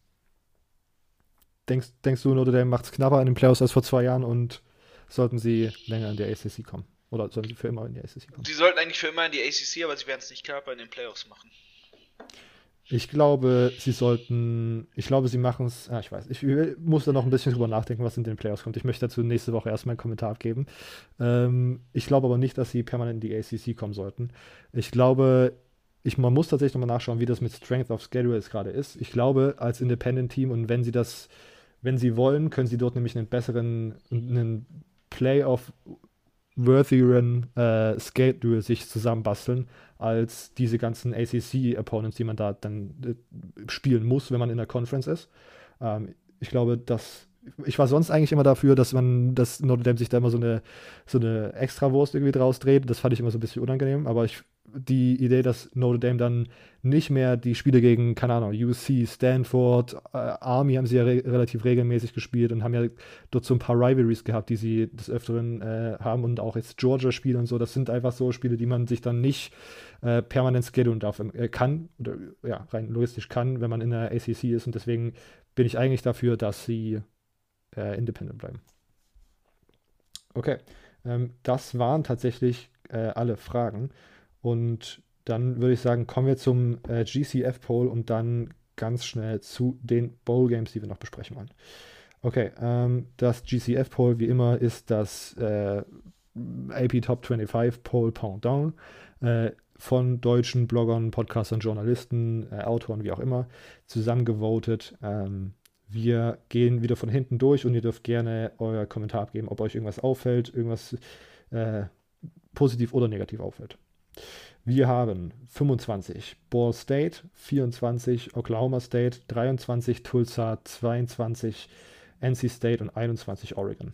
Denkst, denkst du, Notre Dame macht es knapper in den Playoffs als vor zwei Jahren und sollten sie länger in die A C C kommen? Oder sollen sie für immer in die A C C kommen? Sie sollten eigentlich für immer in die A C C, aber sie werden es nicht knapper in den Playoffs machen. Ich glaube, sie sollten, ich glaube, sie machen es, ah, ich weiß, ich muss da noch ein bisschen drüber nachdenken, was in den Playoffs kommt. Ich möchte dazu nächste Woche erstmal einen Kommentar abgeben. Ähm, ich glaube aber nicht, dass sie permanent in die A C C kommen sollten. Ich glaube, ich, man muss tatsächlich nochmal nachschauen, wie das mit Strength of Schedule jetzt gerade ist. Ich glaube, als Independent-Team und wenn sie das, wenn sie wollen, können sie dort nämlich einen besseren, einen Playoff worthigeren äh, Schedule sich zusammenbasteln, als diese ganzen A C C-Opponents, die man da dann äh, spielen muss, wenn man in der Conference ist. Ähm, ich glaube, dass ich war sonst eigentlich immer dafür, dass man, dass Notre Dame sich da immer so eine, so eine Extrawurst irgendwie draus dreht. Das fand ich immer so ein bisschen unangenehm, aber ich, die Idee, dass Notre Dame dann nicht mehr die Spiele gegen, keine Ahnung, U C, Stanford, äh, Army haben sie ja re- relativ regelmäßig gespielt und haben ja dort so ein paar Rivalries gehabt, die sie des Öfteren äh, haben und auch jetzt Georgia-Spiele und so. Das sind einfach so Spiele, die man sich dann nicht äh, permanent schedulen darf, äh, kann, oder ja, rein logistisch kann, wenn man in der A C C ist und deswegen bin ich eigentlich dafür, dass sie äh, independent bleiben. Okay, ähm, das waren tatsächlich äh, alle Fragen. Und dann würde ich sagen, kommen wir zum äh, G C F-Poll und dann ganz schnell zu den Bowl-Games, die wir noch besprechen wollen. Okay, ähm, das G C F-Poll, wie immer, ist das äh, A P Top fünfundzwanzig Poll Pendant äh, von deutschen Bloggern, Podcastern, Journalisten, äh, Autoren, wie auch immer, zusammengevotet. Ähm, wir gehen wieder von hinten durch und ihr dürft gerne euer Kommentar abgeben, ob euch irgendwas auffällt, irgendwas äh, positiv oder negativ auffällt. Wir haben fünfundzwanzig Ball State, vierundzwanzig Oklahoma State, dreiundzwanzig Tulsa, zweiundzwanzig N C State und einundzwanzig Oregon.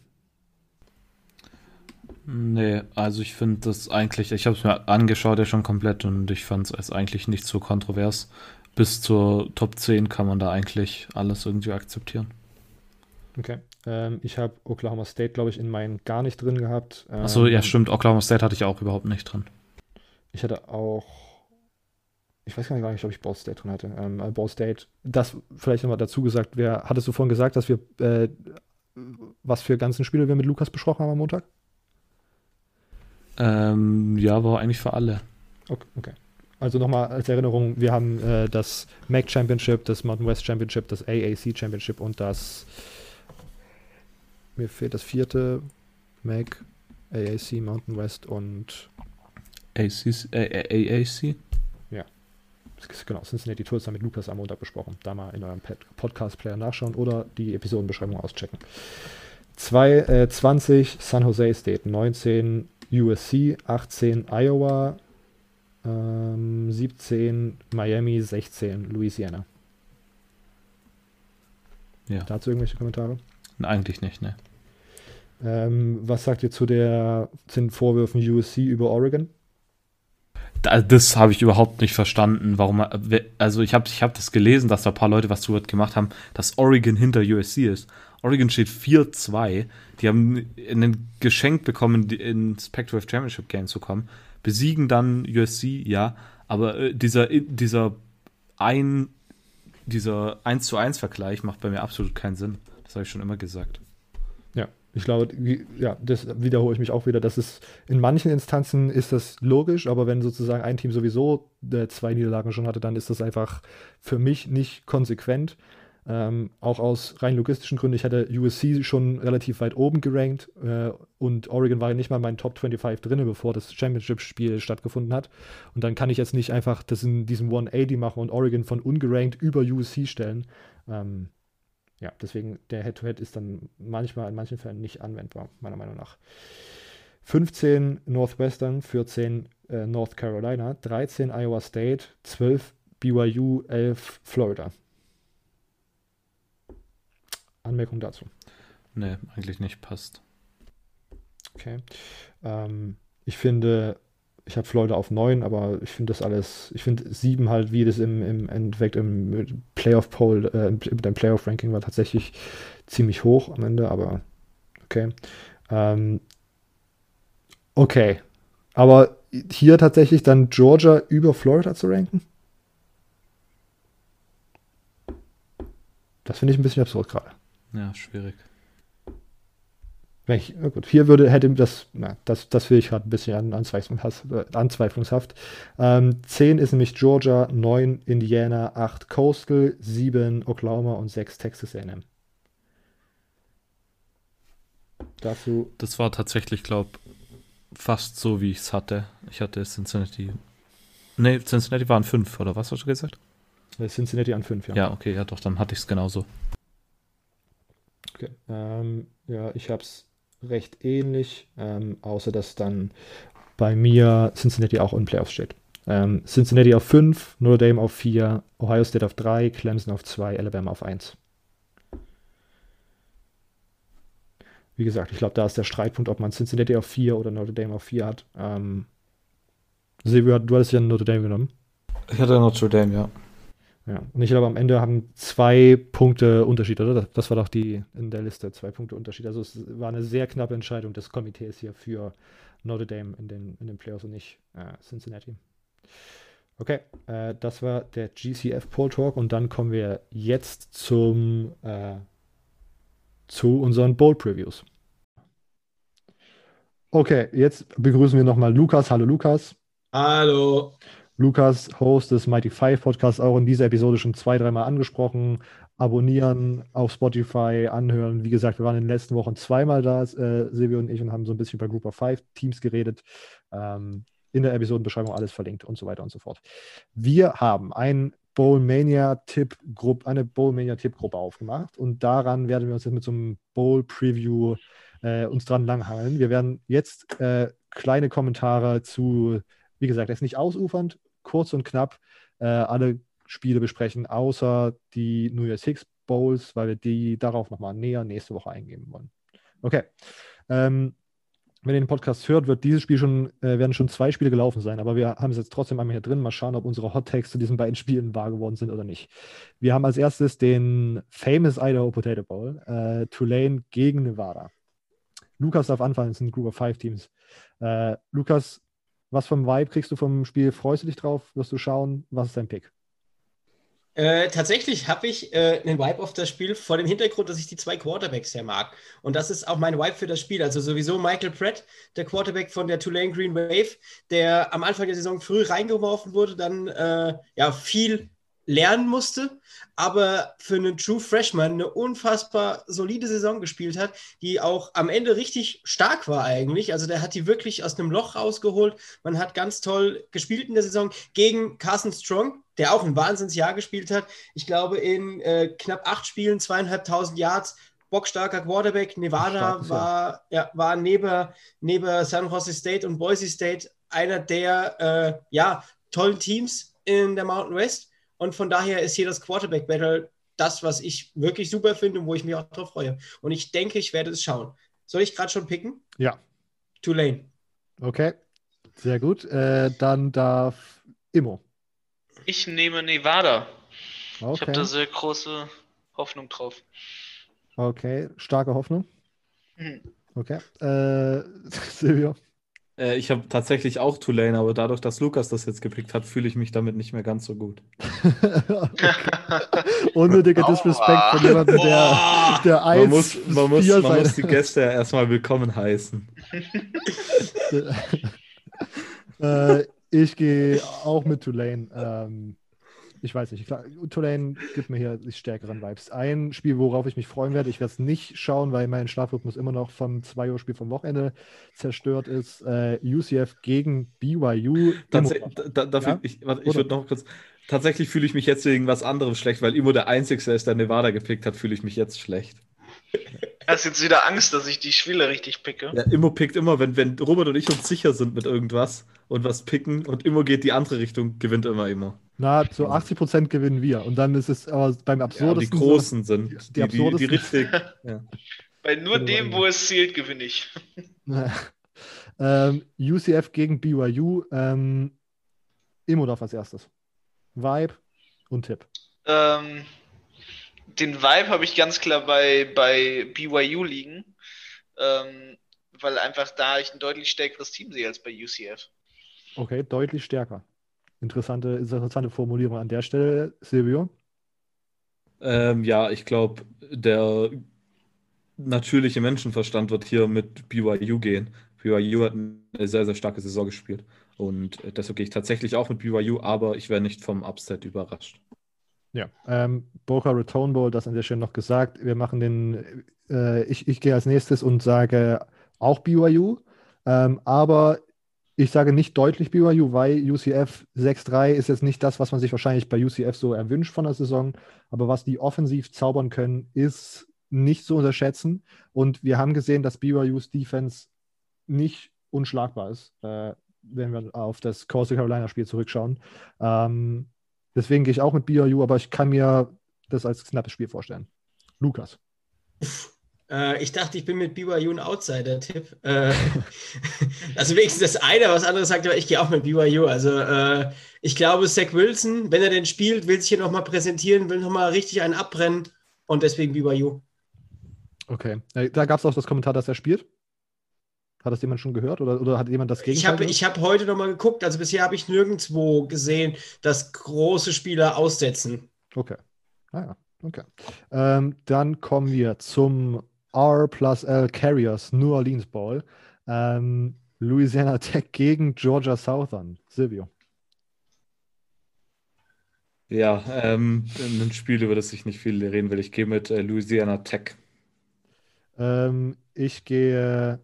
Nee, also ich finde das eigentlich, ich habe es mir angeschaut ja schon komplett und ich fand es eigentlich nicht so kontrovers. Bis zur Top zehn kann man da eigentlich alles irgendwie akzeptieren. Okay. Ähm, ich habe Oklahoma State, glaube ich, in meinen gar nicht drin gehabt. Ähm, Achso, ja stimmt, Oklahoma State hatte ich auch überhaupt nicht drin. Ich hatte auch, ich weiß gar nicht, ob ich Ball State drin hatte. Ähm, Ball State, das vielleicht nochmal dazu gesagt, wer, hattest du vorhin gesagt, dass wir, äh, was für ganzen Spiele wir mit Lukas besprochen haben am Montag? Ähm, ja, war eigentlich für alle. Okay. okay. Also nochmal als Erinnerung, wir haben äh, das M A C Championship, das Mountain West Championship, das A A C Championship und das, mir fehlt das vierte, M A C, A A C, Mountain West und A C C, A A C? Ja, genau, Cincinnati Tulsa mit Lukas am Montag besprochen. Da mal in eurem Podcast-Player nachschauen oder die Episodenbeschreibung auschecken. zwei, äh, zwanzig San Jose State, neunzehn U S C, achtzehn Iowa, ähm, siebzehn Miami, sechzehn Louisiana. Ja. Dazu irgendwelche Kommentare? Eigentlich nicht, ne. Ähm, was sagt ihr zu der, zu den Vorwürfen U S C über Oregon? Das habe ich überhaupt nicht verstanden, warum, also ich habe ich hab das gelesen, dass da ein paar Leute was zu gemacht haben, dass Oregon hinter U S C ist. Oregon steht vier zwei, die haben ein Geschenk bekommen, ins Pac zwölf Championship Game zu kommen, besiegen dann U S C, ja, aber dieser, dieser ein dieser eins zu eins Vergleich macht bei mir absolut keinen Sinn. Das habe ich schon immer gesagt. Ja, ich glaube, wie- ja, das wiederhole ich mich auch wieder. Das ist, in manchen Instanzen ist das logisch, aber wenn sozusagen ein Team sowieso äh, zwei Niederlagen schon hatte, dann ist das einfach für mich nicht konsequent. Ähm, auch aus rein logistischen Gründen. Ich hatte U S C schon relativ weit oben gerankt äh, und Oregon war ja nicht mal in meinen Top fünfundzwanzig drin, bevor das Championship-Spiel stattgefunden hat. Und dann kann ich jetzt nicht einfach das in diesem hundertachtzig machen und Oregon von ungerankt über U S C stellen. Ähm, ja, deswegen der Head-to-Head ist dann manchmal in manchen Fällen nicht anwendbar, meiner Meinung nach. fünfzehn Northwestern, vierzehn äh, North Carolina, dreizehn Iowa State, zwölf B Y U, elf Florida. Anmerkung dazu. Nee, eigentlich nicht, passt. Okay. Ähm, ich finde, ich habe Florida auf neun, aber ich finde das alles, ich finde sieben halt, wie das im, im Endeffekt im Playoff-Poll, äh, im, im Playoff-Ranking war, tatsächlich ziemlich hoch am Ende, aber okay. Ähm, okay. Aber hier tatsächlich dann Georgia über Florida zu ranken? Das finde ich ein bisschen absurd gerade. Ja, schwierig. Wenn ich, na gut, hier würde, hätte das, na, das, das will ich gerade ein bisschen anzweiflungshaft. Äh, anzweiflungshaft. Ähm, zehn ist nämlich Georgia, neun Indiana, acht Coastal, sieben Oklahoma und sechs Texas A und M. Dazu, Das war tatsächlich, glaube fast so, wie ich es hatte. Ich hatte Cincinnati. Nee, Cincinnati waren fünf, oder was hast du gesagt? äh, Cincinnati an fünf, ja. Ja, okay, ja doch, dann hatte ich es genauso. Okay. Ähm, ja, ich habe es recht ähnlich, ähm, außer dass dann bei mir Cincinnati auch in Playoffs steht. Ähm, Cincinnati auf fünf, Notre Dame auf vier, Ohio State auf drei, Clemson auf zwei, Alabama auf eins. Wie gesagt, ich glaube, da ist der Streitpunkt, ob man Cincinnati auf vier oder Notre Dame auf vier hat. Ähm, Silvio, du hattest ja Notre Dame genommen. Ich hatte Notre Dame, ja. Ja. Und ich glaube, am Ende haben zwei Punkte Unterschied, oder? Das, das war doch die in der Liste, zwei Punkte Unterschied. Also es war eine sehr knappe Entscheidung des Komitees hier für Notre Dame in den, in den Playoffs und nicht äh, Cincinnati. Okay, äh, das war der G C F Poll Talk und dann kommen wir jetzt zum äh, zu unseren Bowl Previews. Okay, jetzt begrüßen wir nochmal Lukas. Hallo Lukas. Hallo. Lukas, Host des Mighty Five Podcasts, auch in dieser Episode schon zwei, dreimal angesprochen. Abonnieren auf Spotify, anhören. Wie gesagt, wir waren in den letzten Wochen zweimal da, äh, Silvio und ich, und haben so ein bisschen über Group of Five Teams geredet. Ähm, in der Episodenbeschreibung alles verlinkt und so weiter und so fort. Wir haben ein Bowlmania-Tipp-Gruppe, eine Bowlmania-Tipp-Gruppe aufgemacht und daran werden wir uns jetzt mit so einem Bowl-Preview äh, uns dran langhangeln. Wir werden jetzt äh, kleine Kommentare zu, wie gesagt, jetzt nicht ausufernd, kurz und knapp äh, alle Spiele besprechen, außer die New Year's Six Bowls, weil wir die darauf nochmal näher nächste Woche eingehen wollen. Okay. Ähm, wenn ihr den Podcast hört, wird dieses Spiel schon, äh, werden schon zwei Spiele gelaufen sein, aber wir haben es jetzt trotzdem einmal hier drin. Mal schauen, ob unsere Hot Takes zu diesen beiden Spielen wahr geworden sind oder nicht. Wir haben als erstes den Famous Idaho Potato Bowl, äh, Tulane gegen Nevada. Lukas darf anfangen, es sind Group of Five Teams. Äh, Lukas, was vom Vibe kriegst du vom Spiel? Freust du dich drauf? Wirst du schauen? Was ist dein Pick? Äh, tatsächlich habe ich äh, einen Vibe auf das Spiel vor dem Hintergrund, dass ich die zwei Quarterbacks sehr mag. Und das ist auch mein Vibe für das Spiel. Also sowieso Michael Pratt, der Quarterback von der Tulane Green Wave, der am Anfang der Saison früh reingeworfen wurde, dann äh, ja viel lernen musste, aber für einen True Freshman eine unfassbar solide Saison gespielt hat, die auch am Ende richtig stark war eigentlich. Also der hat die wirklich aus einem Loch rausgeholt. Man hat ganz toll gespielt in der Saison gegen Carson Strong, der auch ein Wahnsinnsjahr gespielt hat. Ich glaube, in äh, knapp acht Spielen, zweieinhalbtausend Yards, bockstarker Quarterback. Nevada war, ja, war neben, neben San Jose State und Boise State einer der äh, ja, tollen Teams in der Mountain West. Und von daher ist hier das Quarterback-Battle das, was ich wirklich super finde und wo ich mich auch drauf freue. Und ich denke, ich werde es schauen. Soll ich gerade schon picken? Ja. Tulane. Okay, sehr gut. Äh, dann darf Immo. Ich nehme Nevada. Okay. Ich habe da sehr große Hoffnung drauf. Okay, starke Hoffnung. Mhm. Okay. Äh, Silvio. Äh, ich habe tatsächlich auch Tulane, aber dadurch, dass Lukas das jetzt gepickt hat, fühle ich mich damit nicht mehr ganz so gut. Okay. Unnötiger Disrespect von jemandem, der, der Man eins muss, man muss, vier man muss sein- die Gäste ja erstmal willkommen heißen. äh, ich gehe auch mit Tulane. Ähm, ich weiß nicht. Ich glaub, Tulane gibt mir hier die stärkeren Vibes. Ein Spiel, worauf ich mich freuen werde, ich werde es nicht schauen, weil mein Schlafrhythmus immer noch vom zwei Uhr Spiel vom Wochenende zerstört ist. Äh, U C F gegen B Y U. Tats Immo- da, da, dafür, Ja? ich warte, ich Oder? würde noch kurz. Tatsächlich fühle ich mich jetzt wegen was anderem schlecht, weil Immo der Einzige ist, der Nevada gepickt hat, fühle ich mich jetzt schlecht. Hast jetzt wieder Angst, dass ich die Spiele richtig picke? Ja, Immo pickt immer, wenn, wenn Robert und ich uns sicher sind mit irgendwas und was picken und Immo geht die andere Richtung, gewinnt immer Immo. Na, zu achtzig Prozent gewinnen wir. Und dann ist es aber beim Ja, die absurdesten. Großen sind, die die, die, die absurdesten- richtig. Ja. Bei nur Genau, dem, genau. wo es zählt, gewinne ich. ähm, U C F gegen B Y U. Ähm, Immodorf als erstes. Vibe und Tipp. Ähm, den Vibe habe ich ganz klar bei, bei B Y U liegen, ähm, weil einfach da ich ein deutlich stärkeres Team sehe als bei U C F. Okay, deutlich stärker. Interessante, interessante Formulierung an der Stelle. Silvio? Ähm, ja, ich glaube, der natürliche Menschenverstand wird hier mit B Y U gehen. B Y U hat eine sehr, sehr starke Saison gespielt. Und äh, deshalb gehe ich tatsächlich auch mit B Y U, aber ich wäre nicht vom Upset überrascht. Ja. Ähm, Boca Raton Bowl, das an der Stelle noch gesagt. Wir machen den, äh, ich, ich gehe als nächstes und sage auch B Y U. Ähm, aber ich sage nicht deutlich B Y U, weil U C F sechs drei ist jetzt nicht das, was man sich wahrscheinlich bei U C F so erwünscht von der Saison. Aber was die offensiv zaubern können, ist nicht zu unterschätzen. Und wir haben gesehen, dass B Y Us Defense nicht unschlagbar ist, äh, wenn wir auf das Coastal Carolina Spiel zurückschauen. Ähm, deswegen gehe ich auch mit B Y U, aber ich kann mir das als knappes Spiel vorstellen. Lukas. Äh, ich dachte, ich bin mit B Y U ein Outsider-Tipp. Äh, also wenigstens das eine, was anderes sagt, aber ich gehe auch mit B Y U. Also äh, ich glaube, Zach Wilson, wenn er denn spielt, will sich hier nochmal präsentieren, will nochmal richtig einen abbrennen und deswegen B Y U. Okay. Äh, da gab es auch das Kommentar, dass er spielt. Hat das jemand schon gehört oder, oder hat jemand das Ich Gegenteil habe gehört? ich hab heute nochmal geguckt, also bisher habe ich nirgendwo gesehen, dass große Spieler aussetzen. Okay. Ah ja, okay. Ähm, dann kommen wir zum R plus L Carriers New Orleans Bowl. Ähm, Louisiana Tech gegen Georgia Southern. Silvio. Ja, ähm, in einem Spiel, über das ich nicht viel reden will. Ich gehe mit äh, Louisiana Tech. Ähm, ich gehe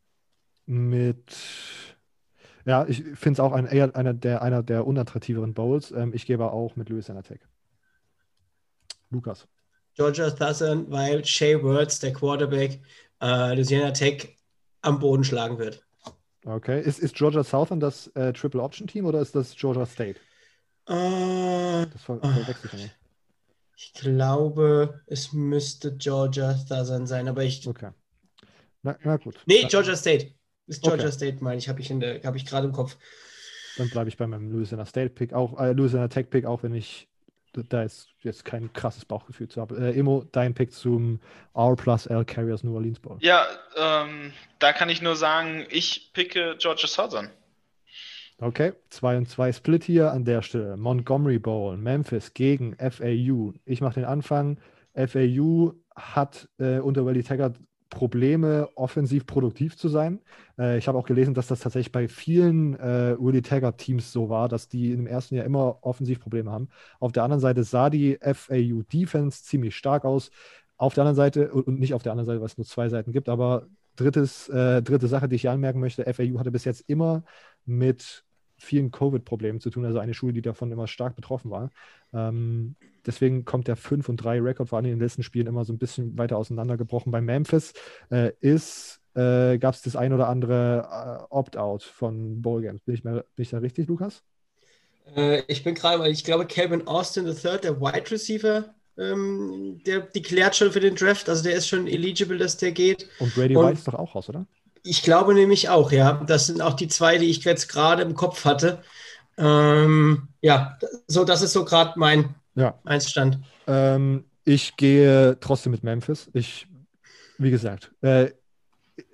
mit. Ja, ich finde es auch ein, eher einer der, einer der unattraktiveren Bowls. Ähm, ich gehe aber auch mit Louisiana Tech. Lukas. Georgia Southern, weil Shea Words, der Quarterback, äh, Louisiana Tech am Boden schlagen wird. Okay. Ist, ist Georgia Southern das äh, Triple Option Team oder ist das Georgia State? Äh, Das ver Ah. verwechsel ich immer. ich glaube, es müsste Georgia Southern sein, aber ich. Okay. Na, na gut. Nee, Dann- Georgia State. Ist Georgia Okay. State, meine ich, habe ich, in der- hab ich gerade im Kopf. Dann bleibe ich bei meinem Louisiana State Pick, auch äh, Louisiana Tech Pick, auch wenn ich da ist jetzt kein krasses Bauchgefühl zu habe. Äh, Immo, dein Pick zum R plus L Carriers New Orleans Bowl. Ja, ähm, da kann ich nur sagen, ich picke Georgia Southern. Okay, zwei und zwei Split hier an der Stelle. Montgomery Bowl, Memphis gegen F A U. Ich mache den Anfang. F A U hat äh, unter Willie Taggart Probleme, offensiv produktiv zu sein. Äh, ich habe auch gelesen, dass das tatsächlich bei vielen äh, Willie Taggart-Teams so war, dass die im ersten Jahr immer offensiv Probleme haben. Auf der anderen Seite sah die F A U-Defense ziemlich stark aus. Auf der anderen Seite, und und nicht auf der anderen Seite, weil es nur zwei Seiten gibt, aber drittes, äh, dritte Sache, die ich hier anmerken möchte, F A U hatte bis jetzt immer mit vielen Covid-Problemen zu tun, also eine Schule, die davon immer stark betroffen war. Ähm, deswegen kommt der fünf und drei Rekord vor allem in den letzten Spielen immer so ein bisschen weiter auseinandergebrochen. Bei Memphis äh, ist, äh, gab es das ein oder andere äh, Opt-out von Bowl-Games. Bin ich, mal, bin ich da richtig, Lukas? Äh, ich bin gerade, ich glaube, Calvin Austin the Third, der Wide Receiver, ähm, der deklärt schon für den Draft, also der ist schon eligible, dass der geht. Und Brady Und- White ist doch auch raus, oder? Ich glaube nämlich auch, ja. Das sind auch die zwei, die ich jetzt gerade im Kopf hatte. Ähm, ja, so, das ist so gerade mein, Ja. mein Stand. Ähm, ich gehe trotzdem mit Memphis. Ich, wie gesagt, äh,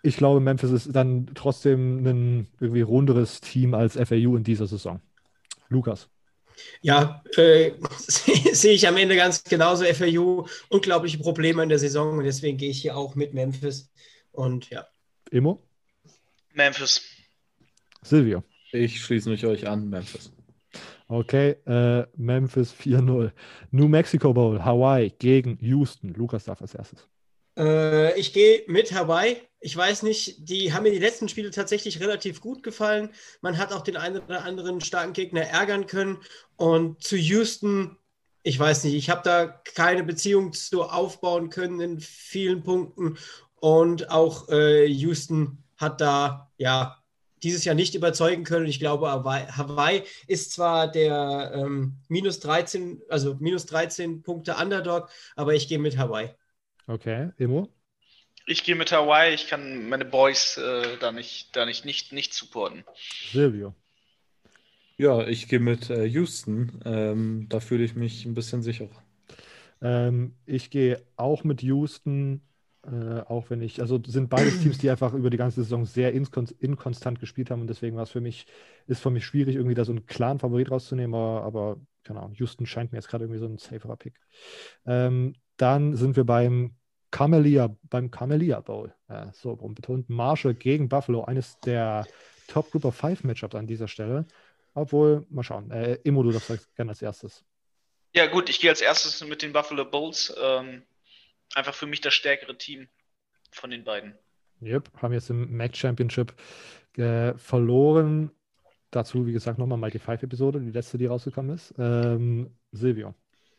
ich glaube, Memphis ist dann trotzdem ein irgendwie runderes Team als F A U in dieser Saison. Lukas. Ja, äh, sehe ich am Ende ganz genauso. F A U, unglaubliche Probleme in der Saison und deswegen gehe ich hier auch mit Memphis. Und ja. Immo? Memphis. Silvio? Ich schließe mich euch an, Memphis. Okay, äh, Memphis vier null. New Mexico Bowl, Hawaii gegen Houston. Lukas darf als erstes. Äh, ich gehe mit Hawaii. Ich weiß nicht, die haben mir die letzten Spiele tatsächlich relativ gut gefallen. Man hat auch den einen oder anderen starken Gegner ärgern können. Und zu Houston, ich weiß nicht, ich habe da keine Beziehung zu aufbauen können in vielen Punkten. Und auch äh, Houston hat da, ja, dieses Jahr nicht überzeugen können. Ich glaube, Hawaii, Hawaii ist zwar der ähm, minus dreizehn, also minus dreizehn Punkte Underdog, aber ich gehe mit Hawaii. Okay, Immo? Ich gehe mit Hawaii, ich kann meine Boys äh, da nicht, da nicht, nicht, nicht supporten. Silvio? Ja, ich gehe mit äh, Houston. Ähm, da fühle ich mich ein bisschen sicherer. Ähm, ich gehe auch mit Houston, äh, auch wenn ich, also sind beides Teams, die einfach über die ganze Saison sehr inkon inkonstant gespielt haben und deswegen war es für mich, ist für mich schwierig, irgendwie da so einen klaren Favorit rauszunehmen, aber, aber keine Ahnung, Houston scheint mir jetzt gerade irgendwie so ein saferer Pick. Ähm, dann sind wir beim Camellia, beim Camellia Bowl, äh, so rum betont, Marshall gegen Buffalo, eines der Top Group of Five Matchups an dieser Stelle. Obwohl, mal schauen. Äh, Immo, du darfst gerne als erstes. Ja gut, ich gehe als erstes mit den Buffalo Bulls. Ähm, einfach für mich das stärkere Team von den beiden. Yep, haben jetzt im M A C Championship äh, verloren. Dazu, wie gesagt, nochmal Mighty Five Episode, die letzte, die rausgekommen ist. Ähm, Silvio.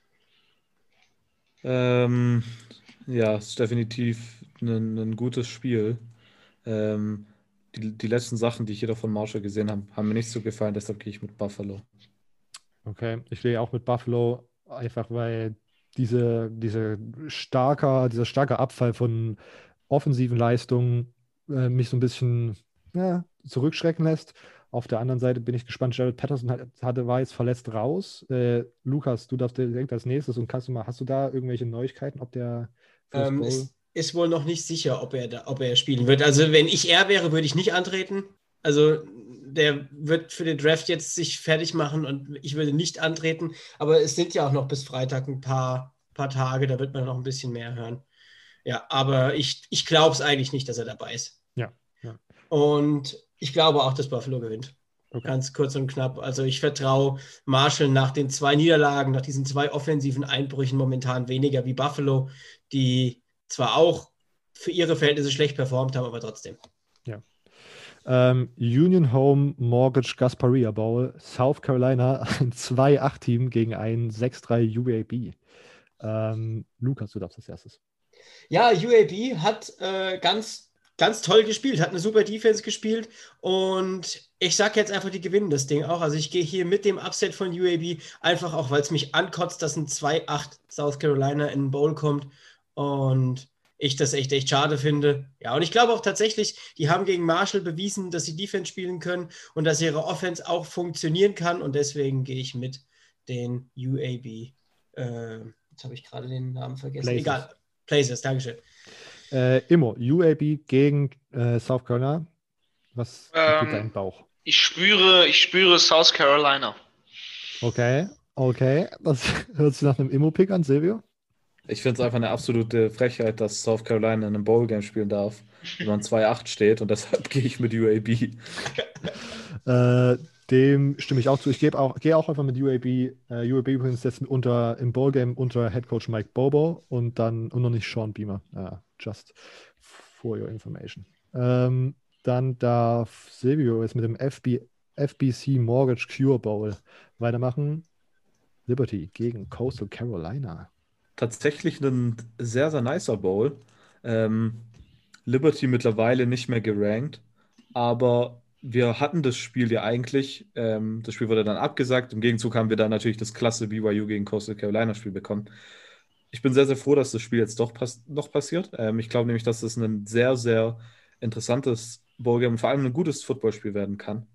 Ähm, ja, es ist definitiv ein, ein gutes Spiel. Ähm, die, die letzten Sachen, die ich hier von Marshall gesehen habe, haben mir nicht so gefallen, deshalb gehe ich mit Buffalo. Okay, ich gehe auch mit Buffalo, einfach weil diese, diese starker, dieser starke Abfall von offensiven Leistungen äh, mich so ein bisschen ja, zurückschrecken lässt. Auf der anderen Seite bin ich gespannt. Jared Patterson hat, hatte, war jetzt verletzt raus. Äh, Lukas, du darfst direkt als nächstes und kannst du mal, hast du da irgendwelche Neuigkeiten, ob der für das Ähm, Bowl? ist, ist wohl noch nicht sicher, ob er, da, ob er spielen wird. Also wenn ich er wäre, würde ich nicht antreten. Also der wird für den Draft jetzt sich fertig machen und ich würde nicht antreten. Aber es sind ja auch noch bis Freitag ein paar, paar Tage, da wird man noch ein bisschen mehr hören. Ja, aber ich, ich glaube es eigentlich nicht, dass er dabei ist. Ja, ja. Und ich glaube auch, dass Buffalo gewinnt. Okay. Ganz kurz und knapp. Also ich vertraue Marshall nach den zwei Niederlagen, nach diesen zwei offensiven Einbrüchen momentan weniger wie Buffalo, die zwar auch für ihre Verhältnisse schlecht performt haben, aber trotzdem. Ja. Ähm, Union Home Mortgage Gasparilla Bowl, South Carolina, ein zwei acht Team gegen ein sechs drei U A B. Ähm, Lukas, du darfst als erstes. Ja, U A B hat äh, ganz, ganz toll gespielt, hat eine super Defense gespielt und ich sage jetzt einfach, die gewinnen das Ding auch. Also ich gehe hier mit dem Upset von U A B, einfach auch, weil es mich ankotzt, dass ein zwei acht South Carolina in den Bowl kommt und ich das echt, echt schade finde. Ja, und ich glaube auch tatsächlich, die haben gegen Marshall bewiesen, dass sie Defense spielen können und dass ihre Offense auch funktionieren kann und deswegen gehe ich mit den U A B. Äh, jetzt habe ich gerade den Namen vergessen. Blazers. Egal. Blazers, Dankeschön. Äh, Immo, U A B gegen äh, South Carolina. Was Ähm, gibt dein Bauch? Ich spüre, ich spüre South Carolina. Okay, okay. Das hört sich nach einem Immo-Pick an, Silvio. Ich finde es einfach eine absolute Frechheit, dass South Carolina in einem Bowl-Game spielen darf, wenn man zwei acht steht und deshalb gehe ich mit U A B. Äh, dem stimme ich auch zu. Ich gehe auch, geh auch einfach mit U A B. Äh, U A B übrigens jetzt unter, im Ballgame unter Headcoach Mike Bobo und dann und noch nicht Sean Beamer. Uh, just for your information. Ähm, dann darf Silvio jetzt mit dem F B, F B C Mortgage Cure Bowl weitermachen. Liberty gegen Coastal Carolina. Tatsächlich ein sehr, sehr nicer Bowl. Ähm, Liberty mittlerweile nicht mehr gerankt, aber wir hatten das Spiel ja eigentlich. Ähm, das Spiel wurde dann abgesagt. Im Gegenzug haben wir dann natürlich das klasse B Y U gegen Coastal Carolina Spiel bekommen. Ich bin sehr, sehr froh, dass das Spiel jetzt doch pass noch passiert. Ähm, ich glaube nämlich, dass das ein sehr, sehr interessantes Ballgame und vor allem ein gutes Footballspiel werden kann.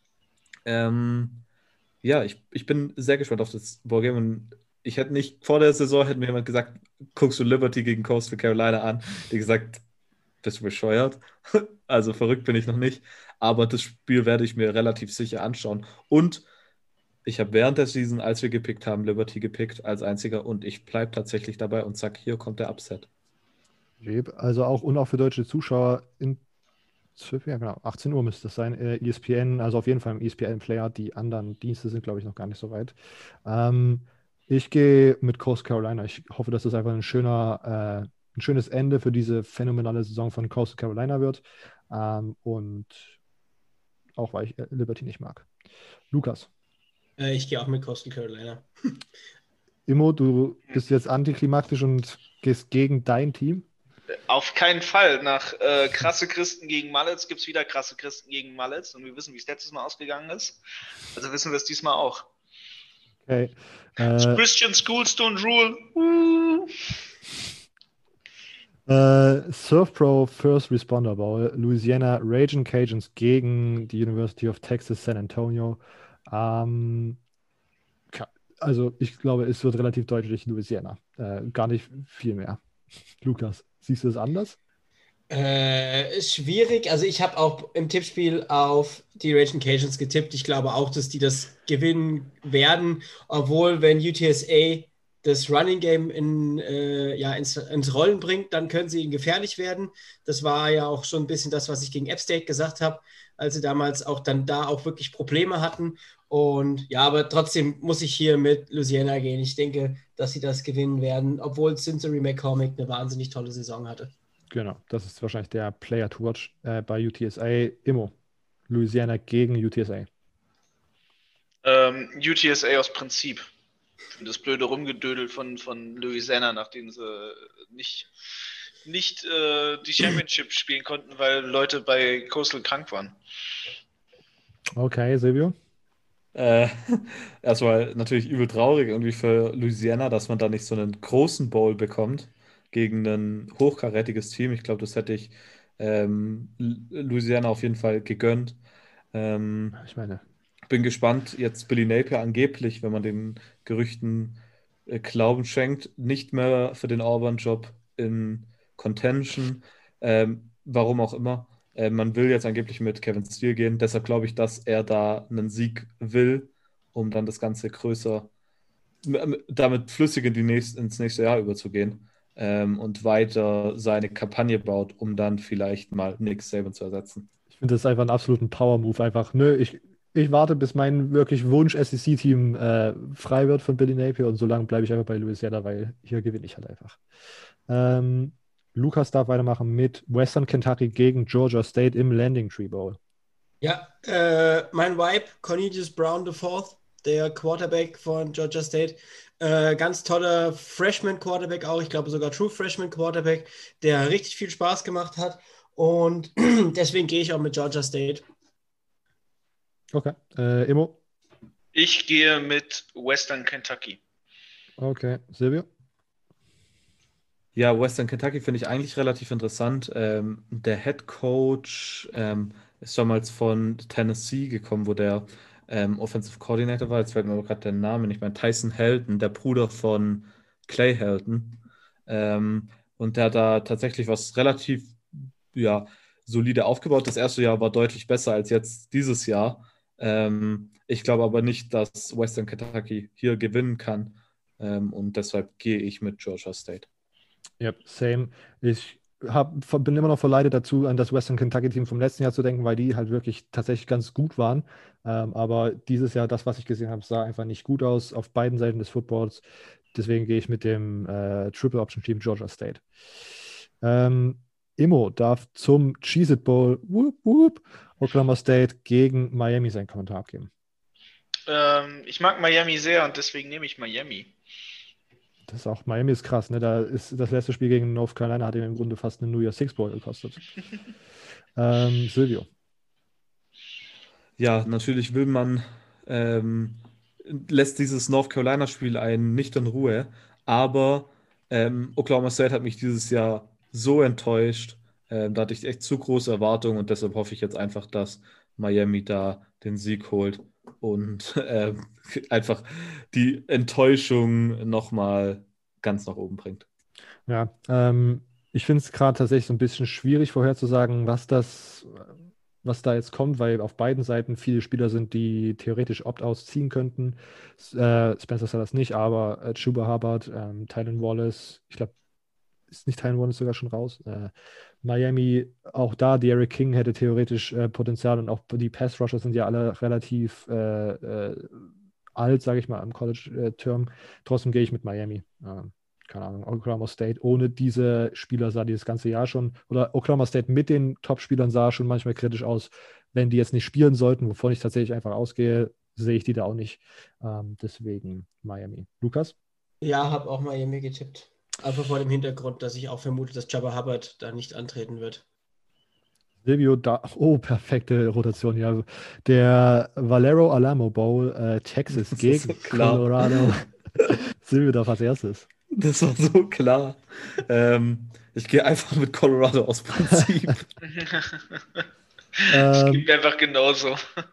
Ähm, ja, ich, ich bin sehr gespannt auf das Ballgame und ich hätte nicht, vor der Saison hätte mir jemand gesagt, guckst du Liberty gegen Coastal Carolina an. Die gesagt, bist du bescheuert? Also verrückt bin ich noch nicht. Aber das Spiel werde ich mir relativ sicher anschauen. Und ich habe während der Season, als wir gepickt haben, Liberty gepickt als einziger. Und ich bleibe tatsächlich dabei und sage, hier kommt der Upset. Also auch und auch für deutsche Zuschauer in zwölf, ja genau, achtzehn Uhr müsste das sein. Äh, E S P N, also auf jeden Fall im E S P N-Player. Die anderen Dienste sind, glaube ich, noch gar nicht so weit. Ähm, ich gehe mit Coast Carolina. Ich hoffe, dass das einfach ein schöner, äh, ein schönes Ende für diese phänomenale Saison von Coast Carolina wird. Ähm, und auch weil ich äh, Liberty nicht mag. Lukas. Äh, ich gehe auch mit Coastal Carolina. Immo, du bist jetzt antiklimaktisch und gehst gegen dein Team. Auf keinen Fall. Nach äh, krasse Christen gegen Mullets gibt es wieder krasse Christen gegen Mullets. Und wir wissen, wie es letztes Mal ausgegangen ist. Also wissen wir es diesmal auch. Okay. Äh, Christian Schools don't rule. äh, Surf Pro First Responder Bowl, Louisiana Raging Cajuns gegen die University of Texas San Antonio. Ähm, ka- also ich glaube, es wird relativ deutlich Louisiana. Äh, gar nicht viel mehr. Lukas, siehst du es anders? Äh, ist schwierig. Also ich habe auch im Tippspiel auf die Raging Cajuns getippt. Ich glaube auch, dass die das gewinnen werden, obwohl wenn U T S A das Running Game in, äh, ja, ins, ins Rollen bringt, dann können sie ihnen gefährlich werden. Das war ja auch schon ein bisschen das, was ich gegen App State gesagt habe, als sie damals auch dann da auch wirklich Probleme hatten. Und ja, aber trotzdem muss ich hier mit Louisiana gehen. Ich denke, dass sie das gewinnen werden, obwohl Cincinnati McCormick eine wahnsinnig tolle Saison hatte. Genau, das ist wahrscheinlich der Player to watch äh, bei U T S A. Immo, Louisiana gegen U T S A. Ähm, U T S A aus Prinzip. Das blöde Rumgedödel von, von Louisiana, nachdem sie nicht, nicht äh, die Championship spielen konnten, weil Leute bei Coastal krank waren. Okay, Silvio? Äh, erstmal natürlich übel traurig irgendwie für Louisiana, dass man da nicht so einen großen Bowl bekommt gegen ein hochkarätiges Team. Ich glaube, das hätte ich ähm, Louisiana auf jeden Fall gegönnt. Ähm, Ich meine, bin gespannt, jetzt Billy Napier angeblich, wenn man den Gerüchten äh, Glauben schenkt, nicht mehr für den Auburn-Job in Contention. Ähm, warum auch immer. Äh, man will jetzt angeblich mit Kevin Steele gehen. Deshalb glaube ich, dass er da einen Sieg will, um dann das Ganze größer, m- damit flüssig in die nächst, ins nächste Jahr überzugehen. Ähm, und weiter seine Kampagne baut, um dann vielleicht mal Nick Saban zu ersetzen. ich finde das einfach einen absoluten Power-Move. Einfach, nö, ich, ich warte, bis mein wirklich Wunsch-S E C-Team äh, frei wird von Billy Napier und so lange bleibe ich einfach bei Louisiana, weil hier gewinne ich halt einfach. Ähm, Lukas darf weitermachen mit Western Kentucky gegen Georgia State im Landing Tree Bowl. Ja, äh, mein Vibe, Cornelius Brown the Fourth, der Quarterback von Georgia State. Äh, ganz toller Freshman-Quarterback auch, ich glaube sogar True Freshman-Quarterback, der richtig viel Spaß gemacht hat. Und deswegen gehe ich auch mit Georgia State. Okay. Äh, Immo? Ich gehe mit Western Kentucky. Okay. Silvio? Ja, Western Kentucky finde ich eigentlich relativ interessant. Ähm, der Head Coach ähm, ist damals von Tennessee gekommen, wo der ähm, Offensive Coordinator war. Jetzt fällt mir aber gerade der Name nicht mehr. Tyson Helton, der Bruder von Clay Helton. Ähm, und der hat da tatsächlich was relativ ja, solide aufgebaut. Das erste Jahr war deutlich besser als jetzt dieses Jahr. Ähm, ich glaube aber nicht, dass Western Kentucky hier gewinnen kann. Ähm, und deshalb gehe ich mit Georgia State. Ja, same. Ich hab, bin immer noch verleitet dazu, an das Western Kentucky-Team vom letzten Jahr zu denken, weil die halt wirklich tatsächlich ganz gut waren. Ähm, aber dieses Jahr, das, was ich gesehen habe, sah einfach nicht gut aus auf beiden Seiten des Footballs. Deswegen gehe ich mit dem äh, Triple Option Team Georgia State. Ähm, Immo darf zum Cheez-It Bowl whoop, whoop, Oklahoma State gegen Miami seinen Kommentar abgeben. Ähm, ich mag Miami sehr und deswegen nehme ich Miami. Das ist auch, Miami ist krass, ne? Da ist das letzte Spiel gegen North Carolina hat ihm im Grunde fast eine New Year's Six Bowl gekostet. ähm, Silvio. Ja, natürlich will man, ähm, lässt dieses North Carolina-Spiel einen nicht in Ruhe, aber ähm, Oklahoma State hat mich dieses Jahr so enttäuscht. Ähm, da hatte ich echt zu große Erwartungen und deshalb hoffe ich jetzt einfach, dass Miami da den Sieg holt und ähm, einfach die Enttäuschung nochmal ganz nach oben bringt. Ja, ähm, Ich finde es gerade tatsächlich so ein bisschen schwierig vorherzusagen, was das, was da jetzt kommt, weil auf beiden Seiten viele Spieler sind, die theoretisch Opt-outs ziehen könnten. S- Äh, Spencer Sellers nicht, aber äh, Chuba Hubbard, ähm, Tylan Wallace, ich glaube, ist nicht Tylan Wallace sogar schon raus? Äh, Miami, auch da, De'Aaron King hätte theoretisch äh, Potenzial und auch die Pass-Rusher sind ja alle relativ äh, äh, alt, sage ich mal, im College-Term. Trotzdem gehe ich mit Miami. Ähm, keine Ahnung, Oklahoma State ohne diese Spieler sah die das ganze Jahr schon, oder Oklahoma State mit den Top-Spielern sah schon manchmal kritisch aus. Wenn die jetzt nicht spielen sollten, wovon ich tatsächlich einfach ausgehe, sehe ich die da auch nicht. Ähm, deswegen Miami. Lukas? Ja, habe auch Miami getippt. Einfach vor dem Hintergrund, dass ich auch vermute, dass Jabba Hubbard da nicht antreten wird. Silvio da, oh, perfekte Rotation, ja. Der Valero Alamo Bowl, äh, Texas Das ist so gegen klar. Colorado. Silvio darf als erstes. Das war so klar. Ähm, ich gehe einfach mit Colorado aus Prinzip. Es Ähm, geht mir einfach genauso.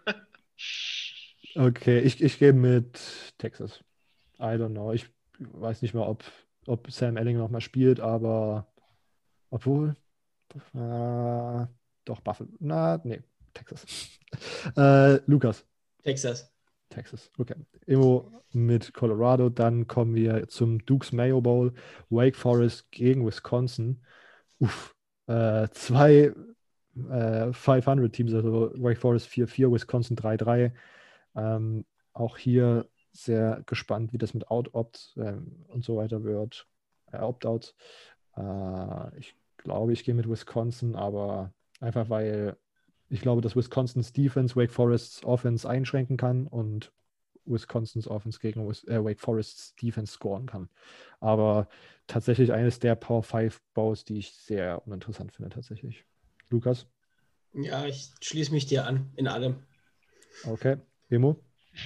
okay, ich, ich gehe mit Texas. I don't know. Ich weiß nicht mal, ob, ob Sam Ellinger noch mal spielt, aber obwohl, äh, doch Buffalo. Na, nee, Texas. Äh, Lukas. Texas. Texas. Okay. Immo mit Colorado. Dann kommen wir zum Duke's Mayo Bowl. Wake Forest gegen Wisconsin. Uff. Äh, zwei äh, fünfhundert Teams, also Wake Forest vier vier, Wisconsin drei drei. Ähm, auch hier sehr gespannt, wie das mit Out-Opt ähm, und so weiter wird. Äh, Opt-Outs. Äh, ich glaube, ich gehe mit Wisconsin, aber einfach weil ich glaube, dass Wisconsins Defense Wake Forests Offense einschränken kann und Wisconsins Offense gegen Wis- äh, Wake Forests Defense scoren kann. Aber tatsächlich eines der Power five Bows, die ich sehr uninteressant finde, tatsächlich. Lukas? Ja, ich schließe mich dir an in allem. Okay. Emo?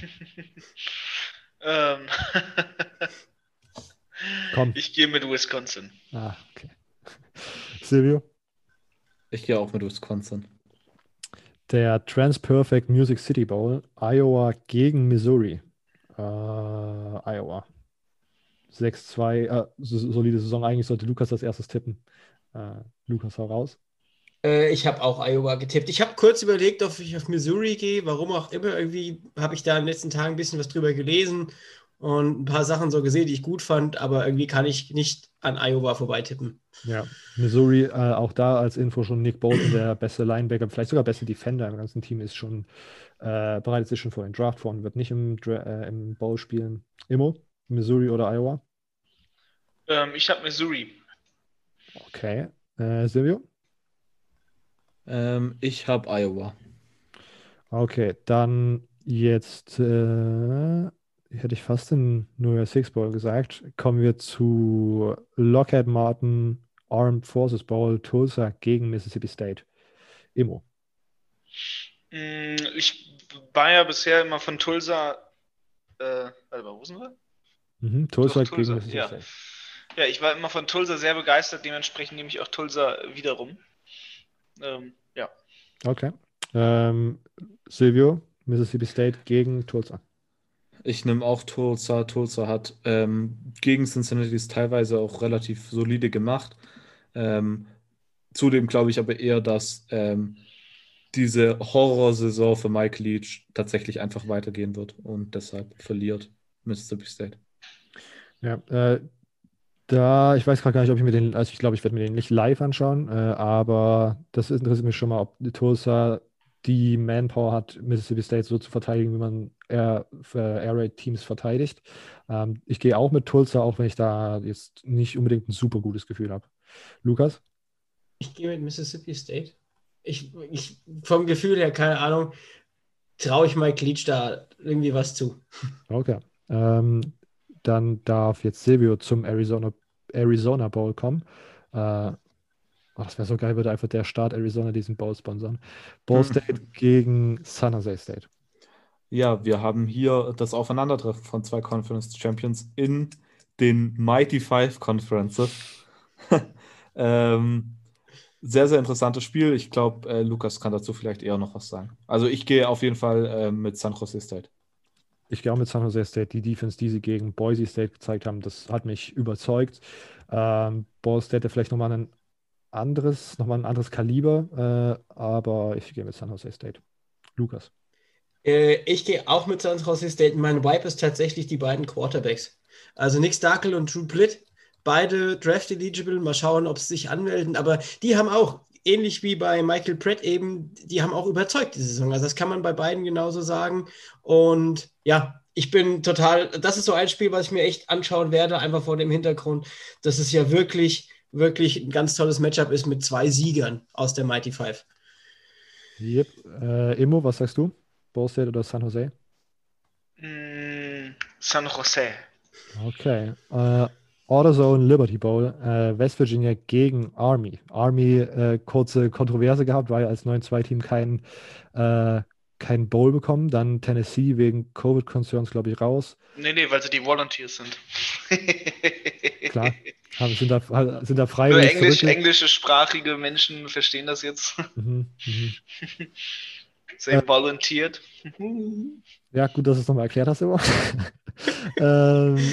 ähm, Komm. ich gehe mit Wisconsin. Ah, okay. Silvio? Ich gehe auch mit Wisconsin. Der Trans-Perfect Music City Bowl, Iowa gegen Missouri. Äh, Iowa. sechs zwei, äh, so- solide Saison. Eigentlich sollte Lukas als erstes tippen. Äh, Lukas, hau raus. Äh, ich habe auch Iowa getippt. Ich habe kurz überlegt, ob ich auf Missouri gehe. Warum auch immer. Irgendwie habe ich da in den letzten Tagen ein bisschen was drüber gelesen und ein paar Sachen so gesehen, die ich gut fand. Aber irgendwie kann ich nicht an Iowa vorbeitippen. Ja, Missouri, äh, auch da als Info schon Nick Bolton, der beste Linebacker, vielleicht sogar beste Defender im ganzen Team, ist schon, äh, bereitet sich schon vor den Draft vor und wird nicht im, Dra äh, im Bowl spielen. Immo, Missouri oder Iowa? Ähm, ich habe Missouri. Okay. Äh, Silvio? Ähm, ich habe Iowa. Okay, dann jetzt äh, hätte ich fast den New Year's Six Bowl gesagt. Kommen wir zu Lockheed Martin Armed Forces Bowl, Tulsa gegen Mississippi State. Immo. Mm, Ich war ja bisher immer von Tulsa. Äh, warte mal, wo sind wir? Mhm, Doch, Tulsa gegen Tulsa, Mississippi ja. State. Ja, ich war immer von Tulsa sehr begeistert, dementsprechend nehme ich auch Tulsa wiederum. Ähm, ja. Okay. Ähm, Silvio, Mississippi State gegen Tulsa. Ich nehme auch Tulsa. Tulsa hat ähm, gegen Cincinnati es teilweise auch relativ solide gemacht. Ähm, zudem glaube ich aber eher, dass ähm, diese Horrorsaison für Mike Leach tatsächlich einfach weitergehen wird und deshalb verliert Mississippi State. Ja, äh, da, ich weiß gerade gar nicht, ob ich mir den, also ich glaube, ich werde mir den nicht live anschauen, äh, aber das interessiert mich schon mal, ob die Tulsa die Manpower hat, Mississippi State so zu verteidigen, wie man Air, für Air Raid Teams verteidigt. Ähm, ich gehe auch mit Tulsa, auch wenn ich da jetzt nicht unbedingt ein super gutes Gefühl habe. Lukas? Ich gehe mit Mississippi State. Ich, ich vom Gefühl her, keine Ahnung, traue ich Mike Leach da irgendwie was zu. Okay. Ähm, dann darf jetzt Silvio zum Arizona, Arizona Bowl kommen. Äh, Oh, das wäre so geil, würde einfach der Staat Arizona diesen Bowl sponsern. Ball State gegen San Jose State. Ja, wir haben hier das Aufeinandertreffen von zwei Conference Champions in den Mighty Five Conferences. ähm, sehr, sehr interessantes Spiel. Ich glaube, äh, Lukas kann dazu vielleicht eher noch was sagen. Also ich gehe auf jeden Fall äh, mit San Jose State. Ich gehe auch mit San Jose State. Die Defense, die sie gegen Boise State gezeigt haben, das hat mich überzeugt. Ähm, Ball State hat vielleicht nochmal einen anderes, nochmal ein anderes Kaliber, äh, aber ich gehe mit San Jose State. Lukas. Äh, ich gehe auch mit San Jose State. Mein Vibe ist tatsächlich die beiden Quarterbacks. Also Nick Starkel und Drew Plitt, beide draft-eligible. Mal schauen, ob sie sich anmelden. Aber die haben auch, ähnlich wie bei Michael Pratt eben, die haben auch überzeugt diese Saison. Also das kann man bei beiden genauso sagen. Und ja, ich bin total, das ist so ein Spiel, was ich mir echt anschauen werde, einfach vor dem Hintergrund, dass es ja wirklich, wirklich ein ganz tolles Matchup ist mit zwei Siegern aus der Mighty Five. Yep. Äh, Immo, was sagst du? Ball State oder San Jose? Mm, San Jose. Okay. Äh, AutoZone Liberty Bowl, äh, West Virginia gegen Army. Army, äh, kurze Kontroverse gehabt, weil als neun zwei Team kein, äh, kein Bowl bekommen. Dann Tennessee wegen Covid-Concerns, glaube ich, raus. Nee, nee, weil sie die Volunteers sind. Klar, haben, sind, da, sind da Nur freiwillig Englisch, zurückge- englischsprachige Menschen verstehen das jetzt. Mhm, mhm. Say Äh. volunteered. Ja, gut, dass du es nochmal erklärt hast, immer. ähm,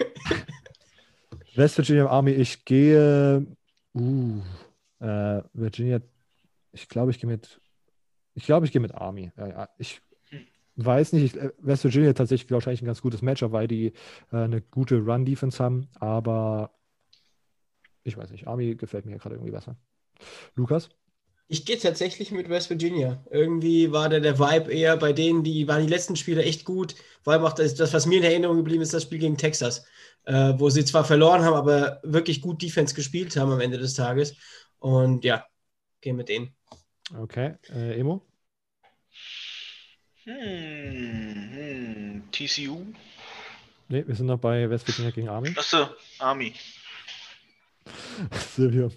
West Virginia Army, ich gehe. Uh, äh, Virginia, ich glaube, ich gehe mit. Ich glaube, ich gehe mit Army. Ja, ja, ich weiß nicht. Ich, äh, West Virginia tatsächlich wahrscheinlich ein ganz gutes Matchup, weil die äh, eine gute Run-Defense haben. Aber ich weiß nicht. Army gefällt mir gerade irgendwie besser. Lukas? Ich gehe tatsächlich mit West Virginia. Irgendwie war der, der Vibe eher bei denen, die waren die letzten Spiele echt gut. Vor allem auch das, das was mir in Erinnerung geblieben ist, das Spiel gegen Texas, äh, wo sie zwar verloren haben, aber wirklich gut Defense gespielt haben am Ende des Tages. Und ja, gehe mit denen. Okay. Äh, Emo? Hm, hm, T C U? Ne, wir sind noch bei West Virginia gegen Army. Achso, Army. Silvio.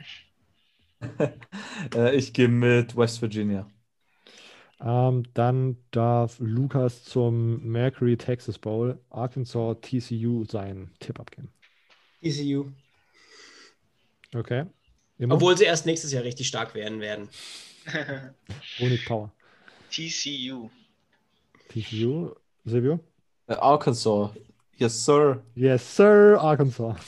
äh, ich gehe mit West Virginia. Ähm, dann darf Lukas zum Mercury Texas Bowl Arkansas T C U seinen Tipp abgeben. T C U. Okay. Emo? Obwohl sie erst nächstes Jahr richtig stark werden werden. Honig Power. T C U. T C U. Silvio? Äh, Arkansas. Yes, sir. Yes, sir, Arkansas.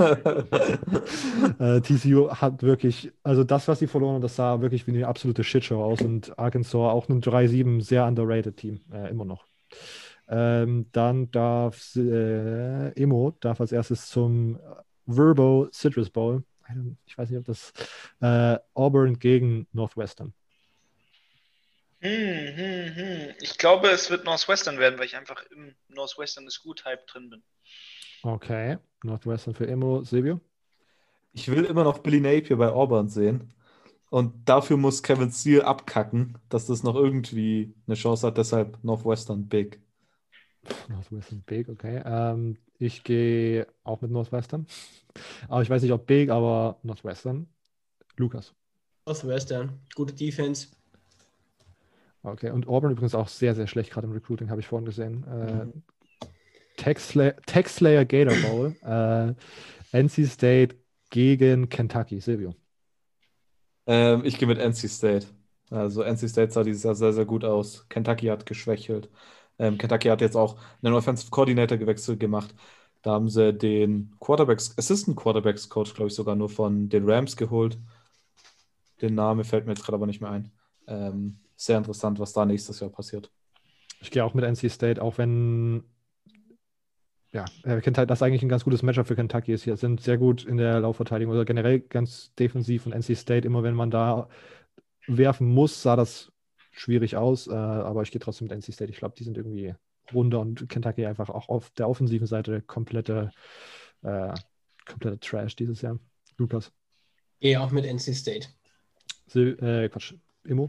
äh, T C U hat wirklich, also das, was sie verloren haben, das sah wirklich wie eine absolute Shitshow aus und Arkansas auch ein drei sieben sehr underrated Team, äh, immer noch. Ähm, dann darf äh, Emo darf als erstes zum Verbo Citrus Bowl. Ich weiß nicht, ob das äh, Auburn gegen Northwestern. Hm, hm, hm. Ich glaube, es wird Northwestern werden, weil ich einfach im Northwestern ist gut Hype drin bin. Okay, Northwestern für Emo. Silvio? Ich will immer noch Billy Napier bei Auburn sehen. Und dafür muss Kevin Steele abkacken, dass das noch irgendwie eine Chance hat. Deshalb Northwestern Big. Northwestern Big, okay. Ähm, ich gehe auch mit Northwestern. Aber ich weiß nicht, ob Big, aber Northwestern. Lukas. Northwestern. Gute Defense. Okay, und Auburn übrigens auch sehr, sehr schlecht gerade im Recruiting, habe ich vorhin gesehen. Äh, Tech Slayer, Tech Slayer Gator Bowl. äh, N C State gegen Kentucky. Silvio. Ähm, ich gehe mit N C State. Also N C State sah dieses Jahr sehr, sehr gut aus. Kentucky hat geschwächelt. Ähm, Kentucky hat jetzt auch einen Offensive Coordinator gewechselt gemacht. Da haben sie den Quarterbacks, Assistant Quarterbacks Coach, glaube ich, sogar nur von den Rams geholt. Den Namen fällt mir jetzt gerade aber nicht mehr ein. Ähm, sehr interessant, was da nächstes Jahr passiert. Ich gehe auch mit N C State, auch wenn ja, Kentucky, das eigentlich ein ganz gutes Matchup für Kentucky ist. Hier sind sehr gut in der Laufverteidigung oder generell ganz defensiv und N C State, immer wenn man da werfen muss, sah das schwierig aus, äh, aber ich gehe trotzdem mit N C State. Ich glaube, die sind irgendwie runter und Kentucky einfach auch auf der offensiven Seite komplette, äh, komplette Trash dieses Jahr. Lukas. Gehe auch mit N C State. Sil äh, Quatsch, Immo?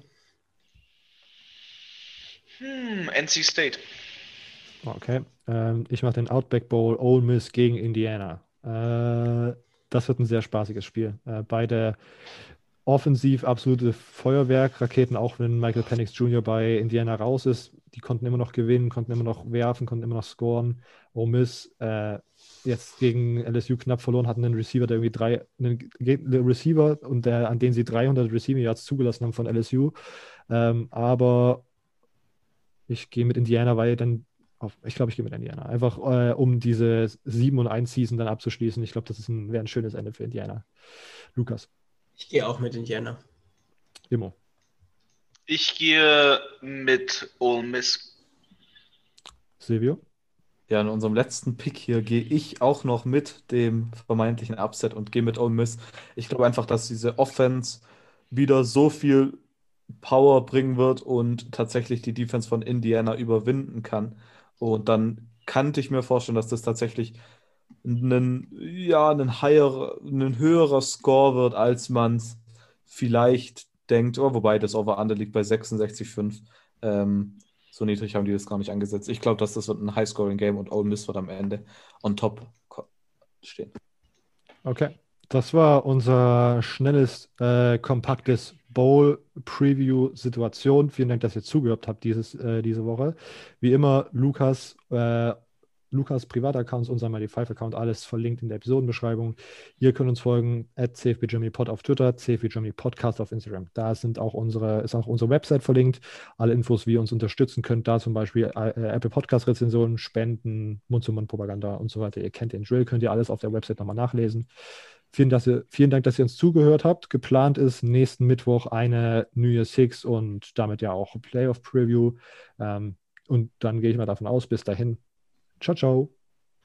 Hm, N C State. Okay. Ähm, ich mache den Outback Bowl Ole Miss gegen Indiana. Äh, das wird ein sehr spaßiges Spiel. Äh, beide offensiv absolute Feuerwerk-Raketen, auch wenn Michael Penix Junior bei Indiana raus ist. Die konnten immer noch gewinnen, konnten immer noch werfen, konnten immer noch scoren. Ole Miss äh, jetzt gegen L S U knapp verloren, hatten einen Receiver, der irgendwie drei, einen, einen Receiver und der, an den sie dreihundert Receiving Yards zugelassen haben von L S U. Ähm, aber ich gehe mit Indiana, weil dann auf, ich glaube, ich gehe mit Indiana. Einfach äh, um diese sieben und eins Season dann abzuschließen. Ich glaube, das ist ein, wäre ein schönes Ende für Indiana. Lukas. Ich gehe auch mit Indiana. Immo. Ich gehe mit Ole Miss. Silvio. Ja, in unserem letzten Pick hier gehe ich auch noch mit dem vermeintlichen Upset und gehe mit Ole Miss. Ich glaube einfach, dass diese Offense wieder so viel Power bringen wird und tatsächlich die Defense von Indiana überwinden kann. Und dann könnte ich mir vorstellen, dass das tatsächlich ein, ja, ein, higher, ein höherer Score wird, als man es vielleicht denkt. Oh, wobei das Over-Under liegt bei sechsundsechzig Komma fünf. Ähm, so niedrig haben die das gar nicht angesetzt. Ich glaube, dass das wird ein High-Scoring-Game und Ole Miss wird am Ende on top stehen. Okay. Das war unser schnelles, äh, kompaktes Bowl-Preview-Situation. Vielen Dank, dass ihr zugehört habt dieses, äh, diese Woche. Wie immer, Lukas, äh, Lukas Privataccount, unser Mighty Five Account, alles verlinkt in der Episodenbeschreibung. Ihr könnt uns folgen, at C F B Germany Pod auf Twitter, C F B Germany Podcast auf Instagram. Da sind auch unsere, ist auch unsere Website verlinkt. Alle Infos, wie ihr uns unterstützen könnt, da zum Beispiel äh, Apple Podcast-Rezensionen, Spenden, Mund-zu-Mund-Propaganda und so weiter. Ihr kennt den Drill, könnt ihr alles auf der Website nochmal nachlesen. Vielen, dass ihr, vielen Dank, dass ihr uns zugehört habt. Geplant ist nächsten Mittwoch eine New Year's Six und damit ja auch Playoff Preview. Ähm, und dann gehe ich mal davon aus, bis dahin. Ciao, ciao.